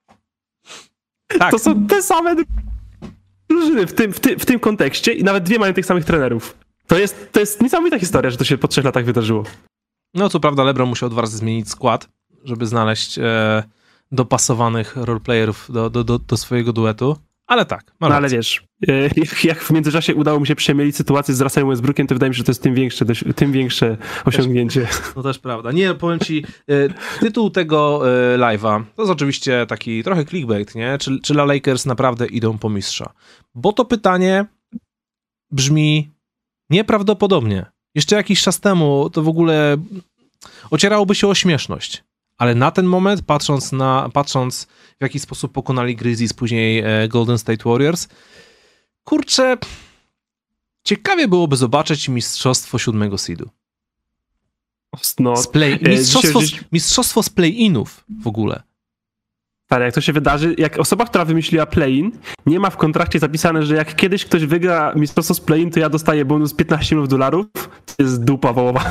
Tak. To są te same drużyny w tym, w, tym, w tym kontekście i nawet dwie mają tych samych trenerów. To jest, to jest niesamowita historia, że to się po trzech latach wydarzyło. No co prawda LeBron musiał dwa razy zmienić skład, żeby znaleźć e, dopasowanych roleplayerów do, do, do, do swojego duetu, ale tak. No ale wiesz, jak, jak w międzyczasie udało mi się przemielić sytuację z Russellem Westbrookiem, to wydaje mi się, że to jest tym większe, tym większe osiągnięcie. No też prawda. Nie, powiem ci, tytuł tego live'a to jest oczywiście taki trochę clickbait, nie? Czy, czy La Lakers naprawdę idą po mistrza? Bo to pytanie brzmi nieprawdopodobnie. Jeszcze jakiś czas temu to w ogóle ocierałoby się o śmieszność. Ale na ten moment, patrząc, na, patrząc w jaki sposób pokonali Grizzlies, później Golden State Warriors, kurczę, ciekawie byłoby zobaczyć mistrzostwo siódmego seedu. No, z play, mistrzostwo, z, mistrzostwo z play-inów w ogóle. Ale jak to się wydarzy, jak osoba, która wymyśliła play-in, nie ma w kontrakcie zapisane, że jak kiedyś ktoś wygra mistrzostwo z play-in, to ja dostaję bonus piętnaście milionów dolarów, to jest dupa wołowa.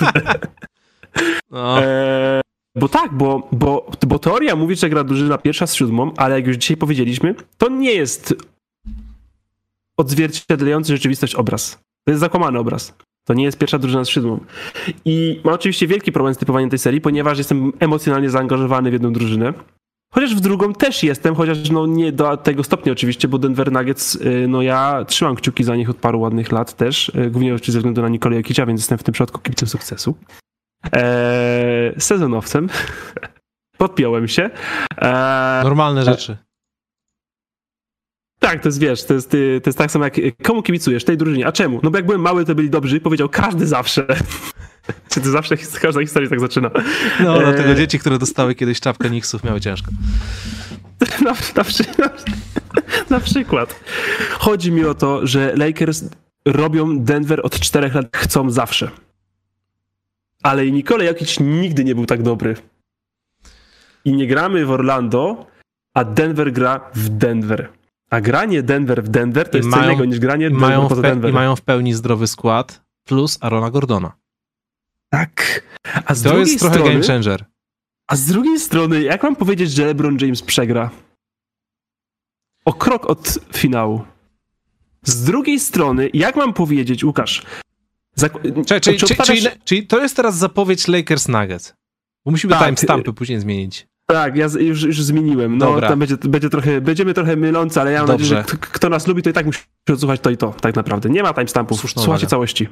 No. E, bo tak, bo, bo, bo teoria mówi, że gra drużyna pierwsza z siódmą, ale jak już dzisiaj powiedzieliśmy, to nie jest odzwierciedlający rzeczywistość obraz. To jest zakłamany obraz. To nie jest pierwsza drużyna z siódmą. I mam oczywiście wielki problem z typowaniem tej serii, ponieważ jestem emocjonalnie zaangażowany w jedną drużynę. Chociaż w drugą też jestem, chociaż no nie do tego stopnia oczywiście, bo Denver Nuggets, no ja trzymam kciuki za nich od paru ładnych lat też, głównie oczywiście ze względu na Nikolę Jokicia, więc jestem w tym przypadku kibicem sukcesu. Eee, sezonowcem. Podpiąłem się. Eee, Normalne rzeczy. Tak, to jest, wiesz, to jest, to jest tak samo jak komu kibicujesz, tej drużynie. A czemu? No bo jak byłem mały, to byli dobrzy, powiedział każdy zawsze. Czy to zawsze, każda historia tak zaczyna. No, dlatego eee... dzieci, które dostały kiedyś czapkę Knicksów, miały ciężko. Na, na, na, na przykład. Chodzi mi o to, że Lakers robią Denver od czterech lat, chcą zawsze. Ale i Nikola Jokic nigdy nie był tak dobry. I nie gramy w Orlando, a Denver gra w Denver. A granie Denver w Denver to I jest mają, co innego niż granie Denver mają poza pe- Denver. I mają w pełni zdrowy skład, plus Arona Gordona. Tak. A z to drugiej jest trochę strony, game changer. A z drugiej strony, jak mam powiedzieć, że LeBron James przegra? O krok od finału. Z drugiej strony, jak mam powiedzieć, Łukasz? Zak- Czyli, czyli, czyli, czyli, czyli to jest teraz zapowiedź Lakers Nuggets. Bo musimy tak, timestampy później zmienić. Tak, ja już, już zmieniłem. No, Dobra. Tam będzie, będzie trochę, będziemy trochę mylące, ale ja mam nadzieję, że k- kto nas lubi, to i tak musi odsłuchać to i to, tak naprawdę. Nie ma timestampów. Słuchajcie uwaga. Całości.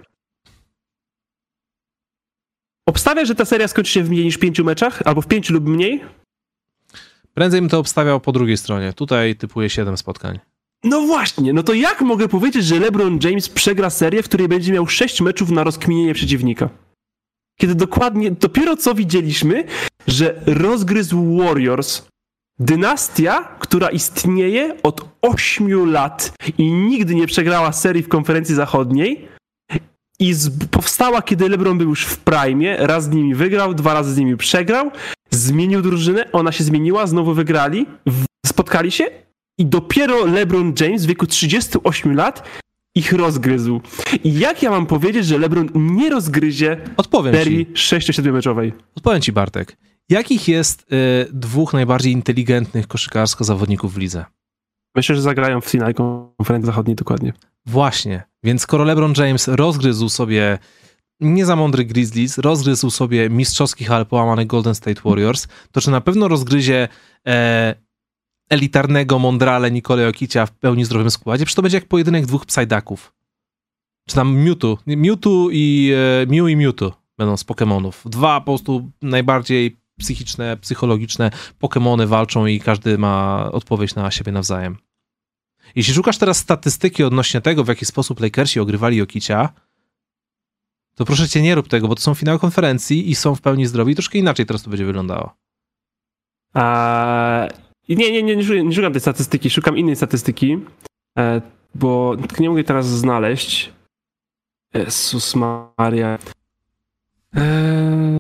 Obstawia, że ta seria skończy się w mniej niż pięciu meczach? Albo w pięciu lub mniej? Prędzej bym to obstawiał po drugiej stronie. Tutaj typuję siedem spotkań. No właśnie, no to jak mogę powiedzieć, że LeBron James przegra serię, w której będzie miał sześć meczów na rozkminienie przeciwnika? Kiedy dokładnie, dopiero co widzieliśmy, że rozgryzł Warriors, dynastia, która istnieje od ośmiu lat i nigdy nie przegrała serii w konferencji zachodniej i z, powstała, kiedy LeBron był już w prime, raz z nimi wygrał, dwa razy z nimi przegrał, zmienił drużynę, ona się zmieniła, znowu wygrali, w, spotkali się i dopiero LeBron James w wieku trzydziestu ośmiu lat ich rozgryzł. I jak ja mam powiedzieć, że LeBron nie rozgryzie Odpowiem serii sześciu-siedmiomeczowej? Odpowiem ci, Bartek. Jakich jest y, dwóch najbardziej inteligentnych koszykarsko zawodników w lidze? Myślę, że zagrają w finale konferencji zachodniej dokładnie. Właśnie. Więc skoro LeBron James rozgryzł sobie nie za mądry Grizzlies, rozgryzł sobie mistrzowskich, ale połamanych Golden State Warriors, to czy na pewno rozgryzie e, elitarnego Mondrale Nikolę Jokicia w pełni zdrowym składzie? Przecież to będzie jak pojedynek dwóch psajdaków. Czy tam Mewtwo. Mewtwo i e, Mew i Mewtwo będą z Pokemonów. Dwa po prostu najbardziej psychiczne, psychologiczne Pokemony walczą i każdy ma odpowiedź na siebie nawzajem. Jeśli szukasz teraz statystyki odnośnie tego, w jaki sposób Lakersi ogrywali Jokicia, to proszę cię, nie rób tego, bo to są finały konferencji i są w pełni zdrowi i troszkę inaczej teraz to będzie wyglądało. A... Nie, nie, nie, nie, nie szukam tej statystyki, szukam innej statystyki, bo nie mogę teraz znaleźć. Jezus Maria. Eee...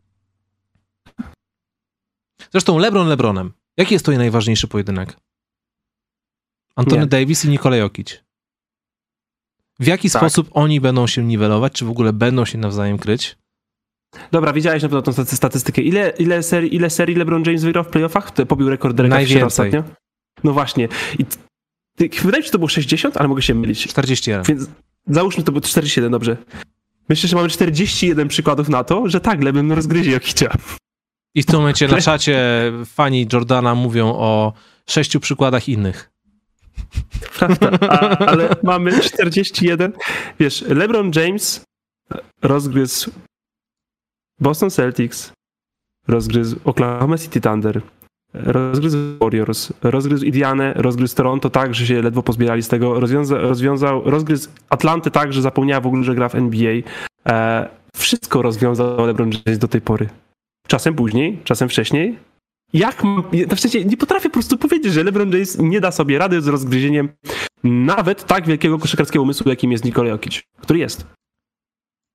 Zresztą LeBron LeBronem. Jaki jest to najważniejszy pojedynek? Anthony nie. Davis i Nikola Jokic. W jaki tak. sposób oni będą się niwelować? Czy w ogóle będą się nawzajem kryć? Dobra, widziałeś na pewno tą statystykę. Ile, ile, serii, ile serii LeBron James wygrał w playoffach? Pobił rekord Dereka Fishera ostatnio? No właśnie. I t- t- wydaje mi się, że to było sześćdziesiąt, ale mogę się mylić. czterdzieści jeden. Więc załóżmy, to było czterdzieści jeden, dobrze. Myślę, że mamy czterdzieści jeden przykładów na to, że tak, LeBron rozgryzie Jokicia. I w tym momencie na czacie fani Jordana mówią o sześciu przykładach innych. Prawda, A, ale mamy czterdzieści jeden. Wiesz, LeBron James rozgryzł Boston Celtics, rozgryzł Oklahoma City Thunder, rozgryzł Warriors, rozgryzł Indianę, rozgryzł Toronto tak, że się ledwo pozbierali z tego, rozwiąza, rozwiązał, rozgryzł Atlantę tak, że zapomniała w ogóle, że gra w N B A. E, wszystko rozwiązał LeBron James do tej pory. Czasem później, czasem wcześniej. Jak mam, w sensie nie potrafię po prostu powiedzieć, że LeBron James nie da sobie rady z rozgryzieniem nawet tak wielkiego koszykarskiego umysłu, jakim jest Nikola Jokic, który jest.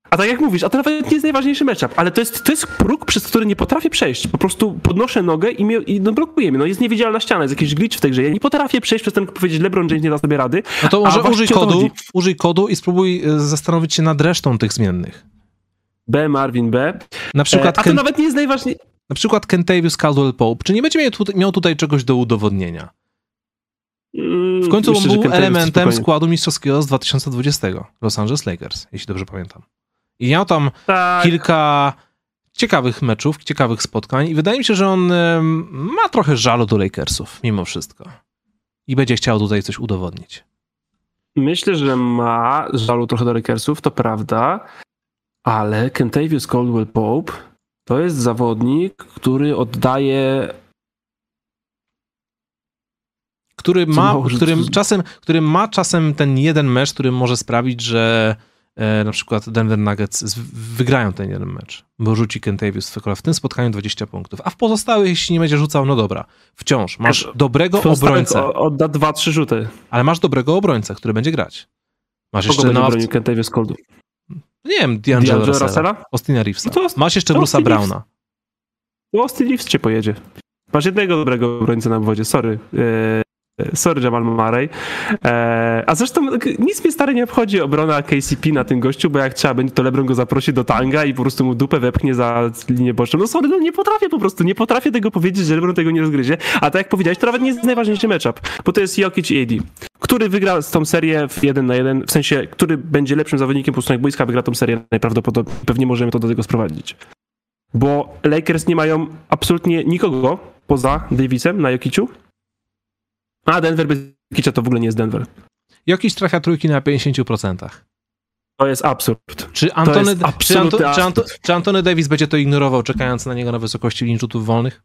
A tak jak mówisz, a to nawet nie jest najważniejszy matchup, ale to jest, to jest próg, przez który nie potrafię przejść. Po prostu podnoszę nogę i, mnie, i no, blokuje mnie. No jest niewidzialna ściana, jest jakiś glitch w tej grze. Ja nie potrafię przejść przez ten, powiedzieć, LeBron James nie da sobie rady. No to może użyj kodu, chodzi. użyj kodu i spróbuj zastanowić się nad resztą tych zmiennych. B, Marvin B. Na przykład e, a to Ken... nawet nie jest najważniejsze. Na przykład Kentavious Caldwell-Pope. Czy nie będzie miał tutaj, miał tutaj czegoś do udowodnienia? W końcu Myślę, on był elementem spokojnie. składu mistrzowskiego z dwa tysiące dwudziestego Los Angeles Lakers, jeśli dobrze pamiętam. I miał tam Tak. kilka ciekawych meczów, ciekawych spotkań i wydaje mi się, że on ym, ma trochę żalu do Lakersów, mimo wszystko. I będzie chciał tutaj coś udowodnić. Myślę, że ma żalu trochę do Lakersów, to prawda, ale Kentavious Caldwell-Pope to jest zawodnik, który oddaje... Który ma, mało, że- którym czasem, którym ma czasem ten jeden mecz, który może sprawić, że e, na przykład Denver Nuggets z, wygrają ten jeden mecz, bo rzuci Kentavious w tym spotkaniu dwadzieścia punktów, a w pozostałych, jeśli nie będzie rzucał, no dobra, wciąż masz Też dobrego obrońcę, o- Odda dwa, trzy rzuty. ale masz dobrego obrońcę, który będzie grać. Masz Kogo jeszcze będzie na bronił Kentavious Caldwell? nie wiem, D'Angelo D'Angelo Russella, Russella? Austina Reevesa. No to- Masz jeszcze to Bruce'a Austin Reeves. Browna. No, Austin Reeves cię pojedzie. Masz jednego dobrego obrońcę na obwodzie, sorry. Eee, sorry, Jamal Murray. Eee, a zresztą k- nic mnie stary nie obchodzi obrona K C P na tym gościu, bo jak trzeba będzie, to LeBron go zaprosi do tanga i po prostu mu dupę wepchnie za linię boczną. No sorry, no nie potrafię po prostu, nie potrafię tego powiedzieć, że LeBron tego nie rozgryzie. A tak jak powiedziałeś, to nawet nie jest najważniejszy matchup, bo to jest Jokic i A D. Który wygra tą serię w jeden na jeden, w sensie, który będzie lepszym zawodnikiem po stronie boiska, wygra tą serię najprawdopodobniej. Pewnie możemy to do tego sprowadzić. Bo Lakers nie mają absolutnie nikogo poza Davisem na Jokiciu, a Denver bez Jokicia to w ogóle nie jest Denver. Jokic trafia trójki na pięćdziesiąt procent. To jest absurd. Czy Antony, jest czy, absolutny Anto, czy, Anto, absurd. czy Antony Davis będzie to ignorował, czekając na niego na wysokości linii rzutów wolnych?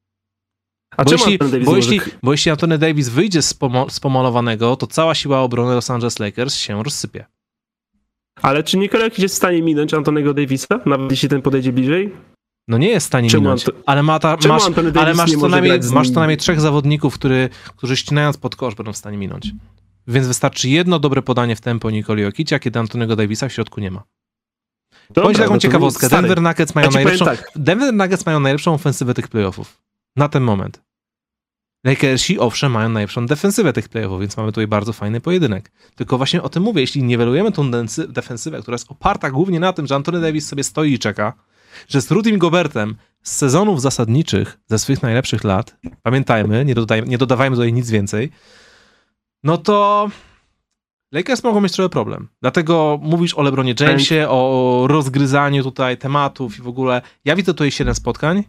A Bo czemu jeśli, Anthony Davis bo, nie jeśli, może... bo jeśli Antony Davis wyjdzie z, pomo- z pomalowanego, to cała siła obrony Los Angeles Lakers się rozsypie. Ale czy Nikola Jokic jest w stanie minąć Antonego Davisa, nawet jeśli ten podejdzie bliżej? No nie jest w stanie Czemu minąć, Anto- ale, ma ta, czemu masz, Anthony Davis ale masz, nie co może najmniej, grać z masz nim? co najmniej trzech zawodników, który, którzy ścinając pod kosz będą w stanie minąć. Więc wystarczy jedno dobre podanie w tempo Nikoli Jokicia, kiedy Antonego Davisa w środku nie ma. Dobra, Bądź taką no to ciekawostkę. stary. Denver Nuggets mają Ja ci powiem najlepszą, tak. Denver Nuggets mają najlepszą ofensywę tych playoffów. Na ten moment. Lakersi owszem mają najlepszą defensywę tych playoffów, więc mamy tutaj bardzo fajny pojedynek. Tylko właśnie o tym mówię, jeśli niwelujemy tą densy- defensywę, która jest oparta głównie na tym, że Anthony Davis sobie stoi i czeka, że z Rudim Gobertem z sezonów zasadniczych, ze swoich najlepszych lat, pamiętajmy, nie, dodaj, nie dodawajmy tutaj nic więcej, no to Lakers mogą mieć trochę problem. Dlatego mówisz o LeBronie Jamesie, o rozgryzaniu tutaj tematów i w ogóle. Ja widzę tutaj siedem spotkań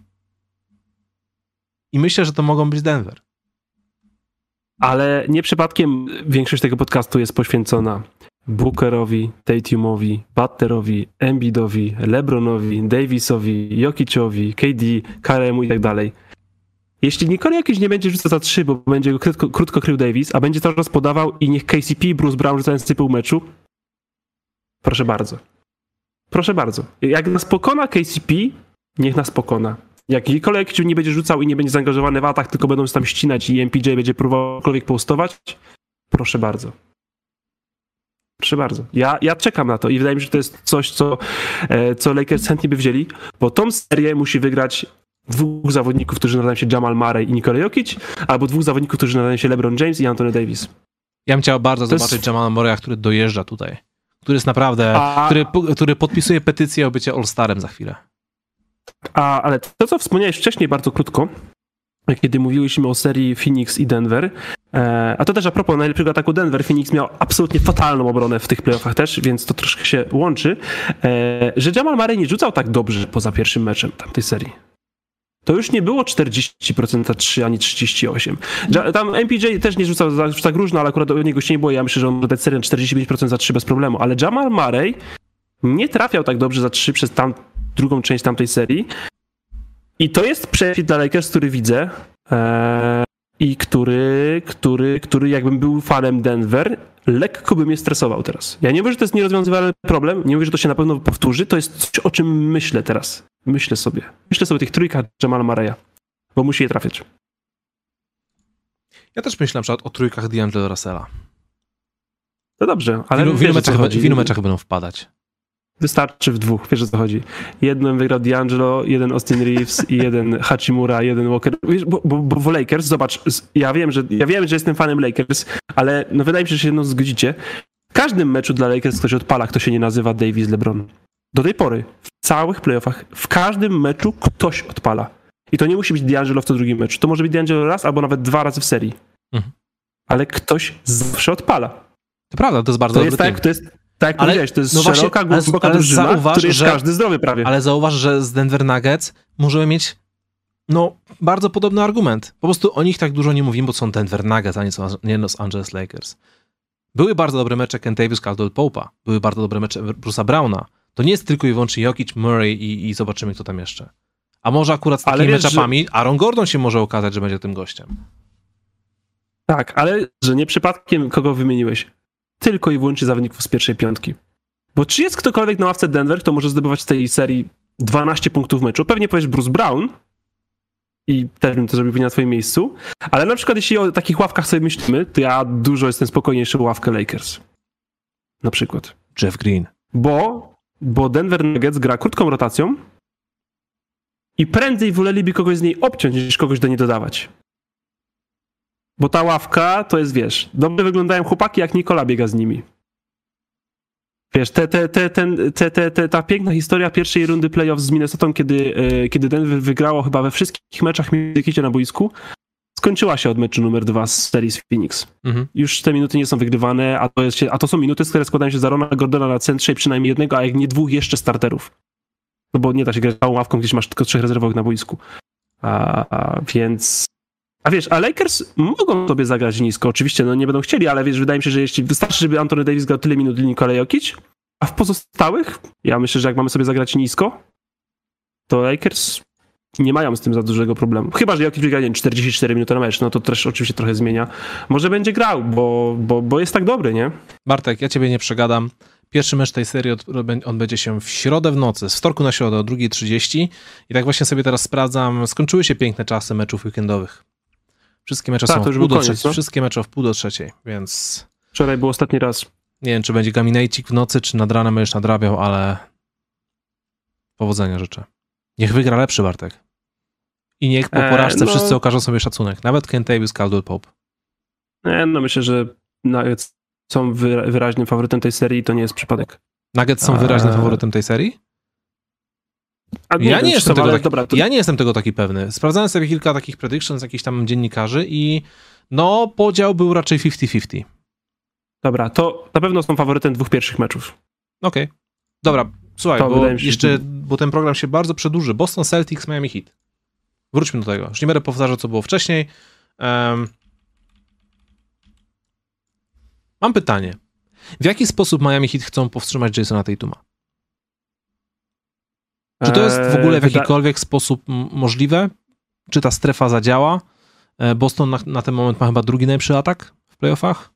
i myślę, że to mogą być Denver. Ale nie przypadkiem większość tego podcastu jest poświęcona Bookerowi, Tatumowi, Butlerowi, Embiidowi, LeBronowi, Davisowi, Jokiciowi, K D, Karemu i tak dalej. Jeśli Nikola Jokic nie będzie rzucał za trzy, bo będzie go krótko, krótko krył Davis, a będzie cały czas podawał i niech K C P i Bruce Brown rzucają z typu meczu, proszę bardzo. Proszę bardzo. Jak nas pokona K C P, niech nas pokona. Jak Nikola Jokic nie będzie rzucał i nie będzie zaangażowany w atak, tylko będą się tam ścinać i M P J będzie próbował cokolwiek postować, proszę bardzo. Proszę bardzo. Ja, ja czekam na to i wydaje mi się, że to jest coś, co, e, co Lakers chętnie by wzięli, bo tą serię musi wygrać dwóch zawodników, którzy nazywają się Jamal Murray i Nikola Jokic, albo dwóch zawodników, którzy nazywają się LeBron James i Anthony Davis. Ja bym chciał bardzo To zobaczyć jest- Jamala Murraya, który dojeżdża tutaj. Który jest naprawdę, A- który, który podpisuje petycję o bycie All-Starem za chwilę. A, ale to, co wspomniałeś wcześniej bardzo krótko, kiedy mówiliśmy o serii Phoenix i Denver, e, a to też a propos najlepszego ataku Denver, Phoenix miał absolutnie fatalną obronę w tych playoffach też, więc to troszkę się łączy, e, że Jamal Murray nie rzucał tak dobrze poza pierwszym meczem tamtej serii. To już nie było czterdzieści procent za trzy ani trzydzieści osiem. Ja- Tam M P J też nie rzucał za, tak różno, ale akurat o niego się nie było. Ja myślę, że on może dać serię na czterdzieści pięć procent za trzy bez problemu, ale Jamal Murray nie trafiał tak dobrze za trzy przez tam, drugą część tamtej serii. I to jest przejście dla Lakers, który widzę e, i który, który, który jakbym był fanem Denver, lekko by mnie stresował teraz. Ja nie mówię, że to jest nierozwiązywalny problem, nie mówię, że to się na pewno powtórzy, to jest coś, o czym myślę teraz. Myślę sobie. Myślę sobie o tych trójkach Jamala Murraya, bo musi je trafiać. Ja też myślę na przykład o trójkach D'Angelo Russella. To dobrze, ale W ilu, w wiesz, ilu, o co meczach, chodzi. w ilu meczach będą wpadać? Wystarczy w dwóch, wiesz o co chodzi. Jeden wygrał D'Angelo, jeden Austin Reeves i jeden Hachimura, jeden Walker. Wiesz, bo, bo, bo Lakers, zobacz, ja wiem, że ja wiem, że jestem fanem Lakers, ale no wydaje mi się, że się jedno zgodzicie. W każdym meczu dla Lakers ktoś odpala, kto się nie nazywa Davis, LeBron. Do tej pory, w całych playoffach, w każdym meczu ktoś odpala. I to nie musi być D'Angelo w co drugim meczu. To może być D'Angelo raz albo nawet dwa razy w serii. Mhm. Ale ktoś zawsze odpala. To prawda, to jest bardzo to dobry jest tak, to jest tak jak ale, powiedziałeś, to jest no szeroka, właśnie, głęboka ale, ale drużyna, zauważ, który jest że, każdy zdrowy prawie. Ale zauważ, że z Denver Nuggets możemy mieć no bardzo podobny argument. Po prostu o nich tak dużo nie mówimy, bo są Denver Nuggets, a nie, są, nie Los Angeles Lakers. Były bardzo dobre mecze Kentavious Caldwell-Pope'a, były bardzo dobre mecze Bruce'a Browna. To nie jest tylko i wyłącznie Jokic, Murray i, i zobaczymy, kto tam jeszcze. A może akurat z takimi meczapami że... Aaron Gordon się może okazać, że będzie tym gościem. Tak, ale że nie przypadkiem kogo wymieniłeś. Tylko i wyłącznie zawodników z pierwszej piątki. Bo czy jest ktokolwiek na ławce Denver, kto może zdobywać w tej serii dwanaście punktów w meczu? Pewnie powiesz Bruce Brown i też bym to zrobił na twoim miejscu, ale na przykład jeśli o takich ławkach sobie myślimy, to ja dużo jestem spokojniejszy o ławkę Lakers. Na przykład. Jeff Green. Bo, bo Denver Nuggets gra krótką rotacją i prędzej woleliby kogoś z niej obciąć, niż kogoś do niej dodawać. Bo ta ławka to jest, wiesz, dobrze wyglądają chłopaki, jak Nikola biega z nimi. Wiesz, te, te, te, ten, te, te, te, ta piękna historia pierwszej rundy playoff z Minnesotą, kiedy, e, kiedy Denver wygrało chyba we wszystkich meczach między na boisku, skończyła się od meczu numer dwa z serii z Phoenix. Mhm. Już te minuty nie są wygrywane, a to, jest, a to są minuty, które składają się z Aarona Gordona na centrze i przynajmniej jednego, a jak nie dwóch jeszcze starterów. No bo nie da się grać całą ławką, gdzieś masz tylko trzech rezerwowych na boisku. A, a więc... A wiesz, a Lakers mogą sobie zagrać nisko. Oczywiście, no nie będą chcieli, ale wiesz, wydaje mi się, że jeśli wystarczy, żeby Anthony Davis grał tyle minut, ile Nikola Jokic, a w pozostałych, ja myślę, że jak mamy sobie zagrać nisko, to Lakers nie mają z tym za dużego problemu. Chyba, że Jokic wygra, nie wiem, czterdzieści cztery minuty na mecz, no to też oczywiście trochę zmienia. Może będzie grał, bo, bo, bo jest tak dobry, nie? Bartek, ja ciebie nie przegadam. Pierwszy mecz tej serii odbędzie się w środę w nocy, z wtorku na środę o drugiej trzydzieści i tak właśnie sobie teraz sprawdzam, skończyły się piękne czasy meczów weekendowych. Wszystkie mecze Ta, są w pół do trzeciej, no? wszystkie mecze w pół do trzeciej, więc... Wczoraj był ostatni raz. Nie wiem, czy będzie gaminejcik w nocy, czy nad ranem będziesz nadrabiał, ale powodzenia życzę. Niech wygra lepszy, Bartek. I niech po porażce eee, no... wszyscy okażą sobie szacunek. Nawet Kentavious Caldwell-Pope. Eee, no myślę, że Nuggets są wyraźnym faworytem tej serii i to nie jest przypadek. Nuggets są wyraźnym eee... faworytem tej serii? A nie ja, wiem, nie jestem tego ale, taki, dobra, to... ja nie jestem tego taki pewny. Sprawdzałem sobie kilka takich predictions jakichś tam dziennikarzy i no podział był raczej fifty fifty. Dobra, to na pewno są faworytem dwóch pierwszych meczów. Okej. Okay. Dobra, słuchaj, to bo się, jeszcze, że... bo ten program się bardzo przedłuży. Boston Celtics, Miami Heat. Wróćmy do tego. Już nie będę powtarzał, co było wcześniej. Um... Mam pytanie. W jaki sposób Miami Heat chcą powstrzymać Jasona Tatuma? Czy to jest w ogóle w jakikolwiek sposób możliwe? Czy ta strefa zadziała? Boston na, na ten moment ma chyba drugi najlepszy atak w playoffach?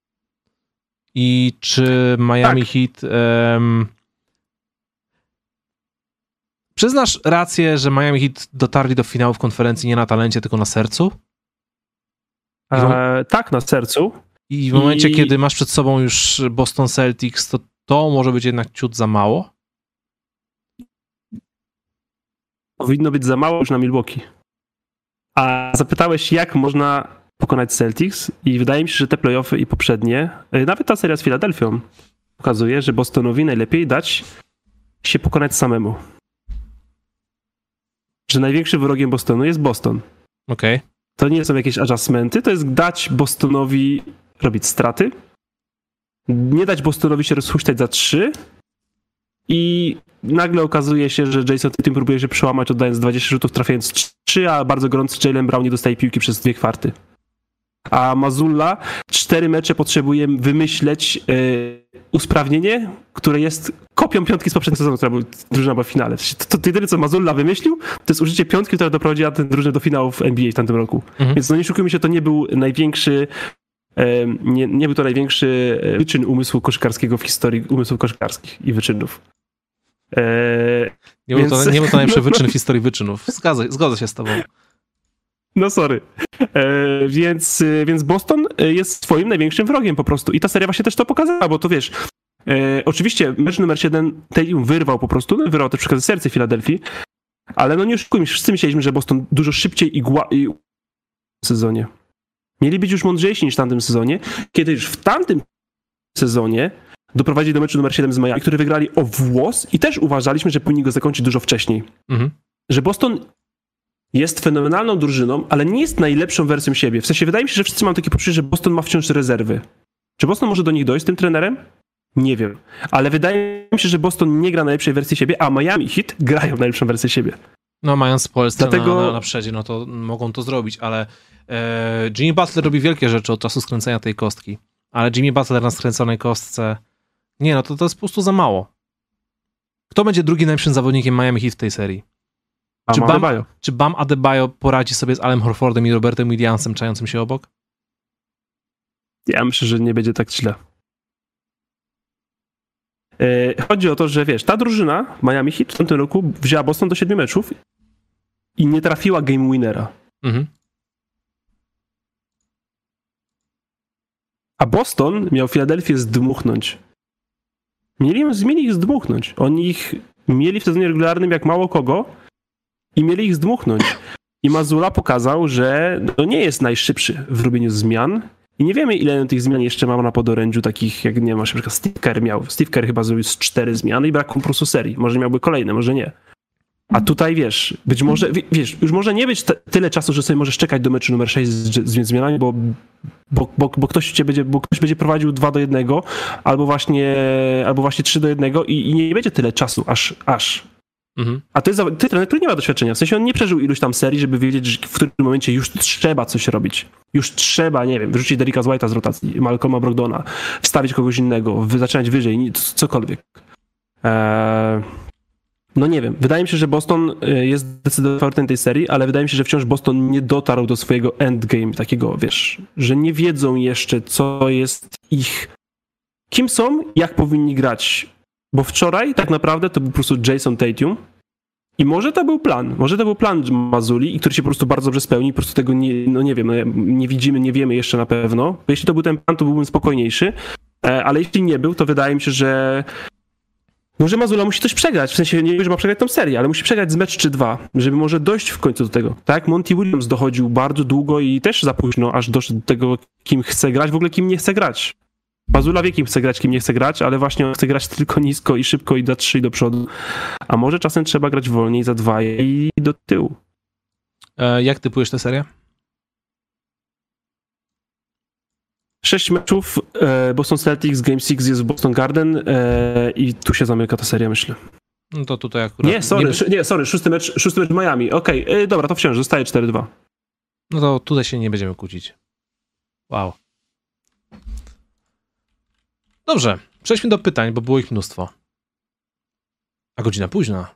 I czy Miami tak. Heat... Um... Przyznasz rację, że Miami Heat dotarli do finałów konferencji nie na talencie, tylko na sercu? E, tak, na sercu. I w momencie, I... kiedy masz przed sobą już Boston Celtics, to to może być jednak ciut za mało? Powinno być za mało już na Milwaukee. A zapytałeś, jak można pokonać Celtics i wydaje mi się, że te playoffy i poprzednie, nawet ta seria z Filadelfią pokazuje, że Bostonowi najlepiej dać się pokonać samemu. Że największym wrogiem Bostonu jest Boston. Okej. Okay. To nie są jakieś adjustmenty, to jest dać Bostonowi robić straty, nie dać Bostonowi się rozhuśtać za trzy i nagle okazuje się, że Jason Tatum próbuje się przełamać, oddając dwadzieścia rzutów, trafiając trzy, a bardzo gorący Jaylen Brown nie dostaje piłki przez dwie kwarty. A Mazzulla cztery mecze potrzebuje wymyśleć yy, usprawnienie, które jest kopią piątki z poprzedniego sezonu, która była drużyna była w finale. To, to, to jedyne, co Mazzulla wymyślił, to jest użycie piątki, która doprowadziła tę drużynę do finału w N B A w tamtym roku. Mhm. Więc no nie szukujmy się, to nie był największy yy, nie, nie był to największy wyczyn umysłu koszykarskiego w historii umysłów koszykarskich i wyczynów. Yy, nie, był więc... to, nie był to najlepszy wyczyn w historii wyczynów. Zgadzę, zgodzę się z tobą. No sorry. E, więc, więc Boston jest swoim największym wrogiem po prostu. I ta seria właśnie też to pokazała, bo to wiesz, E, oczywiście mecz numer siedem Tatum wyrwał po prostu, no, wyrwał też przykład serce Filadelfii, ale no nie oszukujmy, wszyscy myśleliśmy, że Boston dużo szybciej i, gła- i w sezonie. Mieli być już mądrzejsi niż w tamtym sezonie, kiedy już w tamtym sezonie doprowadzili do meczu numer siedem z Miami, który wygrali o włos i też uważaliśmy, że powinni go zakończyć dużo wcześniej. Mhm. Że Boston jest fenomenalną drużyną, ale nie jest najlepszą wersją siebie. W sensie wydaje mi się, że wszyscy mają takie poczucie, że Boston ma wciąż rezerwy. Czy Boston może do nich dojść z tym trenerem? Nie wiem. Ale wydaje mi się, że Boston nie gra najlepszej wersji siebie, a Miami Heat grają najlepszą wersję siebie. No mając Polskę Dlatego... na, na, na przedzie, no to mogą to zrobić, ale e, Jimmy Butler robi wielkie rzeczy od czasu skręcenia tej kostki. Ale Jimmy Butler na skręconej kostce, nie no, to, to jest po prostu za mało. Kto będzie drugim najlepszym zawodnikiem Miami Heat w tej serii? Czy Bam, Adebayo. czy Bam Adebayo poradzi sobie z Alem Horfordem i Robertem Williamsem czającym się obok? Ja myślę, że nie będzie tak źle. Chodzi o to, że wiesz, ta drużyna Miami Heat w tamtym roku wzięła Boston do siedmiu meczów i nie trafiła game winnera. Mhm. A Boston miał Filadelfię zdmuchnąć. Mieli, mieli ich zdmuchnąć. Oni ich mieli w sezonie regularnym jak mało kogo i mieli ich zdmuchnąć. I Mazzulla pokazał, że no nie jest najszybszy w robieniu zmian i nie wiemy, ile tych zmian jeszcze ma na podorędziu, takich jak, nie wiem, na przykład Steve Kerr miał. Steve Kerr chyba zrobił z cztery zmiany i brak po prostu serii. Może miałby kolejne, może nie. A tutaj, wiesz, być może, wiesz, już może nie być t- tyle czasu, że sobie możesz czekać do meczu numer sześć z, z zmianami, bo, bo, bo, bo, ktoś cię będzie, bo ktoś będzie prowadził dwa do jednego, albo właśnie, albo właśnie trzy do jednego i, i nie będzie tyle czasu, aż, aż. Mhm. A to jest ty, trener, który nie ma doświadczenia. W sensie on nie przeżył iluś tam serii, żeby wiedzieć, że w którym momencie już trzeba coś robić. Już trzeba, nie wiem, wyrzucić Derricka White'a z rotacji, Malcolma Brogdona, wstawić kogoś innego, zaczynać wyżej, cokolwiek. Eee... No nie wiem, wydaje mi się, że Boston jest zdecydowanie faworytem tej serii, ale wydaje mi się, że wciąż Boston nie dotarł do swojego endgame, takiego, wiesz, że nie wiedzą jeszcze, co jest ich, kim są, jak powinni grać. Bo wczoraj tak naprawdę to był po prostu Jason Tatum i może to był plan, może to był plan Mazzulli, i który się po prostu bardzo dobrze spełni, po prostu tego nie, no nie wiem, nie widzimy, nie wiemy jeszcze na pewno. Bo jeśli to był ten plan, to byłbym spokojniejszy, ale jeśli nie był, to wydaje mi się, że może Mazzulla musi coś przegrać, w sensie nie, że ma przegrać tą serię, ale musi przegrać z mecz czy dwa, żeby może dojść w końcu do tego. Tak, Monty Williams dochodził bardzo długo i też za późno, aż doszedł do tego, kim chce grać, w ogóle kim nie chce grać. Mazzulla wie, kim chce grać, kim nie chce grać, ale właśnie on chce grać tylko nisko i szybko i za trzy i do przodu. A może czasem trzeba grać wolniej, za dwa i do tyłu. E, jak typujesz tę serię? Sześć meczów, e, Boston Celtics, Game six jest w Boston Garden e, i tu się zamyka ta seria, myślę. No to tutaj akurat... Nie, sorry, nie, nie sorry, szósty mecz, szósty mecz w Miami. Okej, okay. e, dobra, to wciąż, zostaje cztery dwa. No to tutaj się nie będziemy kłócić. Wow. Dobrze, przejdźmy do pytań, bo było ich mnóstwo. A godzina późna.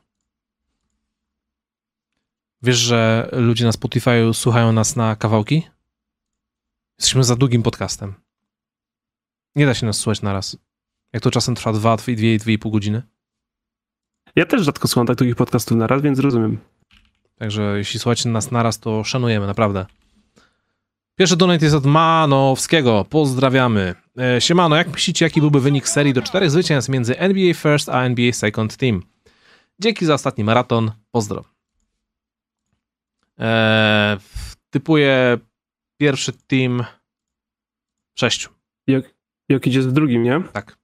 Wiesz, że ludzie na Spotify słuchają nas na kawałki? Jesteśmy za długim podcastem. Nie da się nas słuchać naraz. Jak to czasem trwa dwa, dwie, dwie i pół godziny. Ja też rzadko słucham tak długich podcastów naraz, więc rozumiem. Także jeśli słuchacie nas naraz, to szanujemy, naprawdę. Pierwszy donate jest od Manowskiego. Pozdrawiamy. E, siemano, jak myślicie, jaki byłby wynik serii do czterech zwycięstw między N B A First a N B A Second Team? Dzięki za ostatni maraton. Pozdro. E, typuję pierwszy team w sześciu. Jak, jak idzie w drugim, nie? Tak.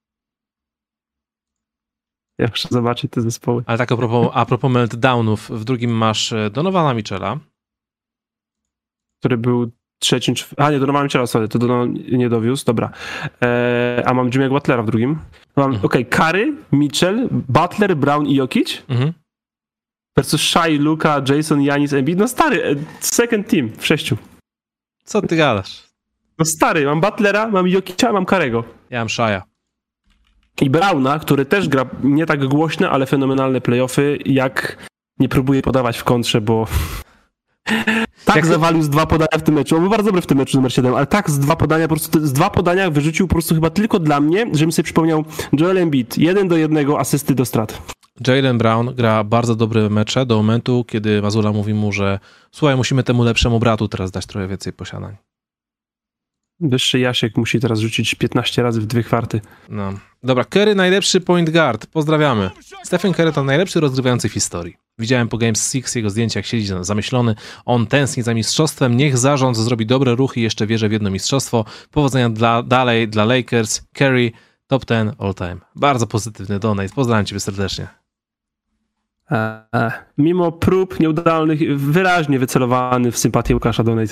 Ja muszę zobaczyć te zespoły. Ale tak a propos, a propos meltdownów, w drugim masz Donowana Mitchella. Który był trzecim... A nie, Donowana Mitchella, sorry, to Donovan nie dowiózł, dobra. Eee, a mam Jimmy'ego Butlera w drugim. Mam, mhm. Okej, okay, Curry, Mitchell, Butler, Brown i Jokic. Mhm. Versus Shai, Luka, Jason, Giannis, Embiid. No stary, second team w sześciu. Co ty gadasz? No stary, mam Butlera, mam Jokicia, mam Curry'ego. Ja mam Shai'a. I Browna, który też gra nie tak głośne, ale fenomenalne playoffy, jak nie próbuje podawać w kontrze, bo tak jak zawalił z dwa podania w tym meczu. On był bardzo dobry w tym meczu numer siedem, ale tak z dwa podania, po prostu z dwa podania wyrzucił po prostu chyba tylko dla mnie, żebym sobie przypomniał Joel Embiid. Jeden do jednego asysty do strat. Jaylen Brown gra bardzo dobre mecze do momentu, kiedy Mazzulla mówi mu, że słuchaj, musimy temu lepszemu bratu teraz dać trochę więcej posiadań. Wyższy Jasiek musi teraz rzucić piętnaście razy w dwie kwarty. No. Dobra, Curry najlepszy point guard. Pozdrawiamy. Stephen Curry to najlepszy rozgrywający w historii. Widziałem po Games Six jego zdjęcia, jak siedzi zamyślony. On tęskni za mistrzostwem. Niech zarząd zrobi dobre ruchy i jeszcze wierzę w jedno mistrzostwo. Powodzenia dla, dalej dla Lakers. Curry top ten all time. Bardzo pozytywny donate. Pozdrawiam ciebie serdecznie. A, a, mimo prób nieudolnych, wyraźnie wycelowany w sympatię Łukasza donate.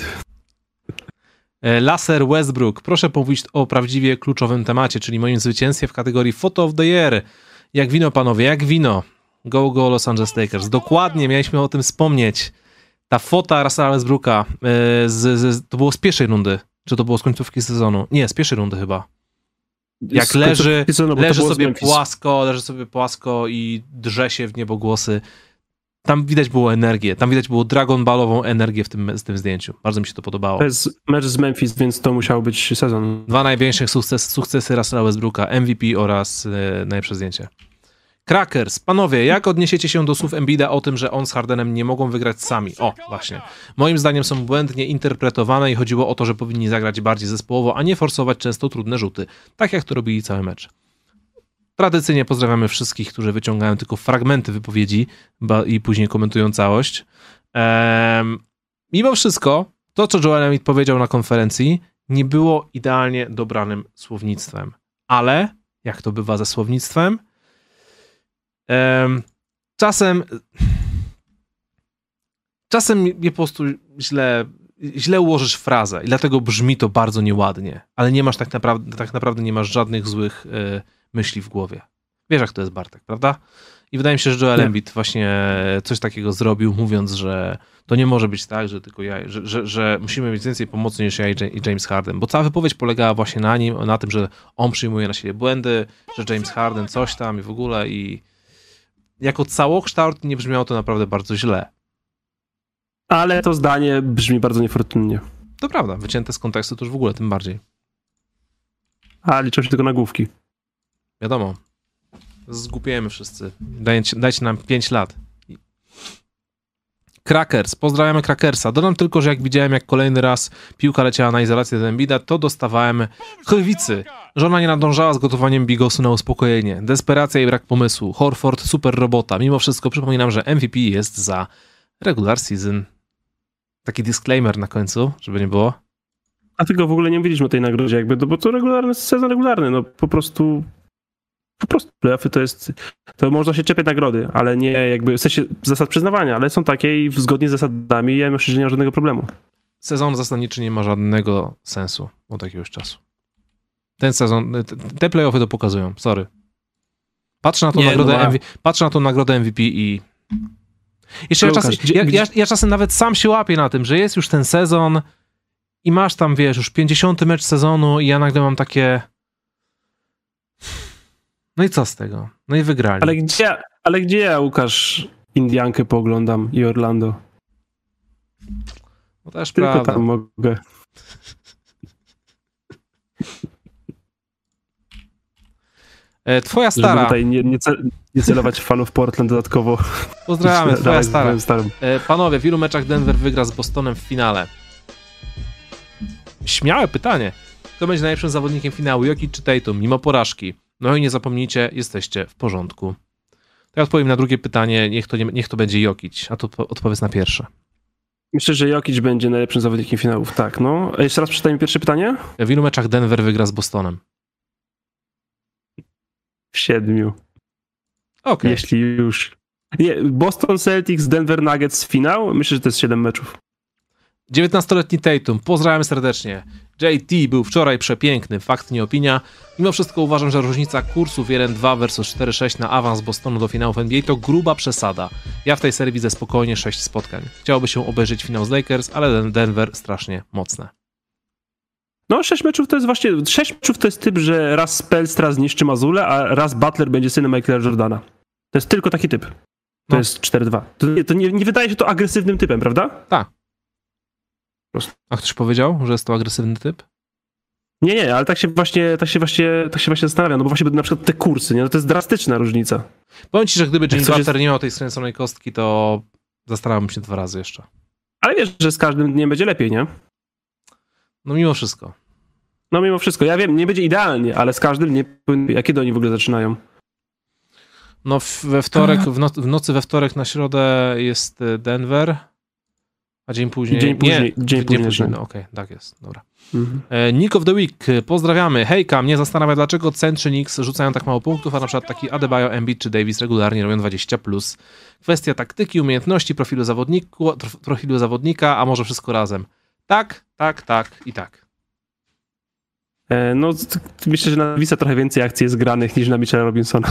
Laser Westbrook. Proszę powiedzieć o prawdziwie kluczowym temacie, czyli moim zwycięstwie w kategorii Photo of the Year. Jak wino, panowie, jak wino. Go, go Los Angeles Lakers. Dokładnie, mieliśmy o tym wspomnieć. Ta fota Russella Westbrooka, z, z, to było z pierwszej rundy. Czy to było z końcówki sezonu? Nie, z pierwszej rundy chyba. Jak leży, sezonu, leży sobie płasko, leży sobie płasko i drze się w niebogłosy. Tam widać było energię, tam widać było Dragon Ballową energię w tym, w tym zdjęciu. Bardzo mi się to podobało. To jest mecz z Memphis, więc to musiał być sezon. Dwa największych sukces, sukcesy Russella Westbrooka, M V P oraz e, najlepsze zdjęcie. Crackers. Panowie, jak odniesiecie się do słów Embida o tym, że on z Hardenem nie mogą wygrać sami? O, właśnie. Moim zdaniem są błędnie interpretowane i chodziło o to, że powinni zagrać bardziej zespołowo, a nie forsować często trudne rzuty. Tak jak to robili cały mecz. Tradycyjnie pozdrawiamy wszystkich, którzy wyciągają tylko fragmenty wypowiedzi i później komentują całość. Ehm, mimo wszystko, to co Joel Embiid powiedział na konferencji, nie było idealnie dobranym słownictwem. Ale, jak to bywa ze słownictwem, ehm, czasem czasem je po prostu źle, źle ułożysz frazę i dlatego brzmi to bardzo nieładnie, ale nie masz tak naprawdę, tak naprawdę nie masz żadnych złych y, myśli w głowie. Wiesz, jak to jest, Bartek, prawda? I wydaje mi się, że Joel Embiid właśnie coś takiego zrobił, mówiąc, że to nie może być tak, że tylko ja, że, że, że musimy mieć więcej pomocy niż ja i James Harden, bo cała wypowiedź polegała właśnie na nim, na tym, że on przyjmuje na siebie błędy, że James Harden coś tam i w ogóle i jako całokształt nie brzmiało to naprawdę bardzo źle. Ale to zdanie brzmi bardzo niefortunnie. To prawda, wycięte z kontekstu to już w ogóle tym bardziej. A liczą się tylko nagłówki. Wiadomo. Zgłupiejemy wszyscy. Dajcie, dajcie nam pięć lat. Crackers. Pozdrawiamy Crackersa. Dodam tylko, że jak widziałem, jak kolejny raz piłka leciała na izolację do Embida, to dostawałem chlewicy. Żona nie nadążała z gotowaniem bigosu na uspokojenie. Desperacja i brak pomysłu. Horford, super robota. Mimo wszystko przypominam, że M V P jest za regular season. Taki disclaimer na końcu, żeby nie było. A tego w ogóle nie mówiliśmy o tej nagrodzie, jakby, no bo to regularny sezon regularny, no po prostu po prostu playoffy to jest, to można się czepiać nagrody, ale nie jakby, w sensie zasad przyznawania, ale są takie i zgodnie z zasadami ja myślę, że nie ma żadnego problemu. Sezon zasadniczy nie ma żadnego sensu od jakiegoś czasu. Ten sezon, te playoffy to pokazują, sorry. Patrzę na tą, nie, nagrodę, no M V P, patrzę na tą nagrodę M V P i jeszcze ja, czas, ja, ja, ja czasem nawet sam się łapię na tym, że jest już ten sezon i masz tam, wiesz, już pięćdziesiąty mecz sezonu i ja nagle mam takie... No i co z tego? No i wygrali. Ale gdzie, ale gdzie ja, Łukasz, Indiankę pooglądam i Orlando? No też tylko prawda. Tam mogę. Twoja stara. Żeby tutaj nie, nie, nie celować w fanów Portland dodatkowo. Pozdrawiamy, twoja stara. Panowie, w ilu meczach Denver wygra z Bostonem w finale? Śmiałe pytanie. Kto będzie najlepszym zawodnikiem finału, Jokic czy Tatum, mimo porażki? No i nie zapomnijcie, jesteście w porządku. To ja odpowiem na drugie pytanie, niech to, nie, niech to będzie Jokic, a to odpowiedz na pierwsze. Myślę, że Jokic będzie najlepszym zawodnikiem finałów, tak, no. A jeszcze raz przeczytaj mi pierwsze pytanie? W ilu meczach Denver wygra z Bostonem? W siedmiu. Okej. Okay. Jeśli już. Nie, Boston Celtics, Denver Nuggets finał, myślę, że to jest siedem meczów. dziewiętnastoletni Tatum, pozdrawiam serdecznie. J T był wczoraj przepiękny, fakt nie opinia. Mimo wszystko uważam, że różnica kursów jeden dwa versus cztery sześć na awans Bostonu do finałów N B A to gruba przesada. Ja w tej serii widzę spokojnie sześć spotkań. Chciałoby się obejrzeć finał z Lakers, ale Denver strasznie mocne. No, sześć meczów to jest właśnie, sześć meczów to jest typ, że raz Spelstra zniszczy Mazulę, a raz Butler będzie synem Michaela Jordana. To jest tylko taki typ. To no. jest cztery dwa. To, nie, to nie, nie wydaje się to agresywnym typem, prawda? Tak. A ktoś powiedział, że jest to agresywny typ? Nie, nie, ale tak się właśnie, tak się właśnie, tak się właśnie zastanawiam, no bo właśnie na przykład te kursy, nie? No to jest drastyczna różnica. Powiem ci, że gdyby Jimmy Butler jest... nie miał tej skręconej kostki, to zastanawiałbym się dwa razy jeszcze. Ale wiesz, że z każdym dniem będzie lepiej, nie? No mimo wszystko. No mimo wszystko, ja wiem, nie będzie idealnie, ale z każdym nie powinno... A kiedy oni w ogóle zaczynają? No w, we wtorek, w, no, w nocy we wtorek na środę jest Denver, a dzień później... Dzień później. Nie, dzień później, później. No okej, okay, tak jest, dobra. Mhm. E, Nick of the Week, pozdrawiamy. Hejka, mnie zastanawia, dlaczego centrzy Knicks rzucają tak mało punktów, a na przykład taki Adebayo, Embiid czy Davis regularnie robią dwadzieścia plus. Kwestia taktyki, umiejętności, profilu, zawodniku, profilu zawodnika, a może wszystko razem. Tak, tak, tak i tak. E, no, myślę, że na Davisa trochę więcej akcji jest granych niż na Mitchella Robinsona.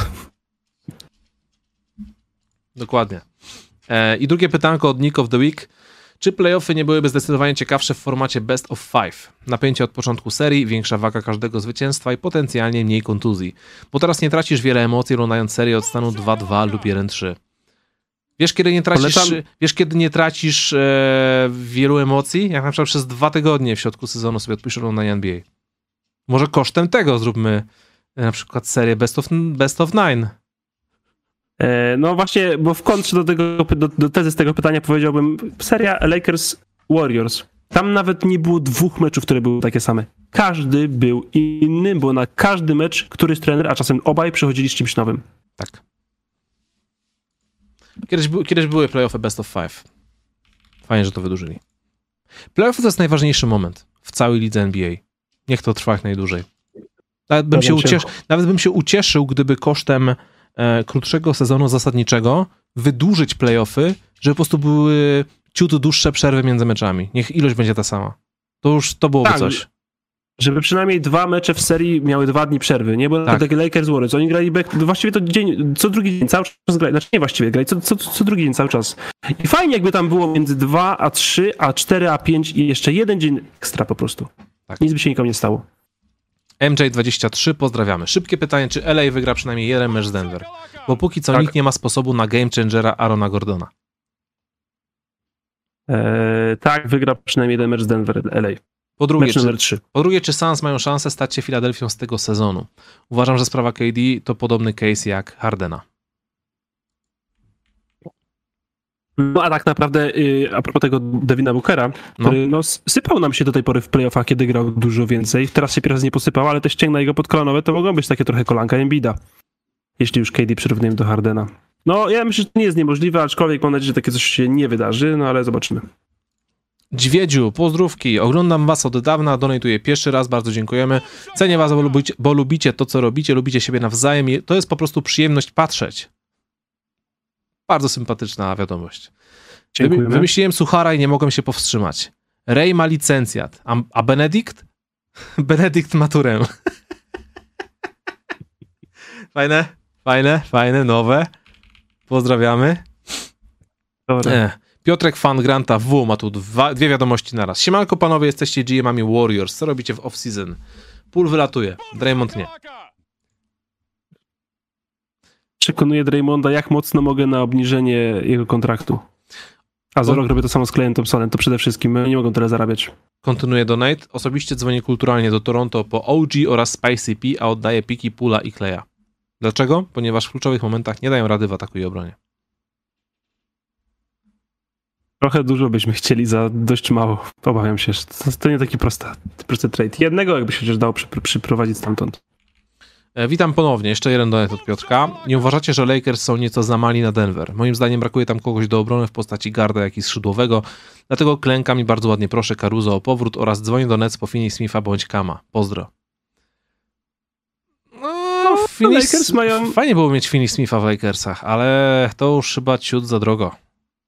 Dokładnie. E, I drugie pytanko od Nick of the Week. Czy playoffy nie byłyby zdecydowanie ciekawsze w formacie best of five? Napięcie od początku serii, większa waga każdego zwycięstwa i potencjalnie mniej kontuzji. Bo teraz nie tracisz wiele emocji oglądając serię od stanu dwa dwa lub jeden trzy. Wiesz, kiedy nie tracisz, Polecam... wiesz, kiedy nie tracisz e, wielu emocji? Jak na przykład przez dwa tygodnie w środku sezonu sobie odpisz oglądanie N B A. Może kosztem tego zróbmy e, na przykład serię best of, best of nine. No właśnie, bo w kontrze do, tego, do, do tezy z tego pytania powiedziałbym seria Lakers Warriors. Tam nawet nie było dwóch meczów, które były takie same. Każdy był inny, bo na każdy mecz któryś trener, a czasem obaj przychodzili z czymś nowym. Tak. Kiedyś, kiedyś były playoffy best of five. Fajnie, że to wydłużyli. Playoffy to jest najważniejszy moment w całej lidze N B A. Niech to trwa jak najdłużej. Nawet bym, się, ucieszył, nawet bym się ucieszył, gdyby kosztem e, krótszego sezonu zasadniczego wydłużyć playoffy, żeby po prostu były ciut dłuższe przerwy między meczami. Niech ilość będzie ta sama. To już to byłoby tak, coś. Żeby przynajmniej dwa mecze w serii miały dwa dni przerwy, nie? Bo tak. takie Lakers Warriors, oni grali back, właściwie to dzień, co drugi dzień cały czas grali, znaczy nie właściwie grali, co, co, co drugi dzień cały czas. I fajnie jakby tam było między dwa a trzy, a cztery a pięć i jeszcze jeden dzień ekstra po prostu. Tak. Nic by się nikomu nie stało. M J dwadzieścia trzy, pozdrawiamy. Szybkie pytanie, czy L A wygra przynajmniej jeden mecz z Denver? Bo póki co tak. nikt nie ma sposobu na game changera Aarona Gordona. Eee, tak, wygra przynajmniej jeden mecz z Denver L A. Po drugie, mecz numer trzy. Po drugie, czy Suns mają szansę stać się Filadelfią z tego sezonu? Uważam, że sprawa K D to podobny case jak Hardena. No a tak naprawdę yy, a propos tego Devina Bookera, który no. no, sypał nam się do tej pory w playoffach, kiedy grał dużo więcej. Teraz się pierwszy raz nie posypał, ale te ścięgna jego podkolanowe to mogą być takie trochę kolanka Embida. Jeśli już K D przyrównujemy do Hardena. No ja myślę, że to nie jest niemożliwe, aczkolwiek mam nadzieję, że takie coś się nie wydarzy, no ale zobaczymy. Dźwiedziu, pozdrówki, oglądam was od dawna, donatuję pierwszy raz, bardzo dziękujemy. Cenię was, bo lubicie, bo lubicie to, co robicie, lubicie siebie nawzajem i to jest po prostu przyjemność patrzeć. Bardzo sympatyczna wiadomość. Dziękujemy. Wymyśliłem suchara i nie mogłem się powstrzymać. Ray ma licencjat, a, a Benedikt? Benedikt maturę. Fajne, fajne, fajne, nowe. Pozdrawiamy. Dobra. E. Piotrek, fan Granta W, ma tu dwa, dwie wiadomości naraz. Siemanko panowie, jesteście G M-ami Warriors. Co robicie w off-season? Poole wylatuje, Draymond nie. Przekonuję Draymonda, jak mocno mogę na obniżenie jego kontraktu. A za rok robię to samo z Clayem Thompsonem, to przede wszystkim nie mogą tyle zarabiać. Kontynuuję donate. Osobiście dzwonię kulturalnie do Toronto po O G oraz Spicy P, a oddaję piki Poola i Claya. Dlaczego? Ponieważ w kluczowych momentach nie dają rady w ataku i obronie. Trochę dużo byśmy chcieli za dość mało. Obawiam się, że to, to nie taki prosty, prosty trade. Jednego jakby się chociaż dało przy, przyprowadzić stamtąd. E, witam ponownie. Jeszcze jeden donate od Piotrka. Nie uważacie, że Lakers są nieco za mali na Denver? Moim zdaniem brakuje tam kogoś do obrony w postaci garda, jak i skrzydłowego. Dlatego klękam i bardzo ładnie proszę Caruso o powrót oraz dzwonię do Nets po Finney Smitha bądź Kama. Pozdro. No, Finney... Lakers mają... Fajnie było mieć Finney Smitha w Lakersach, ale to już chyba ciut za drogo.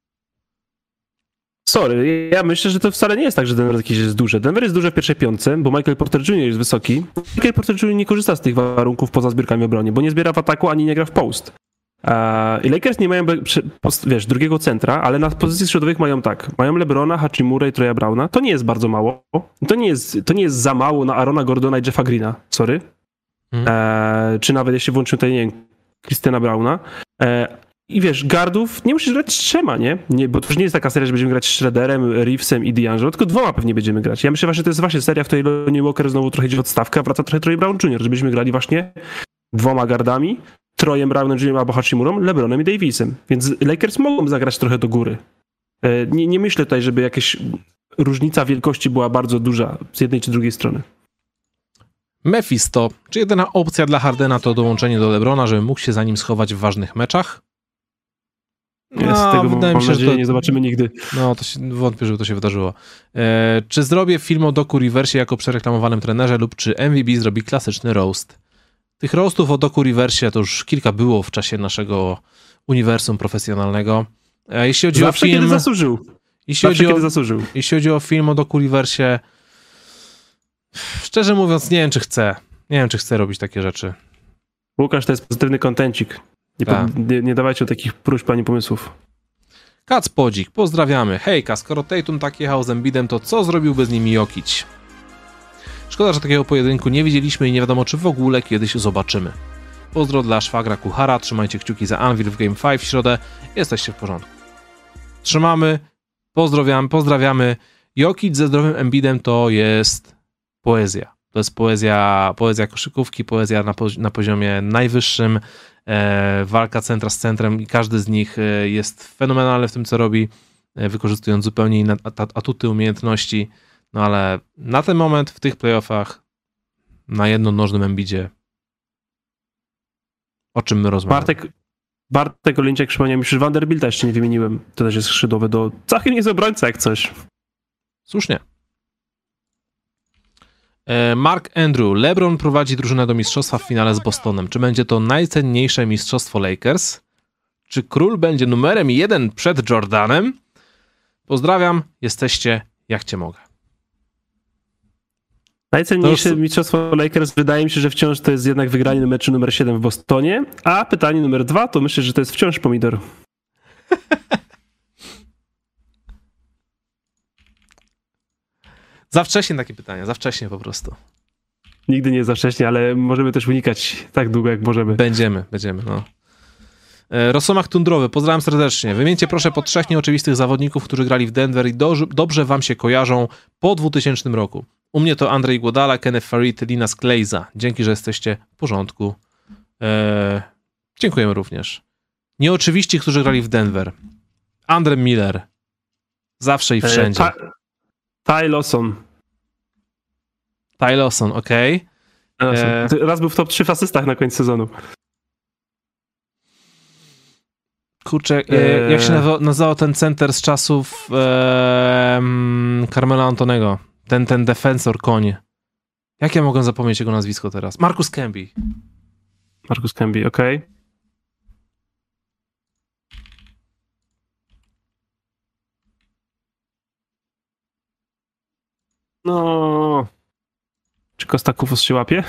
Sorry, ja myślę, że to wcale nie jest tak, że Denver jakiś jest duży. Denver jest duży w pierwszej piątce, bo Michael Porter junior jest wysoki. Michael Porter junior nie korzysta z tych warunków poza zbiórkami obrony, bo nie zbiera w ataku ani nie gra w post. I Lakers nie mają, wiesz, drugiego centra, ale na pozycji skrzydłowych mają tak. Mają LeBrona, Hachimurę i Troya Browna. To nie jest bardzo mało. To nie jest, to nie jest za mało na Aarona Gordona i Jeffa Greena. Sorry. Hmm. E, czy nawet jeśli włączymy tutaj, nie wiem, Christiana Browna. E, I wiesz, gardów nie musisz grać z trzema, nie? nie? Bo to już nie jest taka seria, że będziemy grać z Schroederem, Reevesem i D'Angelo, tylko dwoma pewnie będziemy grać. Ja myślę właśnie, że to jest właśnie seria, w której Lonnie Walker znowu trochę idzie odstawka, wraca trochę Troy Brown junior, żebyśmy grali właśnie dwoma gardami, Troyem Brownem junior albo Hachimurą, LeBronem i Davisem. Więc Lakers mogą zagrać trochę do góry. Nie, nie myślę tutaj, żeby jakaś różnica wielkości była bardzo duża z jednej czy drugiej strony. Mephisto. Czy jedyna opcja dla Hardena to dołączenie do LeBrona, żeby mógł się za nim schować w ważnych meczach? Ja z tego wydaje mam mi się, nadzieję, że to, nie zobaczymy nigdy. No, to się, wątpię, żeby to się wydarzyło. E, czy zrobię film o Doku Riversie jako przereklamowanym trenerze lub czy M V B zrobi klasyczny roast? Tych roastów o Doku Riversie to już kilka było w czasie naszego uniwersum profesjonalnego. E, jeśli chodzi Zawsze, o film... kiedy zasłużył. Jeśli Zawsze, chodzi o, kiedy zasłużył. Jeśli chodzi o film o Doku Riversie, szczerze mówiąc, nie wiem, czy chcę. Nie wiem, czy chcę robić takie rzeczy. Łukasz, to jest pozytywny kontencik. Nie, po, nie, nie dawajcie takich próśb ani pomysłów. Kac Podzik, pozdrawiamy. Hejka, skoro Tatum tak jechał z Embidem, to co zrobiłby z nimi Jokić? Szkoda, że takiego pojedynku nie widzieliśmy i nie wiadomo, czy w ogóle kiedyś zobaczymy. Pozdro dla szwagra Kuchara, trzymajcie kciuki za Anvil w Game pięć w środę. Jesteście w porządku. Trzymamy, pozdrawiamy, pozdrawiamy. Jokić ze zdrowym Embidem to jest poezja. To jest poezja, poezja koszykówki, poezja na, pozi- na poziomie najwyższym. E, walka centra z centrem i każdy z nich e, jest fenomenalny w tym, co robi, e, wykorzystując zupełnie inne at- atuty, umiejętności. No ale na ten moment w tych playoffach na jednonożnym Embidzie o czym my rozmawiamy? Bartek, Bartek Olińczyk przypomniał mi, że Vanderbilta jeszcze nie wymieniłem. To też jest skrzydłowy do... Całkiem nie jest obrońca jak coś. Słusznie. Mark Andrew. LeBron prowadzi drużynę do mistrzostwa w finale z Bostonem. Czy będzie to najcenniejsze mistrzostwo Lakers? Czy król będzie numerem jeden przed Jordanem? Pozdrawiam. Jesteście jak cię mogę. Najcenniejsze to... mistrzostwo Lakers wydaje mi się, że wciąż to jest jednak wygranie meczu numer siedem w Bostonie, a pytanie numer dwa to myślę, że to jest wciąż pomidor. Za wcześnie takie pytania, za wcześnie po prostu. Nigdy nie jest za wcześnie, ale możemy też unikać tak długo, jak możemy. Będziemy, będziemy, no. Rosomach Tundrowy, pozdrawiam serdecznie. Wymieńcie proszę po trzech nieoczywistych zawodników, którzy grali w Denver i do, dobrze wam się kojarzą po dwutysięcznym roku. U mnie to Andrzej Głodala, Kenneth Farid, Linas Klejza. Dzięki, że jesteście w porządku. Eee, dziękujemy również. Nieoczywiści, którzy grali w Denver. Andre Miller. Zawsze i wszędzie. Eee, ta- Ty Lawson. Ty Lawson, okej. Okay. Eee, Raz był w top trzy w asystach na końcu sezonu. Kurczę, eee... jak się nazywał, nazywał ten center z czasów eee, Carmela Antonego? Ten, ten defensor, koń. Jak ja mogę zapomnieć jego nazwisko teraz? Marcus Camby. Marcus Camby, okej. Okay. No... Czy Kostakufos się łapie?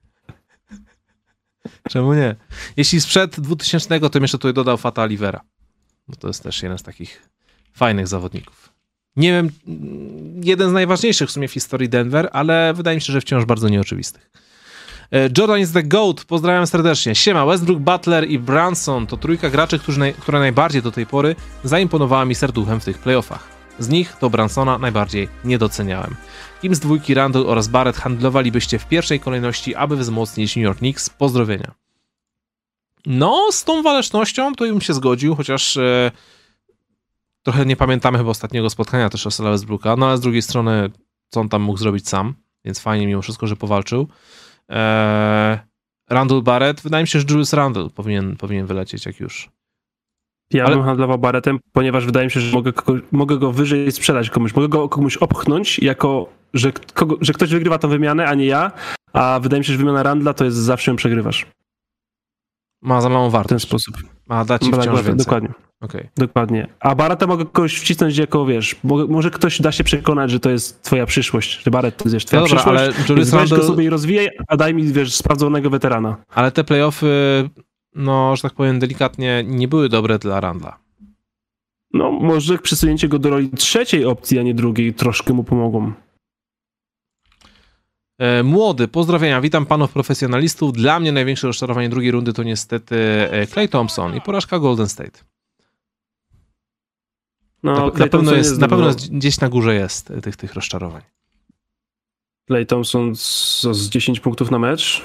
Czemu nie? Jeśli sprzed dwutysięcznego, to jeszcze tutaj dodał Fata Olivera. Bo to jest też jeden z takich fajnych zawodników. Nie wiem, jeden z najważniejszych w sumie w historii Denver, ale wydaje mi się, że wciąż bardzo nieoczywistych. Jordan is the GOAT, pozdrawiam serdecznie. Siema, Westbrook, Butler i Brunson to trójka graczy, którzy naj, która najbardziej do tej pory zaimponowała mi serduchem w tych playoffach. Z nich to Brunsona najbardziej nie doceniałem. Kim z dwójki Randle oraz Barrett handlowalibyście w pierwszej kolejności, aby wzmocnić New York Knicks? Pozdrowienia. No, z tą walecznością to bym się zgodził, chociaż e, trochę nie pamiętamy chyba ostatniego spotkania też Russella Westbrooka, no ale z drugiej strony, co on tam mógł zrobić sam, więc fajnie mimo wszystko, że powalczył. E, Randle Barrett, wydaje mi się, że Julius Randle powinien, powinien wylecieć jak już. Ja Ale... bym handlował Barrettem, ponieważ wydaje mi się, że mogę, kogoś, mogę go wyżej sprzedać komuś. Mogę go komuś opchnąć, jako że, kogo, że ktoś wygrywa tą wymianę, a nie ja. A wydaje mi się, że wymiana Randla to jest zawsze ją przegrywasz. Ma za małą wartość. W ten sposób. Ma dać ci wciąż tak, więcej. Dokładnie. Okay. Dokładnie. A Barretta mogę kogoś wcisnąć jako, wiesz, może ktoś da się przekonać, że to jest twoja przyszłość, że Barrett to jest wiesz, twoja no dobra, przyszłość, ale Julius Randle... go sobie i rozwijaj, a daj mi, wiesz, sprawdzonego weterana. Ale te playoffy, no, że tak powiem delikatnie, nie były dobre dla Randla. No, może przesunięcie go do roli trzeciej opcji, a nie drugiej, troszkę mu pomogą. E, młody, pozdrowienia, witam panów profesjonalistów. Dla mnie największe rozczarowanie drugiej rundy to niestety Klay Thompson i porażka Golden State. No, na, na pewno, jest, jest na pewno jest, gdzieś na górze jest tych, tych rozczarowań. Klay Thompson z, z dziesięć punktów na mecz.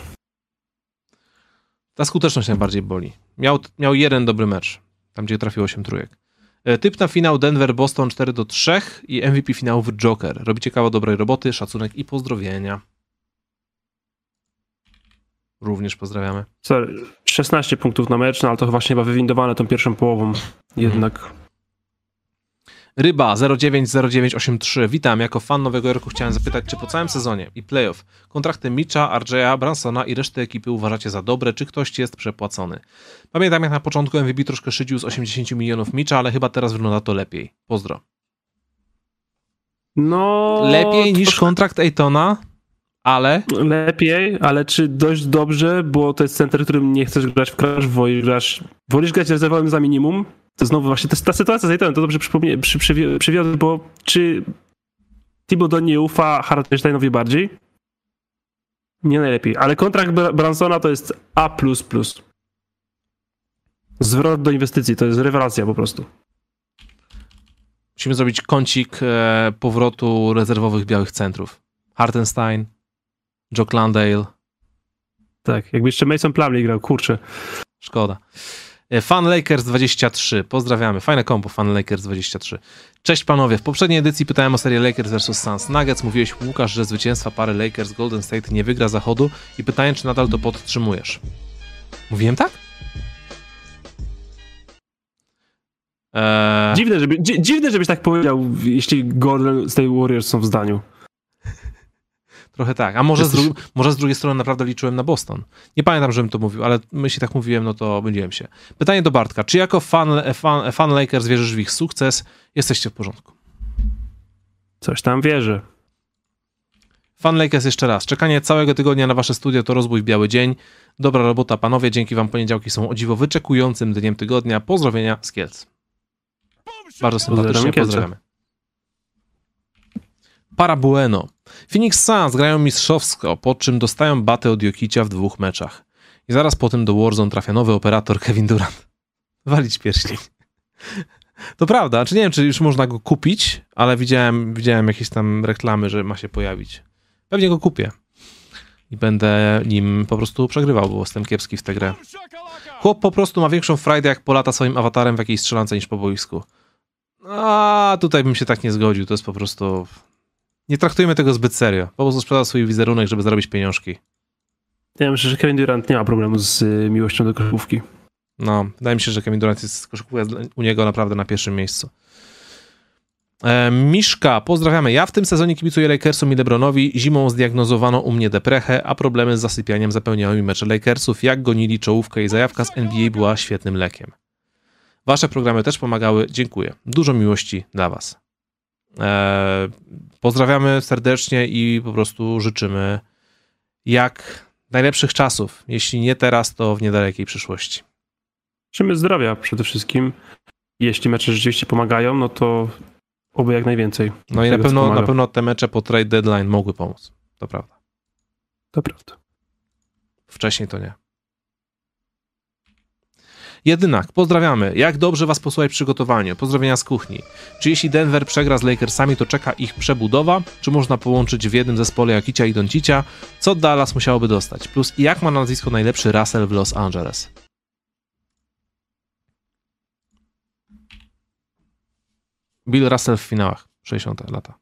Ta skuteczność najbardziej boli. Miał, miał jeden dobry mecz, tam gdzie trafił osiem trójek. Typ na finał Denver-Boston cztery do trzech i M V P finałów Joker. Robicie kawał dobrej roboty, szacunek i pozdrowienia. również pozdrawiamy. Sorry, szesnaście punktów na mecz, no ale to właśnie chyba wywindowane tą pierwszą połową jednak. Mhm. Ryba zero dziewięć zero dziewięć osiem trzy. Witam, jako fan Nowego Jorku chciałem zapytać, czy po całym sezonie i playoff kontrakty Mitcha, R J a, Bransona i reszty ekipy uważacie za dobre, czy ktoś jest przepłacony? Pamiętam, jak na początku M V P troszkę szydził z osiemdziesiąt milionów Mitcha, ale chyba teraz wygląda to lepiej. Pozdro. No... Lepiej niż troszkę... kontrakt Aytona, ale... Lepiej, ale czy dość dobrze, bo to jest center, którym nie chcesz grać w crash, wolisz, grasz, wolisz grać rezerwowym za minimum. To znowu właśnie to jest ta sytuacja z Aytonem, to dobrze przypomnie, przy, przy, przywiozę, bo czy Thibodeau nie ufa Hartensteinowi bardziej? Nie najlepiej, ale kontrakt Bransona to jest A plus plus. Zwrot do inwestycji, to jest rewelacja po prostu. Musimy zrobić kącik e, powrotu rezerwowych białych centrów. Hartenstein, Jock Landale. Tak, jakby jeszcze Mason Plumlee grał, kurczę. Szkoda. Fan Lakers dwadzieścia trzy. Pozdrawiamy. Fajne kompo, Fan Lakers dwadzieścia trzy. Cześć panowie. W poprzedniej edycji pytałem o serię Lakers versus Suns Nuggets. Mówiłeś, Łukasz, że zwycięstwa pary Lakers Golden State nie wygra zachodu i pytałem, czy nadal to podtrzymujesz. Mówiłem tak? Eee... Dziwne, żeby, dzi, dziwne, żebyś tak powiedział, jeśli Golden State Warriors są w zdaniu. Trochę tak, a może, Jesteś... z dru- może z drugiej strony naprawdę liczyłem na Boston. Nie pamiętam, żebym to mówił, ale jeśli tak mówiłem, no to myliłem się. Pytanie do Bartka. Czy jako fan, fan, fan Lakers wierzysz w ich sukces? Jesteście w porządku. Coś tam wierzę. Fan Lakers jeszcze raz. Czekanie całego tygodnia na wasze studio to rozbój w biały dzień. Dobra robota, panowie. Dzięki wam poniedziałki są o dziwo wyczekującym dniem tygodnia. Pozdrowienia z Kielc. Bardzo sympatycznie pozdrawiamy. Para bueno. Phoenix Suns grają mistrzowsko, po czym dostają batę od Jokicia w dwóch meczach. I zaraz po tym do Warzone trafia nowy operator Kevin Durant. Walić pierścień. To prawda, czy nie wiem, czy już można go kupić, ale widziałem, widziałem jakieś tam reklamy, że ma się pojawić. Pewnie go kupię. I będę nim po prostu przegrywał, bo jestem kiepski w tę grę. Chłop po prostu ma większą frajdę, jak polata swoim awatarem w jakiejś strzelance niż po boisku. A tutaj bym się tak nie zgodził, to jest po prostu... Nie traktujmy tego zbyt serio. Po prostu sprzedał swój wizerunek, żeby zarobić pieniążki. Ja myślę, że Kevin Durant nie ma problemu z y, miłością do koszykówki. No, wydaje mi się, że Kevin Durant jest koszykówka u niego naprawdę na pierwszym miejscu. E, Miszka, pozdrawiamy. Ja w tym sezonie kibicuję Lakersom i LeBronowi. Zimą zdiagnozowano u mnie deprechę, a problemy z zasypianiem zapełniały mi mecze Lakersów. Jak gonili czołówkę i zajawka z N B A była świetnym lekiem. Wasze programy też pomagały. Dziękuję. Dużo miłości dla was. E, pozdrawiamy serdecznie i po prostu życzymy jak najlepszych czasów. Jeśli nie teraz, to w niedalekiej przyszłości. Życzymy zdrowia przede wszystkim. Jeśli mecze rzeczywiście pomagają, no to oby jak najwięcej. No i na pewno, na pewno te mecze po trade deadline mogły pomóc. To prawda. To prawda. Wcześniej to nie. Jedynak, pozdrawiamy. Jak dobrze was posłuchać w przygotowaniu. Pozdrowienia z kuchni. Czy jeśli Denver przegra z Lakersami, to czeka ich przebudowa? Czy można połączyć w jednym zespole Jokicia i Doncicia? Co Dallas musiałoby dostać? Plus jak ma nazwisko najlepszy Russell w Los Angeles? Bill Russell w finałach. sześćdziesiąte lata.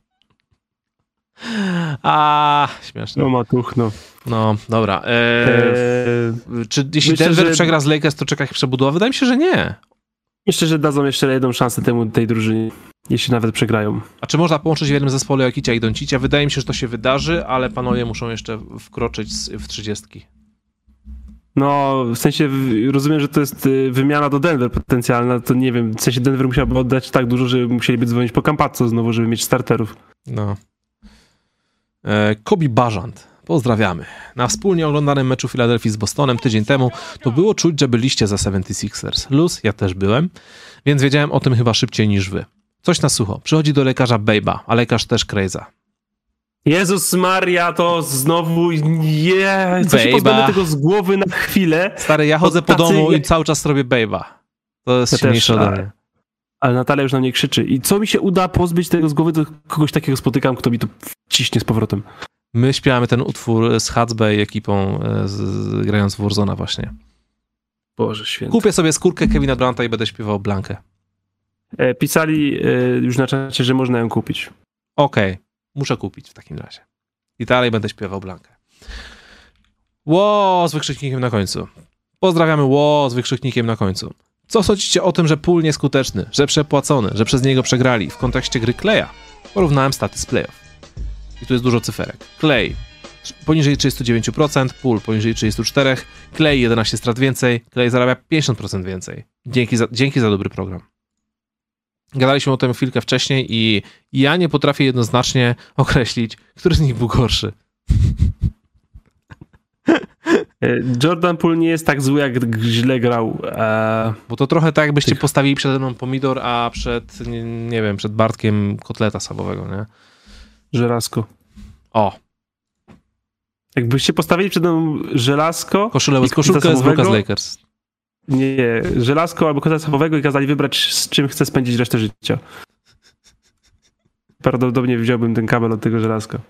A, śmieszne. No matuch, no. No, dobra. Eee, eee, czy jeśli myślę, Denver że... przegra z Lakers, to czeka ich przebudowa? Wydaje mi się, że nie. Myślę, że dadzą jeszcze jedną szansę temu tej drużynie, jeśli nawet przegrają. A czy można połączyć w jednym zespole Jokicia i Doncicia? Wydaje mi się, że to się wydarzy, ale panowie muszą jeszcze wkroczyć w trzydziestki. No, w sensie rozumiem, że to jest wymiana do Denver potencjalna, to nie wiem, w sensie Denver musiałby oddać tak dużo, że musieliby dzwonić po Campazzo znowu, żeby mieć starterów. No. E, Kobi Bażant. Pozdrawiamy. Na wspólnie oglądanym meczu Filadelfii z Bostonem tydzień temu to było czuć, że byliście za seventy-sixers. Luz, ja też byłem, więc wiedziałem o tym chyba szybciej niż wy. Coś na sucho. Przychodzi do lekarza Bejba, a lekarz też Krejza. Jezus Maria, to znowu je, co się pozbędę tego z głowy na chwilę. Stary, ja chodzę po domu i cały czas robię Bejba. To jest ja silniejsze ode mnie. Ale Natalia już na mnie krzyczy. I co mi się uda pozbyć tego z głowy, to kogoś takiego spotykam, kto mi to ciśnie z powrotem. My śpiewamy ten utwór z Hutzbay ekipą, z, z, grając w Warzona właśnie. Boże święty. Kupię sobie skórkę Kevina Duranta i będę śpiewał Blankę. E, pisali e, już na czacie, że można ją kupić. Okej, okay. Muszę kupić w takim razie. I dalej będę śpiewał Blankę. Ło z wykrzyknikiem na końcu. Pozdrawiamy Ło z wykrzyknikiem na końcu. Co sądzicie o tym, że pool nieskuteczny, że przepłacony, że przez niego przegrali w kontekście gry Kleja? Porównałem staty z playoff. I tu jest dużo cyferek. Klej poniżej trzydzieści dziewięć procent, pool poniżej trzydzieści cztery procent, Klej jedenaście strat więcej, Klej zarabia pięćdziesiąt procent więcej. Dzięki za, dzięki za dobry program. Gadaliśmy o tym chwilkę wcześniej i ja nie potrafię jednoznacznie określić, który z nich był gorszy. Jordan Poole nie jest tak zły, jak źle grał. E... Bo to trochę tak, jakbyście Tych... postawili przede mną pomidor, a przed, nie, nie wiem, przed Bartkiem kotleta schabowego, nie? Żelazko. O. Jakbyście postawili przede mną żelazko... Koszulę, koszulkę z Lucas Lakers. Nie, nie, żelazko albo kotlet schabowego i kazali wybrać, z czym chce spędzić resztę życia. Prawdopodobnie wziąłbym ten kabel od tego żelazka.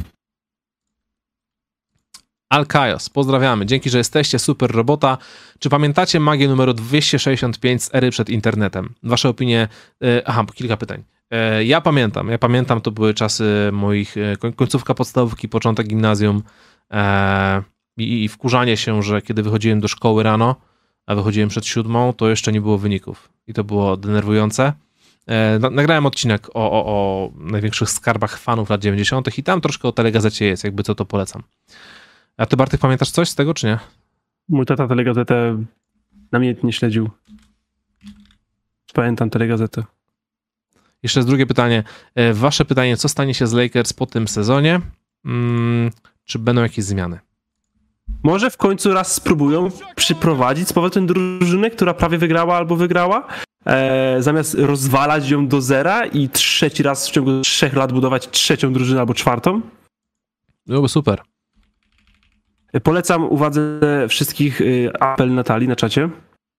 Alkaios, pozdrawiamy. Dzięki, że jesteście. Super robota. Czy pamiętacie magię numeru dwieście sześćdziesiąt pięć z ery przed internetem? Wasze opinie... Yy, aha, kilka pytań. Yy, ja pamiętam. Ja pamiętam, to były czasy moich... Yy, końcówka podstawówki, początek gimnazjum yy, i, i wkurzanie się, że kiedy wychodziłem do szkoły rano, a wychodziłem przed siódmą, to jeszcze nie było wyników. I to było denerwujące. Yy, nagrałem odcinek o, o, o największych skarbach fanów lat dziewięćdziesiątych i tam troszkę o telegazecie jest, jakby co to polecam. A ty, Bartek, pamiętasz coś z tego, czy nie? Mój tata telegazetę namiętnie śledził. Pamiętam telegazetę. Jeszcze jest drugie pytanie. Wasze pytanie, co stanie się z Lakers po tym sezonie? Hmm, czy będą jakieś zmiany? Może w końcu raz spróbują przyprowadzić z powrotem drużynę, która prawie wygrała albo wygrała, e, zamiast rozwalać ją do zera i trzeci raz w ciągu trzech lat budować trzecią drużynę albo czwartą. Byłoby super. Polecam uwadze wszystkich apel Natalii na czacie.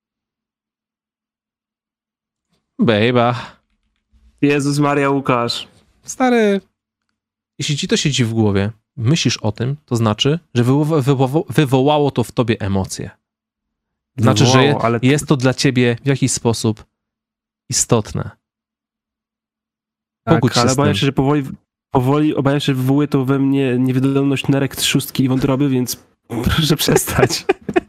Bejba. Jezus Maria, Łukasz. Stary, jeśli ci to siedzi w głowie, myślisz o tym, to znaczy, że wywo- wywo- wywołało to w tobie emocje. Znaczy, Wywołało, że je, ale... jest to dla ciebie w jakiś sposób istotne. Tak, ale obawiam się, że powoli, powoli obawiam się, że wywołuje to we mnie niewydolność nerek, trzustki i wątroby, więc proszę przestać.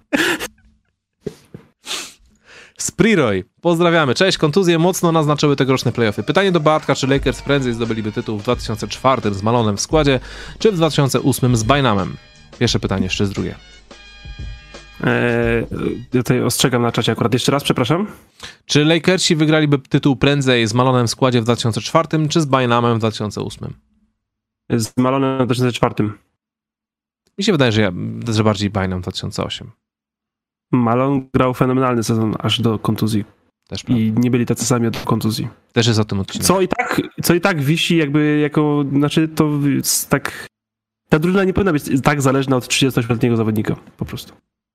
Spriroy, pozdrawiamy. Cześć, kontuzje mocno naznaczyły tegoroczne playoffy. Pytanie do Bartka, czy Lakers prędzej zdobyliby tytuł w dwa tysiące czwartym z Malonem w składzie, czy w dwa tysiące ósmym z Bynamem? Pierwsze pytanie, jeszcze z drugie. Eee, ja tutaj ostrzegam na czacie akurat. Jeszcze raz, przepraszam. Czy Lakersi wygraliby tytuł prędzej z Malonem w składzie w dwa tysiące czwartym, czy z Bynamem w dwa tysiące ósmym? Z Malonem w dwa tysiące czwartym. Mi się wydaje, że, ja, że bardziej Bynam w dwa tysiące ósmym. Malone grał fenomenalny sezon aż do kontuzji. Też prawda. I nie byli tacy sami od kontuzji. Też jest o tym odcinek. Co i tak, co i tak wisi jakby jako, znaczy to jest tak, ta drużyna nie powinna być tak zależna od trzydziestoletniego zawodnika, po prostu.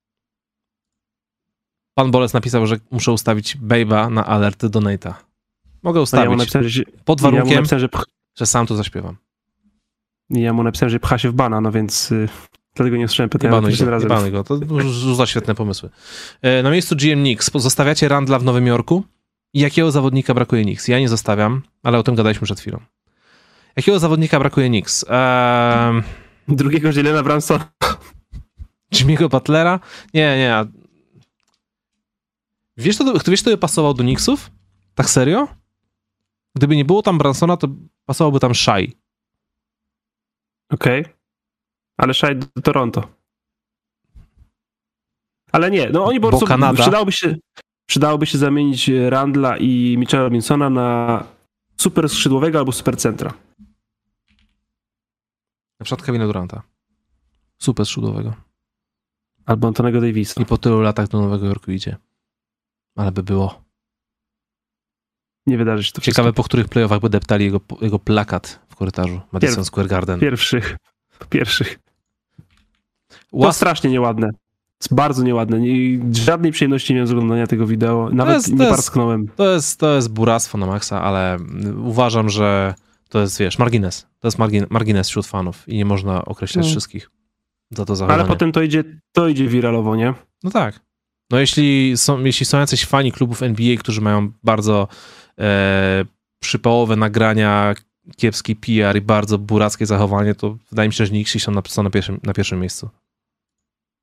Pan Boles napisał, że muszę ustawić Babe'a na alert donate'a. Mogę ustawić, ja mu napisałem, że, pod warunkiem, ja mu napisałem, że, pch, że sam to zaśpiewam. Ja mu napisałem, że pcha się w bana, no więc y, dlatego nie usłyszałem pytania Nie razem. banuj go, to już za świetne pomysły. Na miejscu G M Knicks zostawiacie Randla w Nowym Jorku? I jakiego zawodnika brakuje Knicks? Ja nie zostawiam, ale o tym gadaliśmy przed chwilą. Jakiego zawodnika brakuje Knicks? Eee... Drugiego Jalena Bransona. Jimmy'ego Butlera? Nie, nie. Wiesz, to, wiesz, kto by pasował do Knicksów? Tak serio? Gdyby nie było tam Bransona, to pasowałby tam Shai. Okej. Okay. Ale Shai do Toronto. Ale nie, no oni po prostu przydałoby się, przydałoby się zamienić Randla i Mitchella Robinsona na super skrzydłowego albo super centra. Na przykład Kevina Duranta. Super skrzydłowego. Albo Antonego Davisa. I po tylu latach do Nowego Jorku idzie. Ale by było. Nie wydarzy się to Ciekawe, wszystko. po których playoffach by deptali jego, jego plakat w korytarzu Madison Pierw, Square Garden. Pierwszych. Pierwszych. Łas... To strasznie nieładne. Jest bardzo nieładne. Nie, żadnej przyjemności nie miałem z oglądania tego wideo. Nawet jest, nie jest, parsknąłem. To jest, to jest buractwo na maksa, ale uważam, że to jest, wiesz, margines. To jest margin, margines wśród fanów i nie można określać no. wszystkich za to zachowanie. Ale potem to idzie, to idzie wiralowo, nie? No tak. No jeśli są, jeśli są jacyś fani klubów N B A, którzy mają bardzo e, przypałowe nagrania, kiepski P R i bardzo burackie zachowanie, to wydaje mi się, że Knicksi są na, są na, pierwszym, na pierwszym miejscu.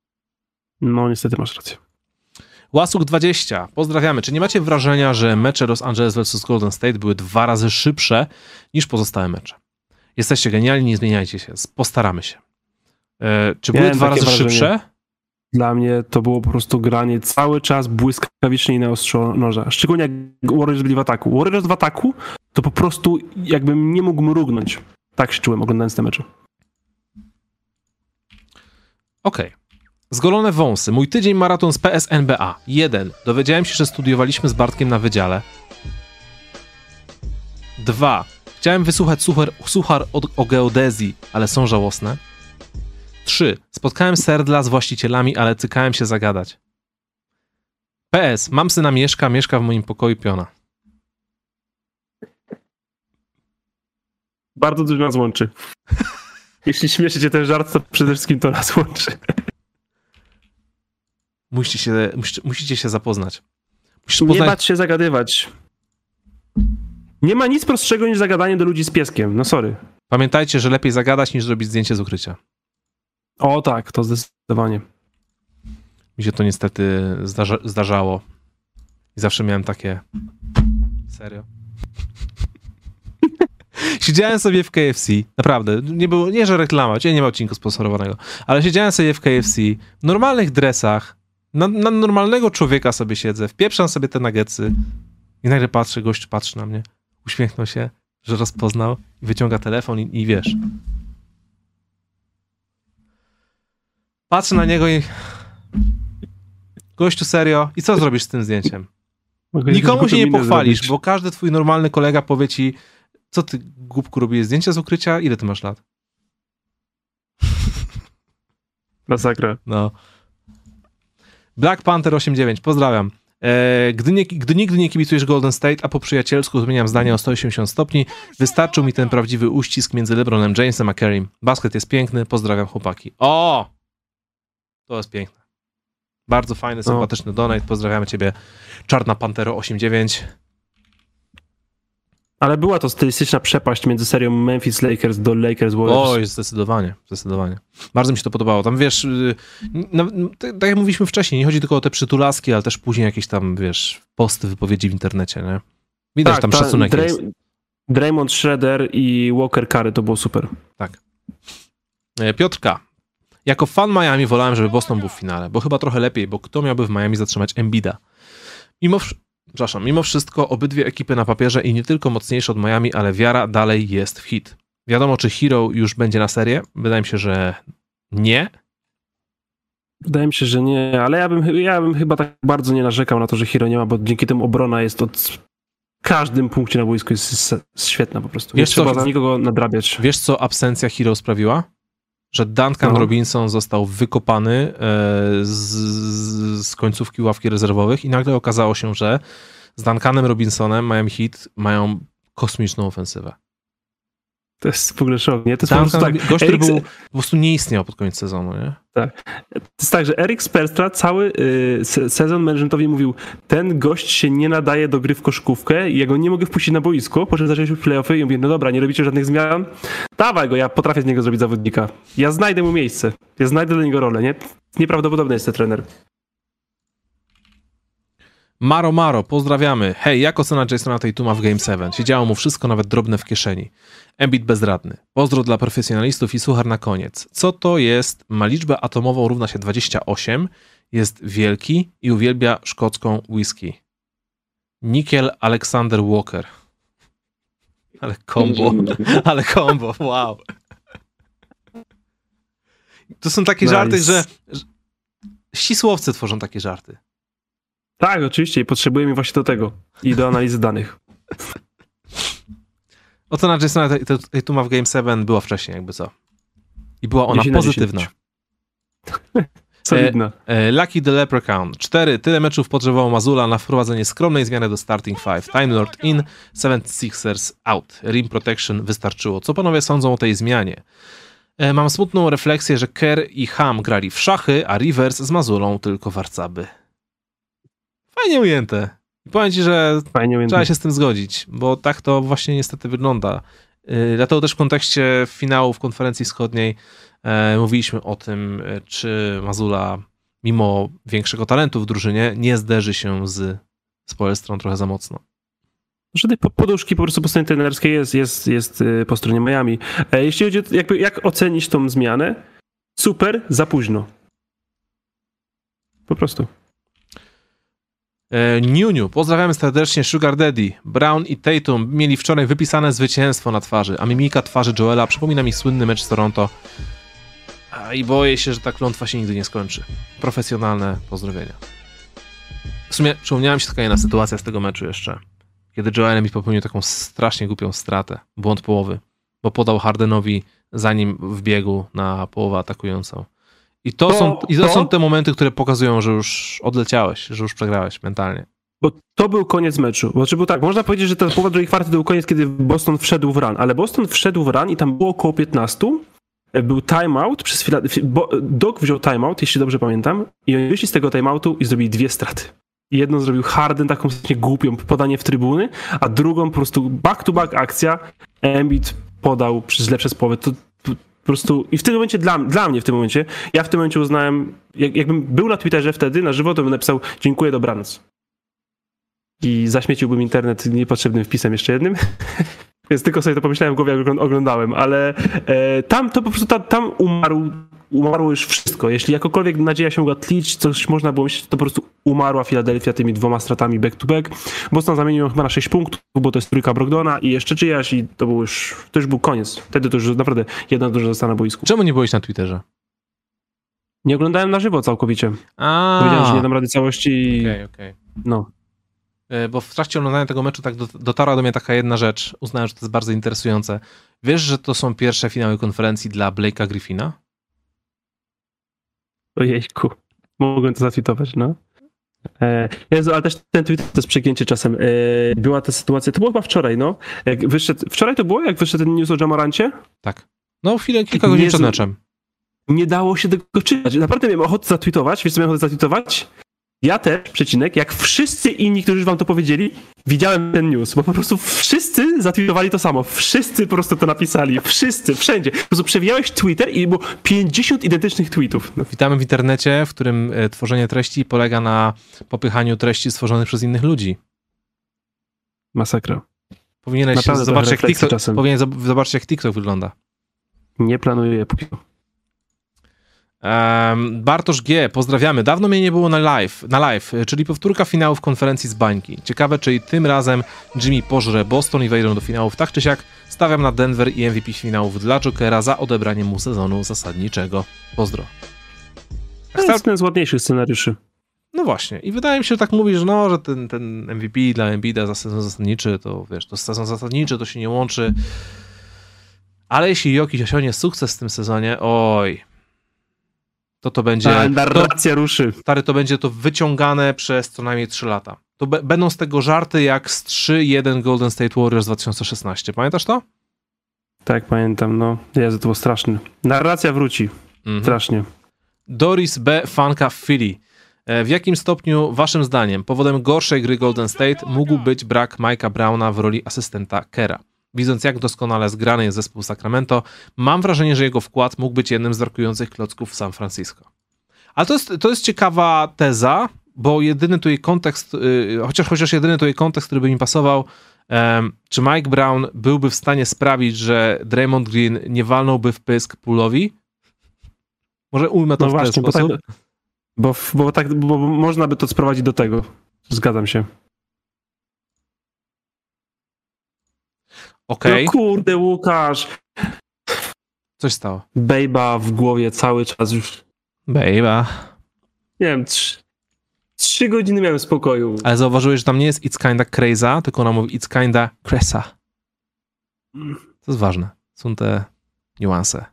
No niestety masz rację. Łasuk dwadzieścia, pozdrawiamy. Czy nie macie wrażenia, że mecze Los Angeles versus Golden State były dwa razy szybsze niż pozostałe mecze? Jesteście genialni, nie zmieniajcie się, postaramy się. E, czy były Miałem dwa takie razy wrażenie. szybsze? Dla mnie to było po prostu granie cały czas błyskawicznie i na ostrzo noża. Szczególnie jak Warriors byli w ataku. Warriors w ataku to po prostu jakbym nie mógł mrugnąć. Tak się czułem oglądając te mecze. Okej. Okay. Zgolone wąsy. Mój tydzień maraton z P S N B A. jeden. Dowiedziałem się, że studiowaliśmy z Bartkiem na wydziale. dwa. Chciałem wysłuchać suchar, suchar o, o geodezji, ale są żałosne. trzy. Spotkałem Serdla z właścicielami, ale cykałem się zagadać. P S. Mam syna Mieszka, mieszka w moim pokoju piona. Bardzo dużo nas łączy. Jeśli śmieszy cię ten żart, to przede wszystkim to nas łączy. Musicie się, musicie, musicie się zapoznać. Musisz Nie poznać... bać się zagadywać. Nie ma nic prostszego niż zagadanie do ludzi z pieskiem. No sorry. Pamiętajcie, że lepiej zagadać niż zrobić zdjęcie z ukrycia. O tak, to zdecydowanie. Mi się to niestety zdarza, zdarzało. I zawsze miałem takie... Serio? Siedziałem sobie w K F C, naprawdę, nie było, nie że reklama, dzisiaj nie ma odcinku sponsorowanego, ale siedziałem sobie w K F C, w normalnych dresach, na, na normalnego człowieka sobie siedzę, wpieprzam sobie te nuggetsy i nagle patrzę, gość patrzy na mnie, uśmiechnął się, że rozpoznał i wyciąga telefon i, i wiesz. Patrzę na niego i... Gościu, serio? I co zrobisz z tym zdjęciem? Nikomu się nie pochwalisz, zrobić. Bo każdy twój normalny kolega powie ci, co ty, głupku, robisz zdjęcia z ukrycia? Ile ty masz lat? Masakra. No. Black Panther osiem dziewięć, pozdrawiam. Eee, gdy, nie, gdy nigdy nie kibicujesz Golden State, a po przyjacielsku zmieniam zdanie o sto osiemdziesiąt stopni, wystarczył mi ten prawdziwy uścisk między LeBronem Jamesem a Kerrym. Basket jest piękny, pozdrawiam chłopaki. O! To jest piękne. Bardzo fajny, sympatyczny no. donate, pozdrawiamy ciebie, Czarna Pantero osiem dziewięć. Ale była to stylistyczna przepaść między serią Memphis Lakers do Lakers Warriors. Oj, zdecydowanie, zdecydowanie. Bardzo mi się to podobało. Tam wiesz, no, tak jak mówiliśmy wcześniej, nie chodzi tylko o te przytulaski, ale też później jakieś tam, wiesz, posty, wypowiedzi w internecie, nie? Widać, tak, tam szacunek Dray- jest. Draymond Schroeder i Walker Curry to było super. Tak. Piotrka. Jako fan Miami wolałem, żeby Boston był w finale, bo chyba trochę lepiej, bo kto miałby w Miami zatrzymać Embida? Mimo Przepraszam, mimo wszystko obydwie ekipy na papierze i nie tylko mocniejsze od Miami, ale wiara dalej jest w hit. Wiadomo, czy Hero już będzie na serię? Wydaje mi się, że nie. Wydaje mi się, że nie, ale ja bym, ja bym chyba tak bardzo nie narzekał na to, że Hero nie ma, bo dzięki temu obrona jest od każdym punkcie na boisku jest, jest świetna po prostu. Nie wiesz, trzeba co, za nikogo nadrabiać. Wiesz, co absencja Hero sprawiła? Że Duncan no. Robinson został wykopany z, z końcówki ławki rezerwowych i nagle okazało się, że z Duncanem Robinsonem Miami Heat mają kosmiczną ofensywę. To jest w ogóle szok, nie? To jest Duncan, po prostu tak. Gość, który był, po prostu nie istniał pod koniec sezonu, nie? Tak. To jest tak, że Erik Spoelstra cały y, sezon managementowi mówił, ten gość się nie nadaje do gry w koszykówkę i ja go nie mogę wpuścić na boisko, po czym zaczęliśmy playoffy i mówię, no dobra, nie robicie żadnych zmian? Dawaj go, ja potrafię z niego zrobić zawodnika. Ja znajdę mu miejsce. Ja znajdę dla niego rolę, nie? Nieprawdopodobny jest ten trener. Maro Maro, pozdrawiamy. Hej, jak ocena Jasona Tatuma w Game siedem? Siedziało mu wszystko, nawet drobne w kieszeni. Embiid bezradny. Pozdro dla profesjonalistów i suchar na koniec. Co to jest? Ma liczbę atomową równa się dwadzieścia osiem, jest wielki i uwielbia szkocką whisky. Nickel Alexander Walker. Ale kombo, ale kombo, wow. To są takie nice. żarty, że, że ścisłowcy tworzą takie żarty. Tak, oczywiście i potrzebujemy właśnie do tego i do analizy danych. Ocena Jasona Tatuma w Game siedem była wcześniej, jakby co. I była ona pozytywna. Solidna. E, e, Lucky the Leprechaun. cztery. Tyle meczów potrzebował Mazula na wprowadzenie skromnej zmiany do starting five. Time Lord in, seventy-sixers out. Rim Protection wystarczyło. Co panowie sądzą o tej zmianie? E, mam smutną refleksję, że Kerr i Ham grali w szachy, a Rivers z Mazulą tylko warcaby. Fajnie ujęte. I powiem ci, że trzeba się z tym zgodzić, bo tak to właśnie niestety wygląda. Yy, dlatego też w kontekście finału w konferencji wschodniej e, mówiliśmy o tym, czy Mazula mimo większego talentu w drużynie, nie zderzy się z Spoelstrą trochę za mocno. Że tej poduszki po prostu po stronie trenerskiej jest, jest, jest po stronie Miami. Jeśli chodzi o jakby jak ocenić tą zmianę, super, za późno. Po prostu. E, Niuniu, pozdrawiamy serdecznie, Sugar Daddy. Brown i Tatum mieli wczoraj wypisane zwycięstwo na twarzy, a mimika twarzy Joela przypomina mi słynny mecz z Toronto. A, I boję się, że ta klątwa się nigdy nie skończy. Profesjonalne pozdrowienia. W sumie przypomniała mi się taka jedna sytuacja z tego meczu jeszcze, kiedy Joel Embiid popełnił taką strasznie głupią stratę, błąd połowy, bo podał Hardenowi zanim wbiegł na połowę atakującą. I to, to, są, i to, to są te momenty, które pokazują, że już odleciałeś, że już przegrałeś mentalnie. Bo to był koniec meczu. Znaczy był tak, można powiedzieć, że ta połowa drugiej kwarty to był koniec, kiedy Boston wszedł w run, ale Boston wszedł w run i tam było około piętnastu. Był timeout, przez chwilę, Doc wziął timeout, jeśli dobrze pamiętam, i oni wyszli z tego timeoutu i zrobili dwie straty. I jedną zrobił Harden, taką właśnie głupią, podanie w trybuny, a drugą po prostu back-to-back akcja, Embiid podał źle przez połowę. To, to po prostu, i w tym momencie, dla, dla mnie w tym momencie, ja w tym momencie uznałem, jak, jakbym był na Twitterze wtedy, na żywo, to bym napisał dziękuję, dobranoc. I zaśmieciłbym internet niepotrzebnym wpisem jeszcze jednym. Więc tylko sobie to pomyślałem w głowie, jak oglądałem, ale e, tam to po prostu tam, tam umarł, umarło już wszystko. Jeśli jakokolwiek nadzieja się mogła tlić, coś można było myśleć, to po prostu umarła Filadelfia tymi dwoma stratami back to back. Boston zamienił ją chyba na sześć punktów, bo to jest trójka Brogdona i jeszcze czyjaś i to był już, to już był koniec. Wtedy to już naprawdę jedna duża została na boisku. Czemu nie byłeś na Twitterze? Nie oglądałem na żywo całkowicie. A. Powiedziałem, że nie dam rady całości i Okej, okej. no. Bo w trakcie oglądania tego meczu tak dotarła do mnie taka jedna rzecz. Uznałem, że to jest bardzo interesujące. Wiesz, że to są pierwsze finały konferencji dla Blake'a Griffina? Ojejku. Mogłem to zatwitować, no. E, Jezu, ale też ten tweet to jest przegięcie czasem. E, była ta sytuacja, to było chyba wczoraj, no. Jak wyszedł, wczoraj to było, jak wyszedł ten news o Jamorancie? Tak. No chwilę, kilka godzin Jezu. przed meczem. Nie dało się tego czytać. Naprawdę miałem ochotę zatweetować. Wiesz co miałem ochotę zatweetować? Ja też, przecinek, jak wszyscy inni, którzy wam to powiedzieli, widziałem ten news, bo po prostu wszyscy zatweetowali to samo. Wszyscy po prostu to napisali. Wszyscy, wszędzie. Po prostu przewijałeś Twitter i było pięćdziesiąt identycznych tweetów. Witamy w internecie, w którym tworzenie treści polega na popychaniu treści stworzonych przez innych ludzi. Masakra. Powinieneś zobaczyć, jak TikTok, powinien zobaczyć, jak TikTok wygląda. Nie planuję póki co. Um, Bartosz G, pozdrawiamy. Dawno mnie nie było na live, na live, czyli powtórka finałów konferencji z bańki. Ciekawe, czy i tym razem Jimmy pożre Boston i wejdą do finałów. Tak czy siak stawiam na Denver i M V P finałów dla Jokera za odebranie mu sezonu zasadniczego. Pozdro. To jest jeden z ładniejszych scenariuszy. No właśnie. I wydaje mi się, że tak mówisz, że no, że ten, ten M V P dla Embida za sezon zasadniczy, to wiesz, to sezon zasadniczy, to się nie łączy. Ale jeśli Jokic osiągnie sukces w tym sezonie, oj... to to będzie... A, narracja to, ruszy. Stary, to będzie to wyciągane przez co najmniej trzy lata. To be, będą z tego żarty jak z trzy jeden Golden State Warriors dwa tysiące szesnaście. Pamiętasz to? Tak, pamiętam, no. Jezu, to było straszne. Narracja wróci. Mhm. Strasznie. Doris B. Fanka Philly. W jakim stopniu, waszym zdaniem, powodem gorszej gry Golden State mógł być brak Mike'a Browna w roli asystenta Kera? Widząc, jak doskonale zgrany jest zespół Sacramento, mam wrażenie, że jego wkład mógł być jednym z brakujących klocków w San Francisco. Ale to jest, to jest ciekawa teza, bo jedyny tu jej kontekst, yy, chociaż, chociaż jedyny tu jej kontekst, który by mi pasował, yy, czy Mike Brown byłby w stanie sprawić, że Draymond Green nie walnąłby w pysk Poolowi? Może ujmę to no w właśnie, ten bo sposób? tak, bo, bo, tak, bo można by to sprowadzić do tego. Zgadzam się. Okay. No kurde, Łukasz. Coś stało. Bejba w głowie cały czas już. Bejba. Nie wiem, trzy, trzy godziny miałem spokoju. Ale zauważyłeś, że tam nie jest it's kinda crazy, tylko ona mówi it's kinda cresa. To jest ważne. Są te niuanse.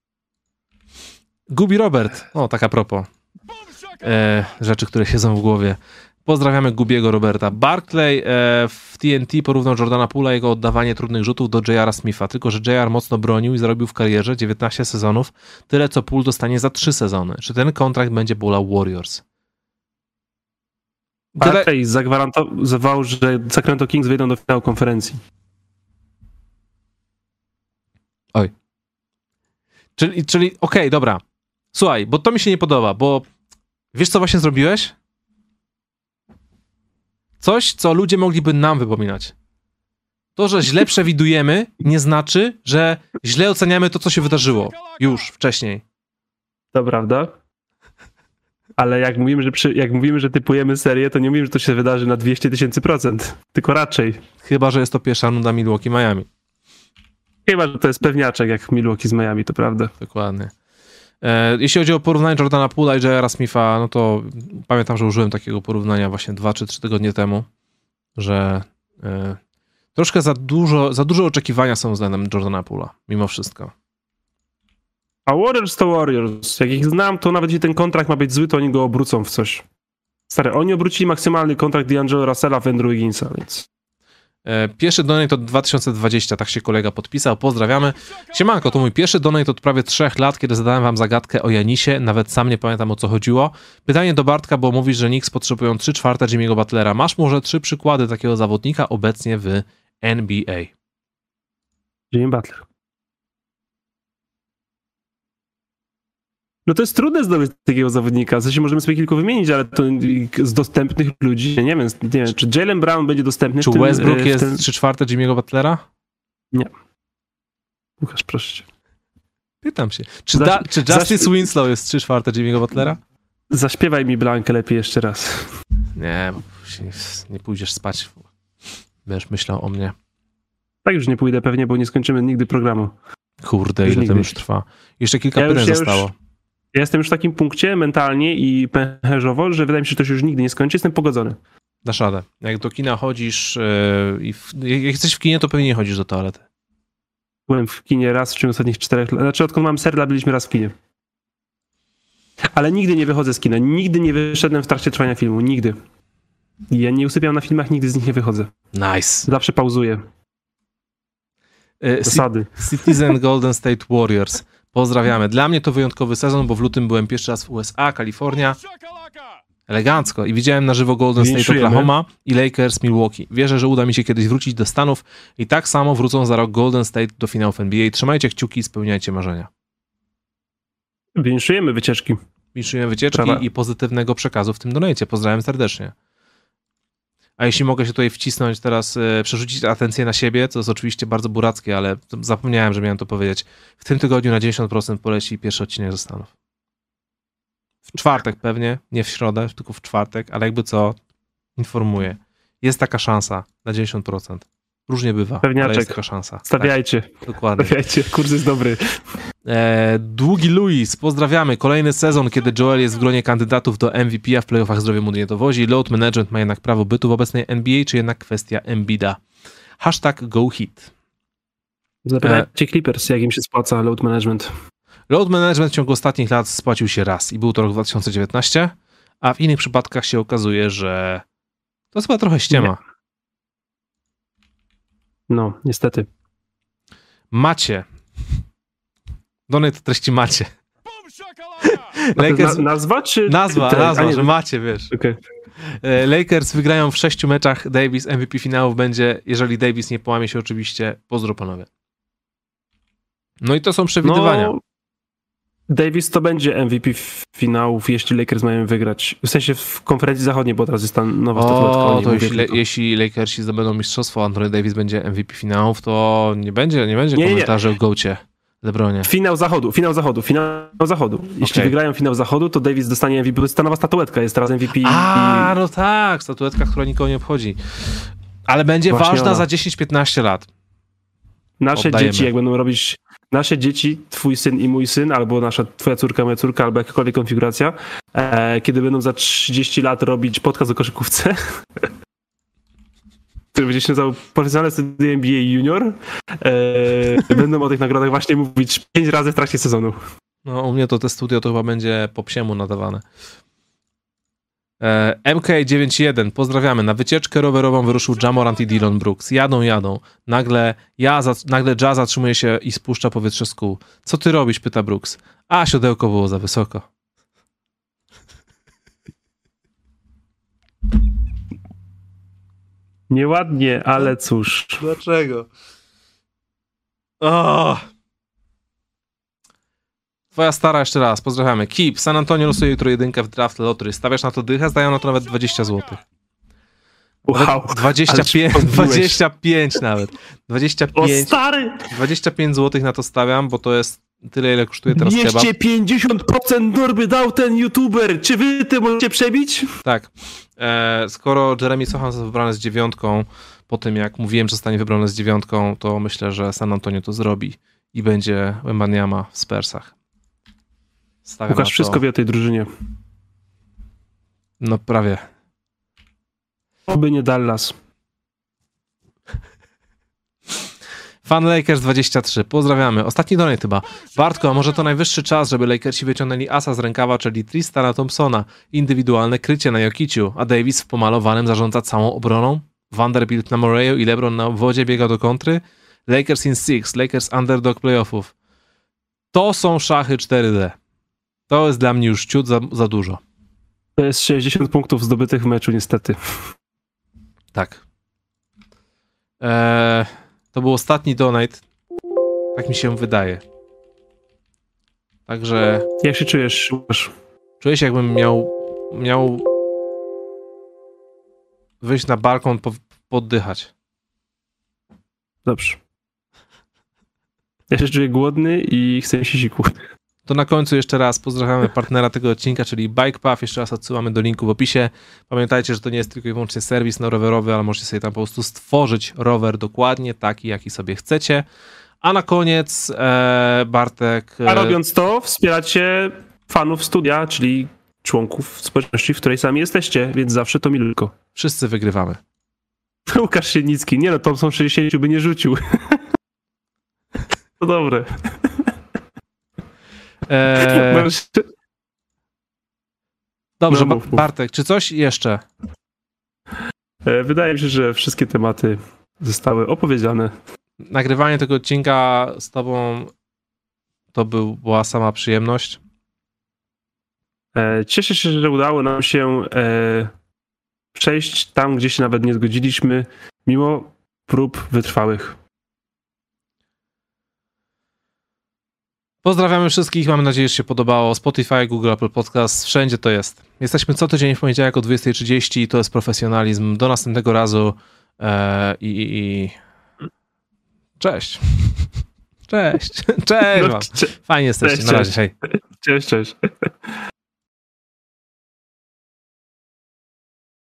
Gubi Robert. O, tak a propos. E, rzeczy, które siedzą w głowie. Pozdrawiamy Gubiego Roberta. Barclay e, w T N T porównał Jordana Poola jego oddawanie trudnych rzutów do J R Smitha, tylko że J R mocno bronił i zarobił w karierze dziewiętnaście sezonów, tyle co Poole dostanie za trzy sezony. Czy ten kontrakt będzie Poola Warriors? Barclay zagwarantował, że Sacramento Kings wyjdą do finału konferencji. Oj. Czyli, czyli okej, okay, dobra. Słuchaj, bo to mi się nie podoba, bo Wiesz, co właśnie zrobiłeś? Coś, co ludzie mogliby nam wypominać. To, że źle przewidujemy, nie znaczy, że źle oceniamy to, co się wydarzyło już wcześniej. To prawda. Ale jak mówimy, że przy, jak mówimy, że typujemy serię, to nie mówimy, że to się wydarzy na dwieście tysięcy procent. Tylko raczej. Chyba, że jest to pierwsza runda Milwaukee Miami. Chyba, że to jest pewniaczek jak Milwaukee z Miami, to prawda. Dokładnie. E, jeśli chodzi o porównanie Jordana Poola i J R Smitha, no to pamiętam, że użyłem takiego porównania właśnie dwa czy trzy tygodnie temu, że e, troszkę za dużo, za duże oczekiwania są względem Jordana Poola, mimo wszystko. A Warriors to Warriors. Jak ich znam, to nawet jeśli ten kontrakt ma być zły, to oni go obrócą w coś. Stary, oni obrócili maksymalny kontrakt D'Angelo Russella w Andrew Wigginsa, więc... E, pierwszy donate to dwa tysiące dwudziesty, tak się kolega podpisał, pozdrawiamy. Siemanko, to mój pierwszy donate od prawie trzech lat, kiedy zadałem wam zagadkę o Janisie, nawet sam nie pamiętam, o co chodziło. Pytanie do Bartka, bo mówisz, że Knicks potrzebują trzy czwarte Jimmy'ego Butlera. Masz może trzy przykłady takiego zawodnika obecnie w N B A? Jimmy Butler. No to jest trudne zdobyć takiego zawodnika. W sensie możemy sobie kilku wymienić, ale to z dostępnych ludzi, nie wiem, nie wiem czy Jaylen Brown będzie dostępny. Czy w tym, Westbrook w jest ten... trzy czwarte Jimmy'ego Butlera? Nie. Łukasz, proszę cię. Pytam się. Czy, Zaś- da, czy Justice zaś- Winslow jest trzy czwarte Jimmy'ego Butlera? Zaśpiewaj mi Blankę lepiej jeszcze raz. Nie, nie, nie pójdziesz spać. Będziesz myślał o mnie. Tak już nie pójdę pewnie, bo nie skończymy nigdy programu. Kurde, Już ile nigdy. to już trwa. Jeszcze kilka Ja już- pytań ja już- zostało. Ja jestem już w takim punkcie mentalnie i pęcherzowo, że wydaje mi się, że to się już nigdy nie skończy. Jestem pogodzony. Dasz radę. Jak do kina chodzisz yy, i w, jak jesteś w kinie, to pewnie nie chodzisz do toalety. Byłem w kinie raz w ciągu ostatnich czterech lat. Znaczy odkąd mam serla, byliśmy raz w kinie. Ale nigdy nie wychodzę z kina. Nigdy nie wyszedłem w trakcie trwania filmu. Nigdy. Ja nie usypiam na filmach, nigdy z nich nie wychodzę. Nice. Zawsze pauzuję. Yy, Zasady. Citizen Golden State Warriors. Pozdrawiamy. Dla mnie to wyjątkowy sezon, bo w lutym byłem pierwszy raz w U S A, Kalifornia. Elegancko. I widziałem na żywo Golden State Winszujemy. Oklahoma i Lakers Milwaukee. Wierzę, że uda mi się kiedyś wrócić do Stanów i tak samo wrócą za rok Golden State do finałów N B A. Trzymajcie kciuki i spełniajcie marzenia. Winszujemy wycieczki. Winszuję wycieczki Prawa. i pozytywnego przekazu w tym donajcie. Pozdrawiam serdecznie. A jeśli mogę się tutaj wcisnąć teraz, e, przerzucić atencję na siebie, co jest oczywiście bardzo burackie, ale zapomniałem, że miałem to powiedzieć. W tym tygodniu na dziewięćdziesiąt procent poleci pierwszy odcinek ze Stanów. W czwartek pewnie, nie w środę, tylko w czwartek, ale jakby co, informuję. Jest taka szansa na dziewięćdziesiąt procent. Różnie bywa, Pewniaczek. ale jest taka szansa. Stawiajcie. Tak, dokładnie. Stawiajcie. Kurs jest dobry. E, Długi Louis, pozdrawiamy. Kolejny sezon, kiedy Joel jest w gronie kandydatów do M V P, a w playoffach zdrowie mu nie dowozi. Load management ma jednak prawo bytu w obecnej N B A, czy jednak kwestia Embida? Hashtag go hit. Zapytajcie Clippers, jak im się spłaca load management. Load management w ciągu ostatnich lat spłacił się raz i był to rok dwa tysiące dziewiętnasty, a w innych przypadkach się okazuje, że to jest chyba trochę ściema. No, niestety. Macie. Donate treści macie. A to jest Lakers, na, nazwa czy... nazwa, ten, a nazwa, nie, że macie, wiesz. okej. E, Lakers wygrają w sześciu meczach, Davis M V P finałów będzie, jeżeli Davis nie połamie się oczywiście, pozdro panowie. No i to są przewidywania. No, Davis to będzie M V P finałów, jeśli Lakers mają wygrać. W sensie w konferencji zachodniej, bo teraz jest ta nowa statuetka. O, nie to mówię jeśli, le, tylko. jeśli Lakersi zdobędą mistrzostwo, Anthony Davis będzie M V P finałów, to nie będzie, nie będzie Nie, nie, nie. komentarzy o gołcie LeBronie. Finał zachodu, finał zachodu, finał zachodu. Jeśli Okej. wygrają finał zachodu, to Davis dostanie M V P, bo jest ta nowa statuetka, jest teraz M V P. A, i... no tak, statuetka, która nikogo nie obchodzi. Ale będzie Właśnie ważna ona. za dziesięć piętnaście lat. Nasze Oddajemy. dzieci, jak będą robić, nasze dzieci, twój syn i mój syn, albo nasza, twoja córka, moja córka, albo jakakolwiek konfiguracja, e, kiedy będą za trzydzieści lat robić podcast o koszykówce, który będzie się nazywał Profesjonalne Studia N B A Junior, e, będą o tych nagrodach właśnie mówić pięć razy w trakcie sezonu. No, u mnie to te studio to chyba będzie po psiemu nadawane. E, M K dziewięćdziesiąt jeden, pozdrawiamy. Na wycieczkę rowerową wyruszył Ja Morant i Dillon Brooks. Jadą, jadą. Nagle, ja, nagle Ja zatrzymuje się i spuszcza powietrze z kół. Co ty robisz? Pyta Brooks. A, siodełko było za wysoko. Nieładnie, ale cóż. Dlaczego? O! Twoja stara jeszcze raz, pozdrawiamy. Keep, San Antonio losuje jutro jedynkę w draft lottery. Stawiasz na to dychę, zdają na to nawet dwadzieścia złotych. Wow, dwadzieścia pięć, dwadzieścia pięć nawet. dwadzieścia pięć, o stary! dwadzieścia pięć złotych na to stawiam, bo to jest tyle, ile kosztuje teraz kebab. dwieście pięćdziesiąt procent normy dał ten youtuber. Czy wy ty możecie przebić? Tak. E, skoro Jeremy Sohan został wybrany z dziewiątką, po tym jak mówiłem, że zostanie wybrany z dziewiątką, to myślę, że San Antonio to zrobi i będzie Wembanyama w Spursach. Stawiam Łukasz na to. wszystko wie o tej drużynie. No prawie. Oby nie Dallas. Fan Lakers dwadzieścia trzy. Pozdrawiamy. Ostatni donate chyba. Bartko, a może to najwyższy czas, żeby Lakersi wyciągnęli asa z rękawa, czyli Tristana Thompsona. Indywidualne krycie na Jokiciu, a Davis w pomalowanym zarządza całą obroną? Vanderbilt na Moreyu i LeBron na obwodzie biega do kontry? Lakers in six, Lakers underdog playoffów. To są szachy cztery D. To jest dla mnie już ciut za, za dużo. To jest sześćdziesiąt punktów zdobytych w meczu niestety. Tak. Eee, to był ostatni donate. Tak mi się wydaje. Także Jak się czujesz, Łukasz? czuję się, jakbym miał miał wyjść na balkon, po, poddychać. Dobrze. Ja się czuję głodny i chcę sisiku. To na końcu jeszcze raz pozdrawiamy partnera tego odcinka, czyli BikePath. Jeszcze raz odsyłamy do linku w opisie. Pamiętajcie, że to nie jest tylko i wyłącznie serwis na rowerowy, ale możecie sobie tam po prostu stworzyć rower dokładnie taki, jaki sobie chcecie. A na koniec e, Bartek... E... A robiąc to, wspieracie fanów studia, czyli członków społeczności, w której sami jesteście, więc zawsze to milutko. Wszyscy wygrywamy. Łukasz Sienicki. Nie no, Thompson sześćdziesiąt by nie rzucił. To dobre. Eee, dobrze, No, mów, mów. Bartek, czy coś jeszcze? Wydaje mi się, że wszystkie tematy zostały opowiedziane. Nagrywanie tego odcinka z tobą to był, była sama przyjemność. Cieszę się, że udało nam się przejść tam, gdzie się nawet nie zgodziliśmy, mimo prób wytrwałych. Pozdrawiamy wszystkich, mamy nadzieję, że się podobało. Spotify, Google, Apple Podcast, wszędzie to jest. Jesteśmy co tydzień w poniedziałek o dwudziestej trzydzieści, to jest profesjonalizm. Do następnego razu e, i, i, i... Cześć. Cześć. Cześć wam. Fajnie jesteście, Cześć, na razie, cześć. hej. Cześć, cześć.